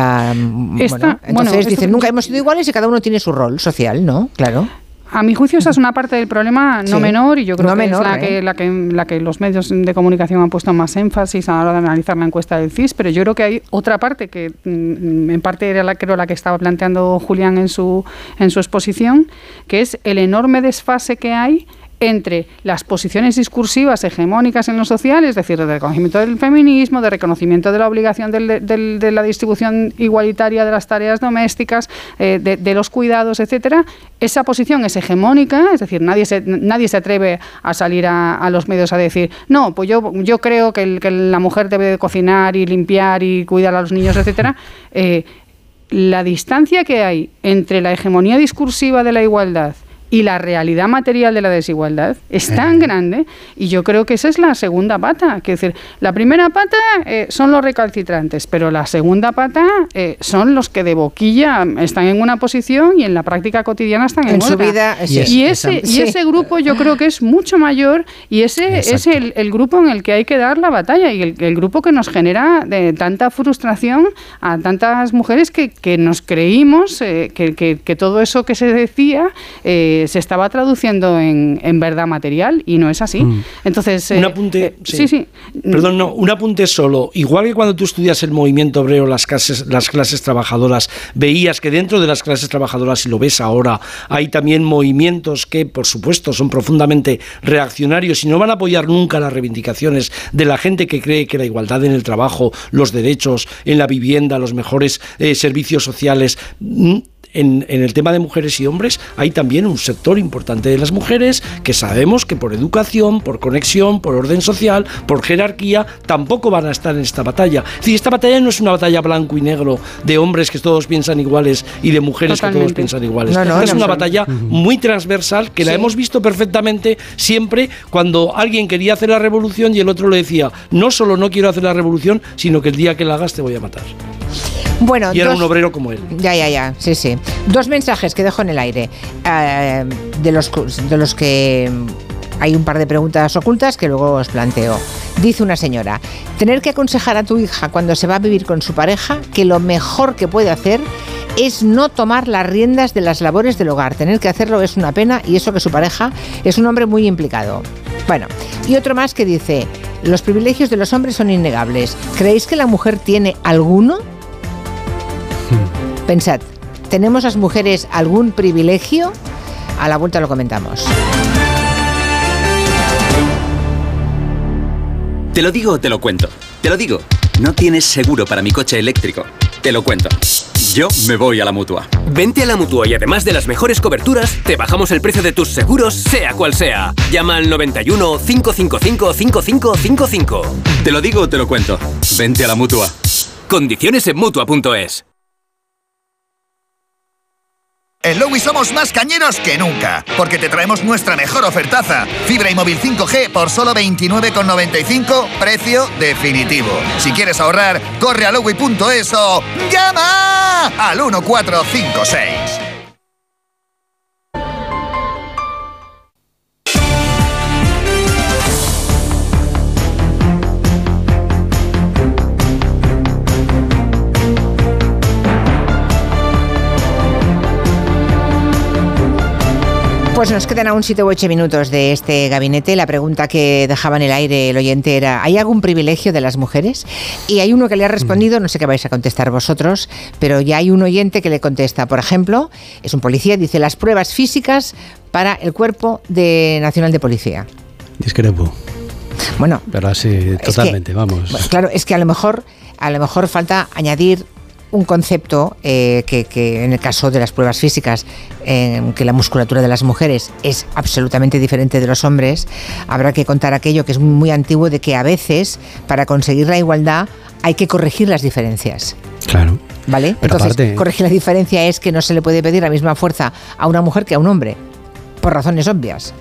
Um, Esta, bueno, entonces bueno, dicen, nunca hemos sido iguales y cada uno tiene su rol social, ¿no? Claro. A mi juicio esa es una parte del problema no sí, menor y yo creo no que menor, es la, ¿eh? que, la, que, la que los medios de comunicación han puesto más énfasis a la hora de analizar la encuesta del C I S, pero yo creo que hay otra parte que mm, en parte era la, creo la que estaba planteando Julián en su, en su exposición, que es el enorme desfase que hay entre las posiciones discursivas hegemónicas en lo social, es decir, de reconocimiento del feminismo, de reconocimiento de la obligación del, del, de la distribución igualitaria de las tareas domésticas, eh, de, de los cuidados, etcétera. Esa posición es hegemónica, es decir, nadie se, nadie se atreve a salir a, a los medios a decir, no, pues yo, yo creo que, el, que la mujer debe de cocinar y limpiar y cuidar a los niños, etcétera. Eh, la distancia que hay entre la hegemonía discursiva de la igualdad y la realidad material de la desigualdad es tan grande, y yo creo que esa es la segunda pata. Que es decir, la primera pata eh, son los recalcitrantes, pero la segunda pata eh, son los que de boquilla están en una posición y en la práctica cotidiana están en, en otra. Su vida, sí. Y ese, y ese grupo yo creo que es mucho mayor, y ese Exacto. es el, el grupo en el que hay que dar la batalla, y el, el grupo que nos genera de tanta frustración a tantas mujeres que, que nos creímos eh, que, que, que todo eso que se decía eh, se estaba traduciendo en, en verdad material, y no es así. Mm. Entonces, un apunte, eh, sí. sí, sí. Perdón, no, un apunte solo. Igual que cuando tú estudias el movimiento obrero, las clases, las clases trabajadoras, veías que dentro de las clases trabajadoras, y lo ves ahora, hay también movimientos que, por supuesto, son profundamente reaccionarios y no van a apoyar nunca las reivindicaciones de la gente que cree que la igualdad en el trabajo, los derechos en la vivienda, los mejores eh, servicios sociales. En, en el tema de mujeres y hombres hay también un sector importante de las mujeres que sabemos que por educación, por conexión, por orden social, por jerarquía, tampoco van a estar en esta batalla. Es decir, esta batalla no es una batalla blanco y negro de hombres que todos piensan iguales y de mujeres Totalmente. que todos piensan iguales. No, no, es no, una no, batalla no. muy transversal que sí. la hemos visto perfectamente siempre cuando alguien quería hacer la revolución y el otro le decía, no solo no quiero hacer la revolución, sino que el día que la hagas te voy a matar. Bueno, y era dos, un obrero como él. Ya, ya, ya, sí, sí. Dos mensajes que dejo en el aire. Uh, de, los, de los que hay un par de preguntas ocultas que luego os planteo. Dice una señora, tener que aconsejar a tu hija cuando se va a vivir con su pareja que lo mejor que puede hacer es no tomar las riendas de las labores del hogar. Tener que hacerlo es una pena, y eso que su pareja es un hombre muy implicado. Bueno, y otro más que dice, los privilegios de los hombres son innegables. ¿Creéis que la mujer tiene alguno? Pensad, ¿tenemos las mujeres algún privilegio? A la vuelta lo comentamos. Te lo digo o te lo cuento. Te lo digo. No tienes seguro para mi coche eléctrico. Te lo cuento. Yo me voy a la Mutua. Vente a la Mutua y además de las mejores coberturas, te bajamos el precio de tus seguros, sea cual sea. Llama al noventa y uno, cinco cinco cinco, cinco cinco cinco cinco. Te lo digo o te lo cuento. Vente a la Mutua. Condiciones en Mutua punto es. En Lowy somos más cañeros que nunca, porque te traemos nuestra mejor ofertaza. Fibra y móvil cinco G por solo veintinueve con noventa y cinco, precio definitivo. Si quieres ahorrar, corre a lowy punto es o llama al uno cuatro cinco seis. Pues nos quedan aún siete u ocho minutos de este gabinete. La pregunta que dejaba en el aire el oyente era: ¿hay algún privilegio de las mujeres? Y hay uno que le ha respondido, no sé qué vais a contestar vosotros, pero ya hay un oyente que le contesta. Por ejemplo, es un policía, dice: las pruebas físicas para el Cuerpo de Nacional de Policía. Discrepo. Bueno, pero así totalmente, que, vamos. Bueno, claro, es que a lo mejor, a lo mejor falta añadir un concepto eh, que, que en el caso de las pruebas físicas, eh, que la musculatura de las mujeres es absolutamente diferente de los hombres. Habrá que contar aquello que es muy antiguo, de que a veces para conseguir la igualdad hay que corregir las diferencias. Claro. ¿Vale? Pero Entonces, aparte, corregir la diferencia es que no se le puede pedir la misma fuerza a una mujer que a un hombre, por razones obvias.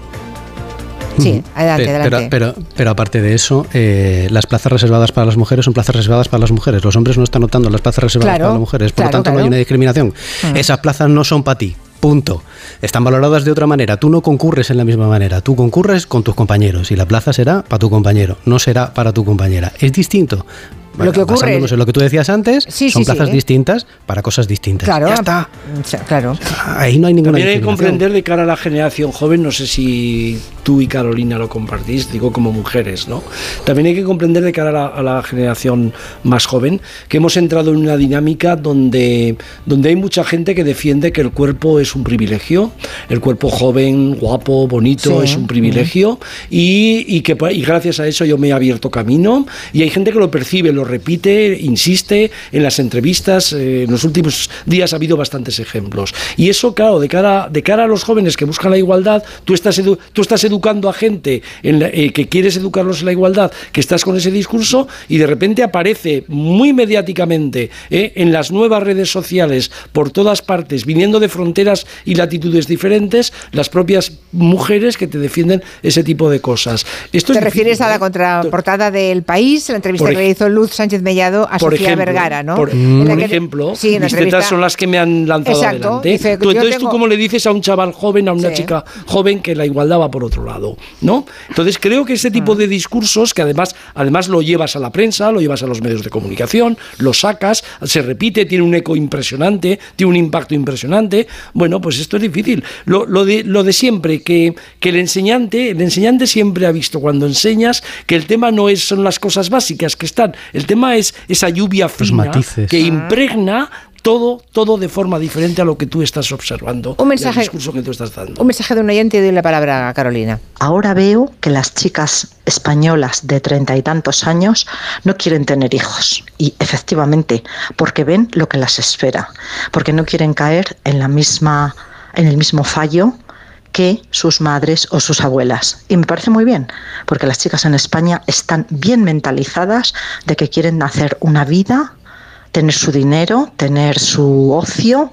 Sí, adelante, pero, adelante. Pero, pero, pero aparte de eso, eh, las plazas reservadas para las mujeres son plazas reservadas para las mujeres. Los hombres no están optando las plazas reservadas claro, para las mujeres, por claro, lo tanto claro. no hay una discriminación. Uh-huh. Esas plazas no son para ti. Punto. Están valoradas de otra manera. Tú no concurres en la misma manera. Tú concurres con tus compañeros y la plaza será para tu compañero, no será para tu compañera. Es distinto. Bueno, lo que ocurre es en lo que tú decías antes, sí, son sí, plazas sí, ¿eh? distintas para cosas distintas. Claro, ya está. Claro. Ahí no hay ninguna También hay que comprender de cara a la generación joven, no sé si tú y Carolina lo compartís, digo como mujeres, ¿no? También hay que comprender de cara a la, a la generación más joven que hemos entrado en una dinámica donde, donde hay mucha gente que defiende que el cuerpo es un privilegio, el cuerpo joven, guapo, bonito, sí, es un privilegio, sí. y, y que y gracias a eso yo me he abierto camino, y hay gente que lo percibe, lo repite, insiste en las entrevistas. Eh, en los últimos días ha habido bastantes ejemplos, y eso, claro, de cara, de cara a los jóvenes que buscan la igualdad, tú estás, edu, tú estás educando a gente en la, eh, que quieres educarlos en la igualdad, que estás con ese discurso, y de repente aparece muy mediáticamente eh, en las nuevas redes sociales, por todas partes, viniendo de fronteras y latitudes diferentes, las propias mujeres que te defienden ese tipo de cosas. Esto ¿Te es refieres difícil, a la ¿eh? contraportada del País, la entrevista por que le hizo Luz Sánchez Mellado a por Sofía ejemplo, Vergara, ¿no? Por, en por que, ejemplo, sí, mis tetas son las que me han lanzado Exacto, adelante. Dice, tú, entonces tengo... tú cómo le dices a un chaval joven, a una sí. chica joven, que la igualdad va por otro lado, ¿no? Entonces creo que ese tipo de discursos, que además, además lo llevas a la prensa, lo llevas a los medios de comunicación, lo sacas, se repite, tiene un eco impresionante, tiene un impacto impresionante. Bueno, pues esto es difícil. Lo, lo, de, lo de siempre, que, que el enseñante, el enseñante siempre ha visto cuando enseñas que el tema no es, son las cosas básicas que están, el tema es esa lluvia fina que impregna todo, todo de forma diferente a lo que tú estás observando. Un mensaje, el discurso que tú estás dando. Un mensaje de un oyente y doy la palabra a Carolina. Ahora veo que las chicas españolas de treinta y tantos años no quieren tener hijos. Y efectivamente, porque ven lo que las espera. Porque no quieren caer en la misma, en el mismo fallo que sus madres o sus abuelas. Y me parece muy bien, porque las chicas en España están bien mentalizadas de que quieren hacer una vida, tener su dinero, tener su ocio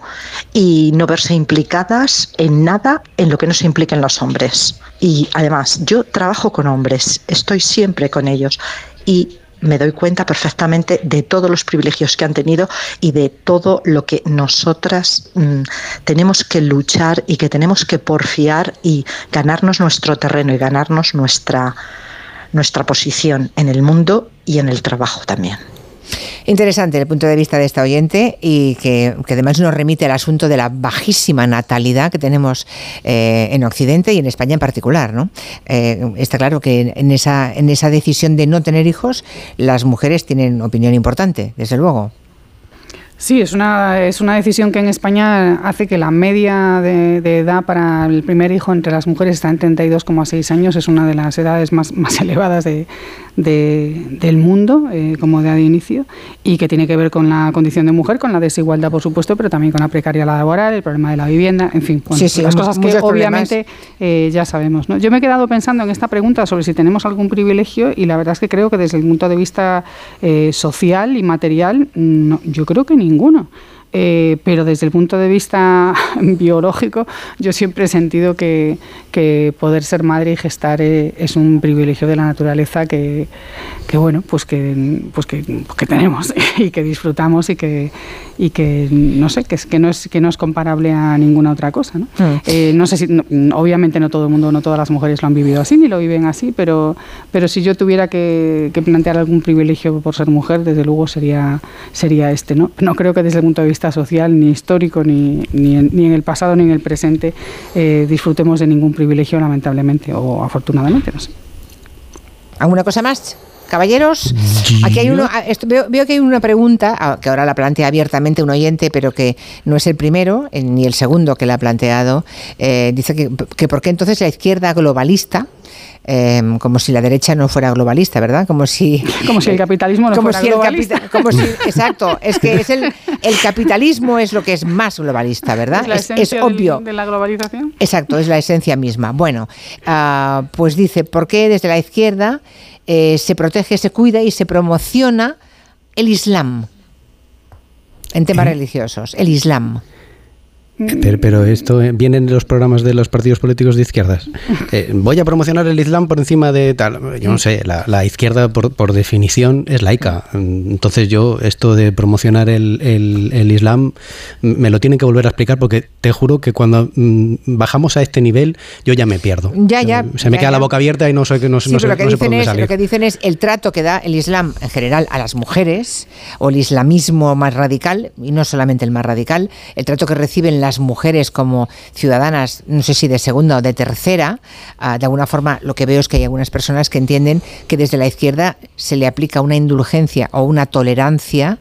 y no verse implicadas en nada en lo que no se impliquen los hombres. Y además, yo trabajo con hombres, estoy siempre con ellos y me doy cuenta perfectamente de todos los privilegios que han tenido y de todo lo que nosotras mmm, tenemos que luchar y que tenemos que porfiar y ganarnos nuestro terreno y ganarnos nuestra, nuestra posición en el mundo y en el trabajo también. Interesante el punto de vista de esta oyente y que, que además nos remite al asunto de la bajísima natalidad que tenemos eh, en Occidente y en España en particular, ¿no? Eh, está claro que en esa, en esa decisión de no tener hijos las mujeres tienen opinión importante, desde luego. Sí, es una, es una decisión que en España hace que la media de, de edad para el primer hijo entre las mujeres está en treinta y dos coma seis años, es una de las edades más, más elevadas de, de, del mundo, eh, como edad de inicio, y que tiene que ver con la condición de mujer, con la desigualdad, por supuesto, pero también con la precariedad laboral, el problema de la vivienda, en fin, bueno, sí, sí, las cosas que obviamente eh, ya sabemos, ¿no? Yo me he quedado pensando en esta pregunta sobre si tenemos algún privilegio y la verdad es que creo que desde el punto de vista eh, social y material, no, yo creo que ni ninguno. Eh, pero desde el punto de vista biológico yo siempre he sentido que, que poder ser madre y gestar eh, es un privilegio de la naturaleza que, que bueno, pues que, pues que, que tenemos y que disfrutamos y que, y que no sé, que, es, que, no es, que no es comparable a ninguna otra cosa, ¿no? Mm. Eh, no sé si, no, obviamente no todo el mundo, no todas las mujeres lo han vivido así ni lo viven así, pero, pero si yo tuviera que, que plantear algún privilegio por ser mujer, desde luego sería, sería este, ¿no? No creo que desde el punto de vista vista social, ni histórico, ni, ni, en, ni en el pasado, ni en el presente, eh, disfrutemos de ningún privilegio, lamentablemente, o afortunadamente, no sé. ¿Alguna cosa más, caballeros? Aquí hay uno, esto, veo, veo que hay una pregunta, que ahora la plantea abiertamente un oyente, pero que no es el primero, ni el segundo que la ha planteado. Eh, dice que, que por qué entonces la izquierda globalista, Eh, como si la derecha no fuera globalista, ¿verdad? Como si como si el capitalismo no como fuera si globalista. El como si, exacto, es que es el, el capitalismo es lo que es más globalista, ¿verdad? Es la es, esencia es obvio. Del, de la globalización. Exacto, es la esencia misma. Bueno, uh, pues dice, ¿por qué desde la izquierda eh, se protege, se cuida y se promociona el Islam en temas ¿Eh? religiosos? El Islam. Pero, pero esto viene en los programas de los partidos políticos de izquierdas. Eh, voy a promocionar el Islam por encima de tal. Yo no sé, la, la izquierda por, por definición es laica. Entonces yo esto de promocionar el, el, el Islam me lo tienen que volver a explicar porque te juro que cuando mm, bajamos a este nivel yo ya me pierdo. Ya, ya. Se me ya, queda ya. la boca abierta y no sé, no, sí, no sé, lo que no sé dicen por dónde es, salir. Lo que dicen es el trato que da el Islam en general a las mujeres o el islamismo más radical, y no solamente el más radical, el trato que reciben las mujeres como como ciudadanas, no sé si de segunda o de tercera, uh, de alguna forma lo que veo es que hay algunas personas que entienden que desde la izquierda se le aplica una indulgencia o una tolerancia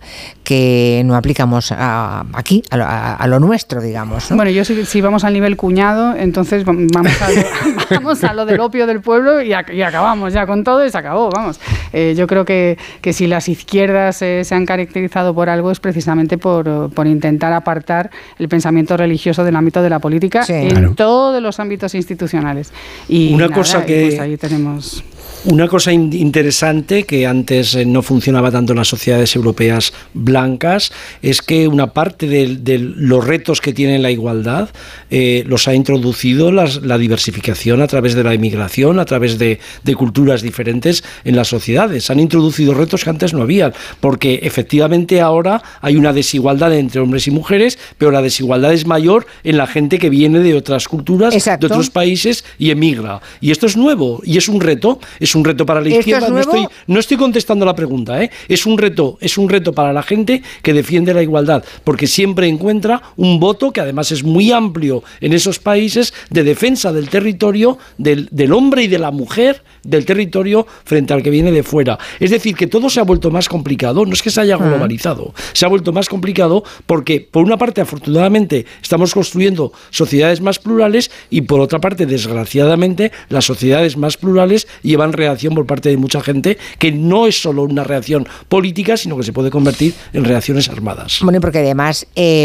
que no aplicamos a, aquí, a lo, a, a lo nuestro, digamos, ¿no? Bueno, yo si, si vamos al nivel cuñado, entonces vamos a lo, vamos a lo del opio del pueblo y, a, y acabamos ya con todo y se acabó, vamos. Eh, yo creo que, que si las izquierdas eh, se han caracterizado por algo es precisamente por, por intentar apartar el pensamiento religioso del ámbito de la política sí. en claro. todos los ámbitos institucionales. Y una nada, cosa que pues ahí tenemos... Una cosa in- interesante que antes eh, no funcionaba tanto en las sociedades europeas blancas es que una parte de, de los retos que tiene la igualdad eh, los ha introducido las, la diversificación a través de la inmigración, a través de, de culturas diferentes en las sociedades. Han introducido retos que antes no habían, porque efectivamente ahora hay una desigualdad entre hombres y mujeres, pero la desigualdad es mayor en la gente que viene de otras culturas, Exacto. de otros países y emigra. Y esto es nuevo y es un reto. Es un reto para la izquierda. No estoy, no estoy contestando la pregunta, ¿eh? Es un reto, es un reto para la gente que defiende la igualdad, porque siempre encuentra un voto que además es muy amplio en esos países de defensa del territorio, del, del hombre y de la mujer del territorio frente al que viene de fuera. Es decir, que todo se ha vuelto más complicado, no es que se haya globalizado, se ha vuelto más complicado porque, por una parte, afortunadamente, estamos construyendo sociedades más plurales y, por otra parte, desgraciadamente, las sociedades más plurales llevan reacción por parte de mucha gente que no es solo una reacción política, sino que se puede convertir en reacciones armadas. Bueno, porque además, eh,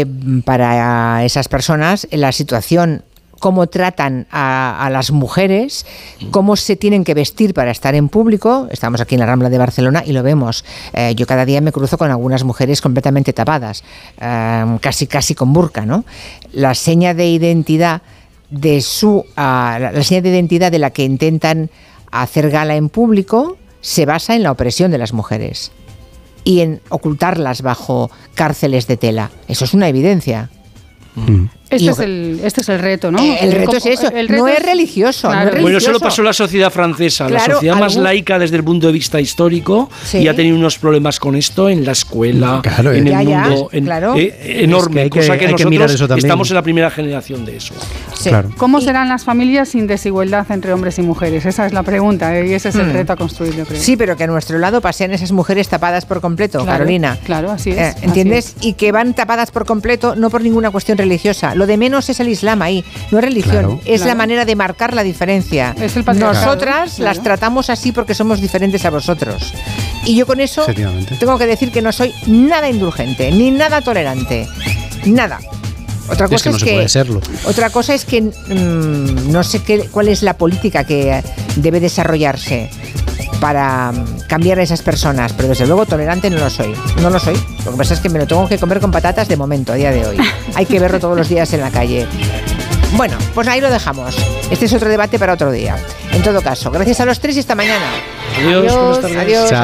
para esas personas, la situación... cómo tratan a, a las mujeres, cómo se tienen que vestir para estar en público. Estamos aquí en la Rambla de Barcelona y lo vemos. Eh, yo cada día me cruzo con algunas mujeres completamente tapadas, eh, casi casi con burka, ¿no? La seña de identidad de su, uh, la, la seña de identidad de la que intentan hacer gala en público se basa en la opresión de las mujeres y en ocultarlas bajo cárceles de tela. Eso es una evidencia. Mm. Este es, el, este es el reto, ¿no? El reto es eso, el reto no es religioso. Claro. No es religioso. Bueno, eso lo pasó la sociedad francesa, claro, la sociedad más algún... laica desde el punto de vista histórico, sí. y ha tenido unos problemas con esto en la escuela, claro, en ya, el mundo, ya, en, claro. eh, enorme, es que cosa que, que nosotros que estamos en la primera generación de eso. Sí. Claro. ¿Cómo serán las familias sin desigualdad entre hombres y mujeres? Esa es la pregunta, ¿eh? Y ese es el hmm. reto a construir, yo creo. Sí, pero que a nuestro lado pasean esas mujeres tapadas por completo, claro, Carolina. Claro, así es. Eh, ¿Entiendes? Así es. Y que van tapadas por completo, no por ninguna cuestión religiosa. Lo de menos es el Islam ahí, no es religión, claro, es claro. la manera de marcar la diferencia. Es el Nosotras claro. las tratamos así porque somos diferentes a vosotros. Y yo con eso tengo que decir que no soy nada indulgente, ni nada tolerante, nada. Otra cosa es que no es se que, puede serlo. Otra cosa es que mmm, no sé qué, cuál es la política que debe desarrollarse para cambiar a esas personas, pero desde luego tolerante no lo soy, no lo soy. Lo que pasa es que me lo tengo que comer con patatas de momento, a día de hoy. Hay que verlo todos los días en la calle. Bueno, pues ahí lo dejamos. Este es otro debate para otro día. En todo caso, gracias a los tres y hasta mañana. Adiós, adiós, buenas tardes. Adiós. Chao.